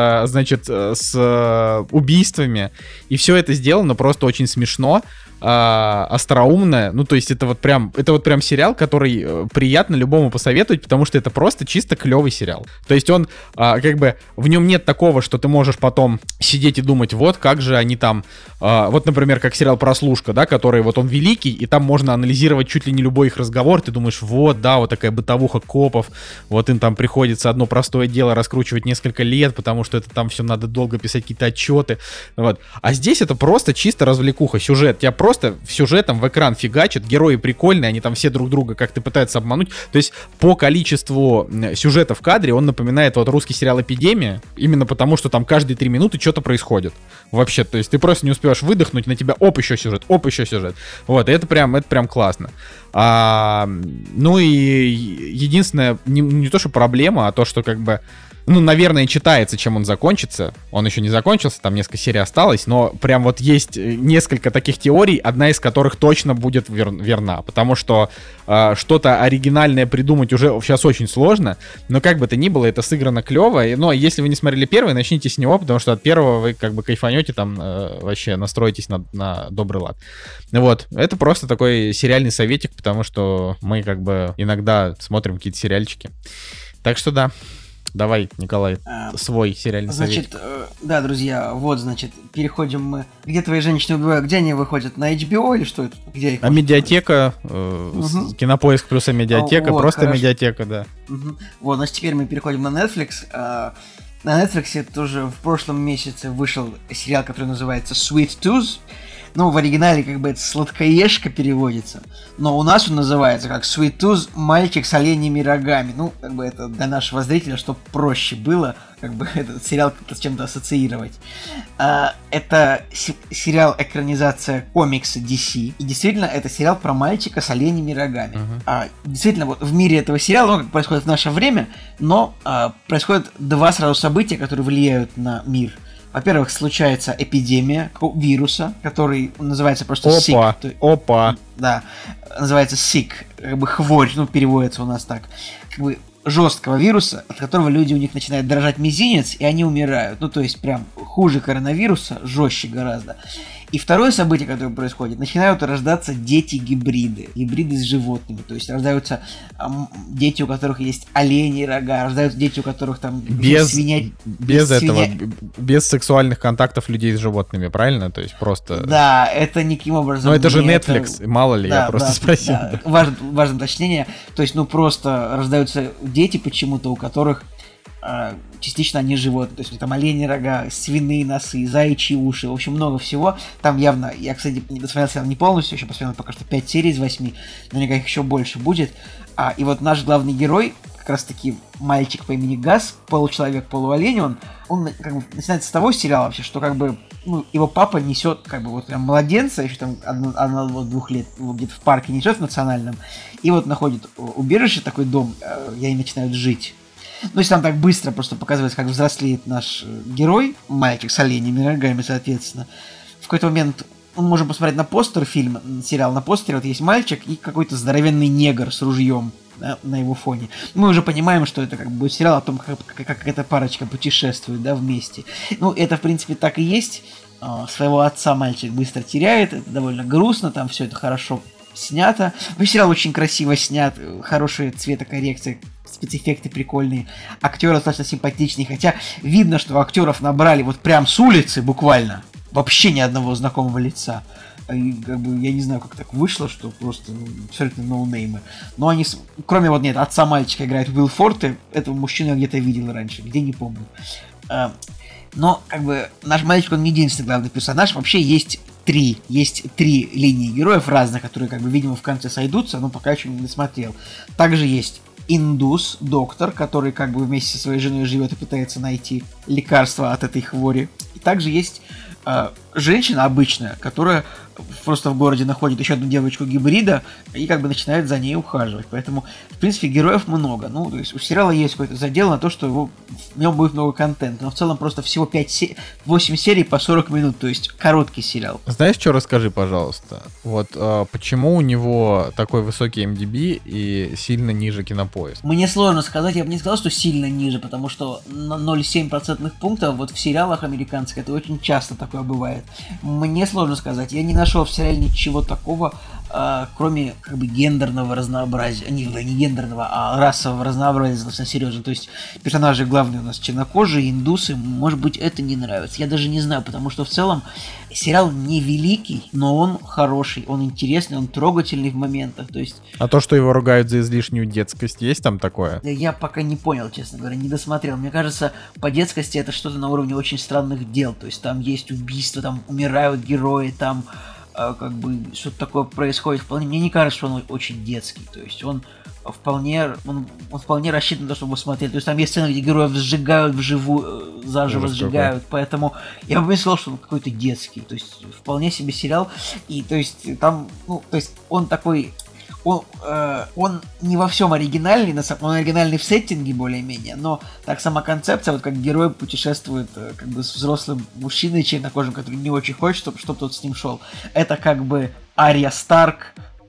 с убийствами, и все это сделано просто очень смешно, остроумно. Ну, то есть это вот прям сериал, который приятно любому посоветовать, потому что это просто чисто клевый сериал. То есть он, как бы, в нем нет такого, что ты можешь потом сидеть и думать, вот, как же же они там, вот, например, как сериал «Прослушка», да, который вот он великий, и там можно анализировать чуть ли не любой их разговор, ты думаешь, вот, да, вот такая бытовуха копов, вот им там приходится одно простое дело раскручивать несколько лет, потому что это там все надо долго писать какие-то отчеты, вот. А здесь это просто чисто развлекуха, сюжет, тебя просто сюжетом в экран фигачат, герои прикольные, они там все друг друга как-то пытаются обмануть, то есть по количеству сюжета в кадре он напоминает вот русский сериал «Эпидемия», именно потому, что там каждые 3 минуты что-то происходит. Вообще, то есть ты просто не успеваешь выдохнуть, на тебя оп, еще сюжет, оп, еще сюжет. Вот, и это прям классно. Ну и единственная, не то что проблема, а то, что как бы, ну, наверное, читается, чем он закончится. Он еще не закончился, там несколько серий осталось, но прям вот есть несколько таких теорий, одна из которых точно будет верна, потому что что-то оригинальное придумать уже сейчас очень сложно, но как бы то ни было, это сыграно клево, но если вы не смотрели первый, начните с него, потому что от первого вы как бы кайфанете, там вообще настроитесь на добрый лад. Вот, это просто такой сериальный советик, потому что мы как бы иногда смотрим какие-то сериальчики. Так что да. Давай, Николай, свой сериальный совет.
Значит, да, друзья, вот, значит, переходим мы. Где твои женщины убивают? Где они выходят? На HBO или что это? Где их?
Медиатека, Кинопоиск плюс Медиатека, вот, просто хорошо. Медиатека, да.
Вот, значит, теперь мы переходим на Netflix. На Netflix тоже в прошлом месяце вышел сериал, который называется Sweet Tooth. Ну, в оригинале как бы это «Сладкоежка» переводится, но у нас он называется как «Sweet Tooth. Мальчик с оленями рогами». Ну, как бы это для нашего зрителя, чтобы проще было, как бы этот сериал как-то с чем-то ассоциировать. Это сериал-экранизация комикса DC, и действительно это сериал про мальчика с оленями рогами. Действительно, вот в мире этого сериала, ну, как происходит в наше время, но происходят два сразу события, которые влияют на мир. Во-первых, случается эпидемия вируса, который называется просто Sick.
Опа!
Да, называется Sick, как бы хворь, ну, переводится у нас так. Как бы жесткого вируса, от которого люди у них начинает дрожать мизинец, и они умирают. Ну, то есть, прям хуже коронавируса, жестче гораздо. И второе событие, которое происходит, начинают рождаться дети-гибриды. Гибриды с животными. То есть рождаются дети, у которых есть олени рога, рождаются дети, у которых там
без сексуальных контактов людей с животными, правильно? То есть просто...
Да, это никаким образом...
Но это же Netflix, мало ли, я просто спросил.
Да. Важное уточнение. То есть, ну, просто рождаются дети почему-то, у которых частично они животные, то есть там олени рога, свиные носы, заячьи уши, в общем, много всего. Там явно, я, кстати, не досмотрел сериал не полностью, еще посмотрел пока что 5 серий из 8, наверняка их еще больше будет. И вот наш главный герой, как раз таки мальчик по имени Газ, получеловек, полуолень, он как бы начинается с того сериала вообще, что как бы, ну, его папа несет как бы вот прям младенца, еще там 1-2 лет где-то в парке несет в национальном, и вот находит убежище, такой дом, и они начинают жить. Ну, если там так быстро просто показывается, как взрослеет наш герой, мальчик с оленями рогами, соответственно, в какой-то момент мы можем посмотреть на постер сериал на постере, вот есть мальчик и какой-то здоровенный негр с ружьем, да, на его фоне. Мы уже понимаем, что это как бы будет сериал о том, как эта парочка путешествует, да, вместе. Ну, это, в принципе, так и есть. Своего отца мальчик быстро теряет, это довольно грустно, там все это хорошо снято. Сериал очень красиво снят, хорошая цветокоррекция, спецэффекты прикольные, актеры достаточно симпатичные, хотя видно, что актеров набрали вот прям с улицы буквально, вообще ни одного знакомого лица. И, как бы, я не знаю, как так вышло, что просто абсолютно ноунеймы. Но они, кроме вот нет, отца мальчика играет Уилл Форте, этого мужчину я где-то видел раньше, где не помню. Но, как бы, наш мальчик, он не единственный главный персонаж, вообще есть три линии героев разных, которые, как бы, видимо, в конце сойдутся, но пока еще не досмотрел. Также есть индус, доктор, который как бы вместе со своей женой живет и пытается найти лекарство от этой хвори. И также есть женщина обычная, которая просто в городе находит еще одну девочку-гибрида и как бы начинает за ней ухаживать. Поэтому, в принципе, героев много. Ну, то есть у сериала есть какой-то задел на то, что в нем будет много контента. Но в целом просто всего 8 серий по 40 минут, то есть короткий сериал.
Знаешь, что расскажи, пожалуйста? Вот почему у него такой высокий MDB и сильно ниже Кинопоиск?
Мне сложно сказать, я бы не сказал, что сильно ниже, потому что на 0,7% пунктов вот в сериалах американских это очень часто такое бывает. Мне сложно сказать, я не нашел в сериале ничего такого, кроме как бы гендерного разнообразия, не гендерного, а расового разнообразия, достаточно серьезно. То есть персонажи главные у нас чернокожие, индусы, может быть, это не нравится. Я даже не знаю, потому что в целом сериал не великий, но он хороший, он интересный, он трогательный в моментах. То есть...
А то, что его ругают за излишнюю детскость, есть там такое?
Я пока не понял, честно говоря, не досмотрел. Мне кажется, по детскости это что-то на уровне очень странных дел. То есть там есть убийства, там умирают герои, там как бы что-то такое происходит. Вполне, мне не кажется, что он очень детский. То есть он вполне рассчитан на то, чтобы смотреть. То есть там есть сцены, где героев сжигают вживую, заживо сжигают. Поэтому я бы не сказал, что он какой-то детский. То есть вполне себе сериал. И то есть там, ну, то есть он такой... Он не во всем оригинальный, он оригинальный в сеттинге более-менее, но так сама концепция, вот как герой путешествует как бы с взрослым мужчиной чернокожим, который не очень хочет, чтобы тот с ним шел. Это как бы Ария Старк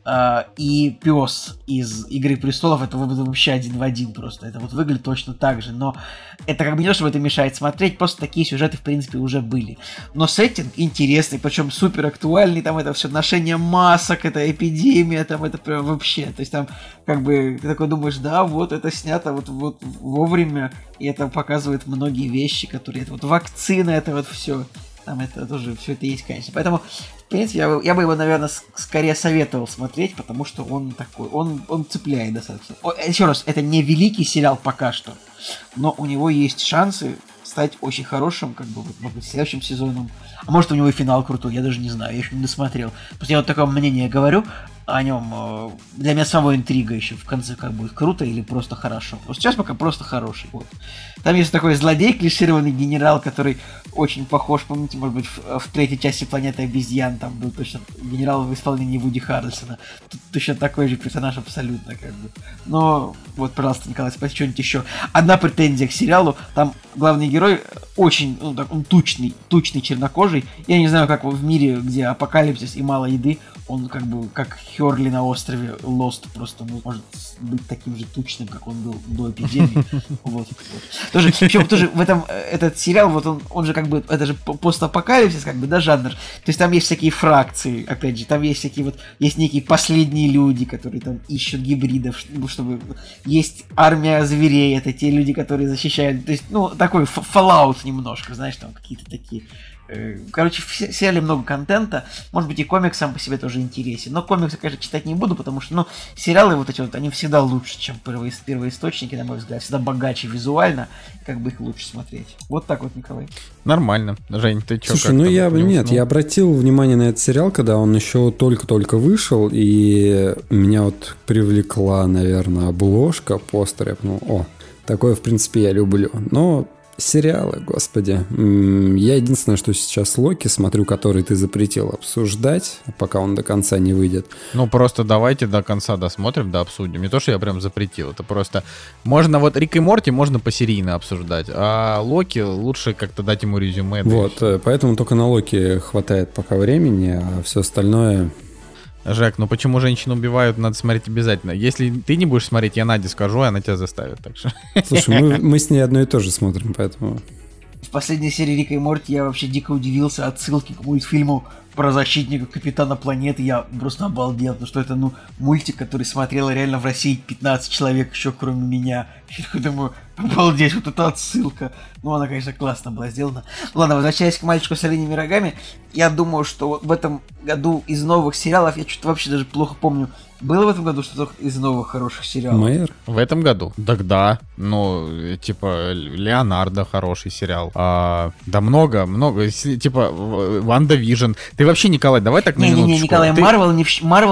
и пес из «Игры престолов», это вообще один в один просто. Это вот выглядит точно так же, но это как бы не то, чтобы это мешает смотреть, просто такие сюжеты, в принципе, уже были. Но сеттинг интересный, причем супер актуальный, там это все ношение масок, это эпидемия, там это прям вообще, то есть там как бы ты такой думаешь, да, вот это снято вот вовремя, и это показывает многие вещи, которые, это вот вакцина, это вот все. Там это тоже, все это есть, конечно. Поэтому, в принципе, я бы его, наверное, скорее советовал смотреть, потому что он такой, он цепляет достаточно. Еще раз, это не великий сериал пока что, но у него есть шансы стать очень хорошим, как бы, может быть, следующим сезоном. А может, у него и финал крутой, я даже не знаю, я еще не досмотрел. Просто я вот такое мнение говорю о нем. Для меня самая интрига еще в конце, как будет круто или просто хорошо. Вот сейчас пока просто хороший. Вот. Там есть такой злодей, клишированный генерал, который очень похож, помните, может быть, в третьей части «Планеты обезьян» там был точно генерал в исполнении Вуди Харрельсона. Тут точно такой же персонаж абсолютно, как бы. Но вот, пожалуйста, Николай, спроси что-нибудь еще. Одна претензия к сериалу, там главный герой очень, ну, так, он тучный чернокожий. Я не знаю, как в мире, где апокалипсис и мало еды, он как бы, как Хёрли на острове Лост, просто может быть таким же тучным, как он был до эпидемии. Вот. Тоже в этом, этот сериал, вот он же как бы, это же постапокалипсис, как бы, да, жанр. То есть там есть всякие фракции, опять же, там есть всякие вот, есть некие последние люди, которые там ищут гибридов, чтобы... Есть армия зверей, это те люди, которые защищают, то есть, ну, такой Fallout немножко, знаешь, там какие-то такие... Короче, в сериале много контента. Может быть, и комикс сам по себе тоже интересен. Но комиксы, конечно, читать не буду, потому что, ну, сериалы вот эти вот, они всегда лучше, чем первоисточники, на мой взгляд. Всегда богаче визуально, как бы их лучше смотреть. Вот так вот, Николай.
Нормально. Жень, ты чё?
Слушай, ну я обратил внимание на этот сериал, когда он еще только-только вышел, и меня вот привлекла, наверное, обложка, постер. Я подумал, о, такое, в принципе, я люблю. Но... Сериалы, господи. Я единственное, что сейчас Локи смотрю, который ты запретил обсуждать, пока он до конца не выйдет.
Ну, просто давайте до конца досмотрим, да обсудим. Не то, что я прям запретил, это просто... Можно вот Рик и Морти можно посерийно обсуждать, а Локи лучше как-то дать ему резюме.
Вот, поэтому только на Локи хватает пока времени, а все остальное...
Жек, ну почему женщину убивают, надо смотреть обязательно. Если ты не будешь смотреть, я Наде скажу, и она тебя заставит. Так что...
Слушай, мы с ней одно и то же смотрим, поэтому...
В последней серии Рика и Морти я вообще дико удивился отсылке к мультфильму про защитника Капитана Планеты. Я просто обалдел, потому что это, ну, мультик, который смотрело реально в России 15 человек еще, кроме меня. Я думаю, обалдеть, вот эта отсылка. Ну, она, конечно, классно была сделана. Ладно, возвращаясь к «Мальчику с оленями рогами», я думаю, что в этом году из новых сериалов, я что-то вообще даже плохо помню, было в этом году что-то из новых хороших сериалов?
Майер?
В этом году? Да. Ну, типа, Леонардо хороший сериал. Да много. Типа, Ванда Вижн. Ты вообще, Николай, давай так на минуточку.
Не, Николай, Марвел не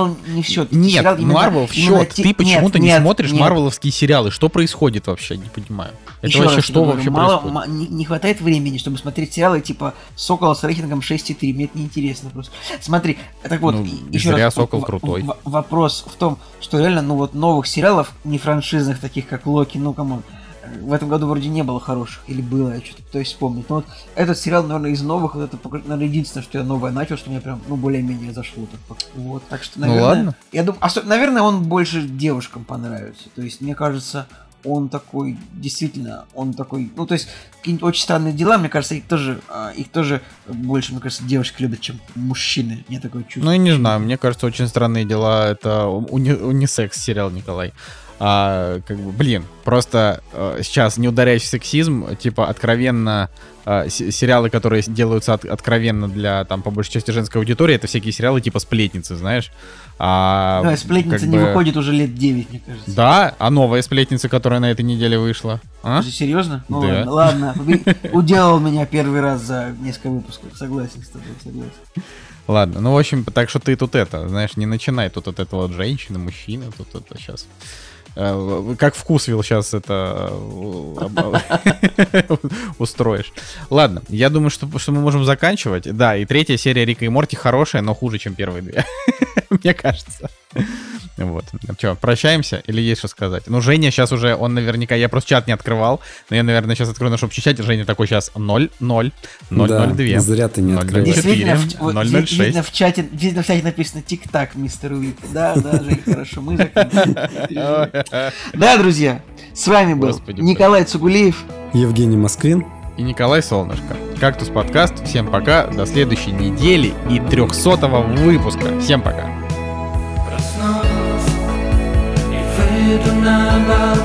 в счет.
Нет, Марвел в счет. Ты почему-то не смотришь марвеловские сериалы. Что происходит вообще? Не понимаю. Это
еще
вообще
раз
что
говорю,
вообще происходит?
Не хватает времени, чтобы смотреть сериалы типа «Сокола» с рейтингом 6,3. Мне это неинтересно просто. Смотри, так вот, еще
зря
раз.
«Сокол» крутой.
Вопрос в том, что реально, ну вот новых сериалов, не франшизных, таких как «Локи», ну камон, в этом году вроде не было хороших, или было, я что-то пытаюсь вспомнить. Но вот этот сериал, наверное, из новых, вот это, наверное, единственное, что я новое начал, что мне прям, ну, более-менее зашло. Вот, так что, наверное,
ну ладно.
Я думаю, наверное, он больше девушкам понравится. То есть, мне кажется, он такой, действительно, он такой, ну, то есть, какие-нибудь очень странные дела, мне кажется, их тоже больше, мне кажется, девушки любят, чем мужчины, мне такое чувство.
Ну, я не знаю, мне кажется, «Очень странные дела» — это унисекс-сериал, Николай. Просто сейчас, не ударяясь в сексизм, типа, откровенно, сериалы, которые делаются откровенно для, там, по большей части женской аудитории, это всякие сериалы типа «Сплетницы», знаешь.
«Сплетница» не выходит уже лет 9, мне кажется.
Да? А новая «Сплетница», которая на этой неделе вышла?
Ты серьезно? Ну,
да.
ладно. Уделал меня первый раз за несколько выпусков. Согласен с тобой, согласен.
Ладно, ну, в общем, так что ты тут знаешь, не начинай тут от этого вот женщины, мужчины, тут это сейчас... Как вкусвилл сейчас это устроишь. Ладно, я думаю, что мы можем заканчивать. Да, и 3-я серия Рика и Морти хорошая, но хуже, чем первые 2. Мне кажется. Вот. Че, прощаемся или есть что сказать? Ну, Женя сейчас уже, он наверняка, я просто чат не открывал, но я, наверное, сейчас открою наш общий чат. Женя такой сейчас 0-0-0-0-2.
Зря ты не открываешь.
Действительно, в чате написано «Тик-так, мистер Уик». Да, Жень, хорошо, мы заканчиваем. Да, друзья, с вами был Николай Цугулиев,
Евгений Москвин
и Николай Солнышко. «Кактус подкаст». Всем пока, до следующей недели и 300-го выпуска. Всем пока.
Выйду на балкон.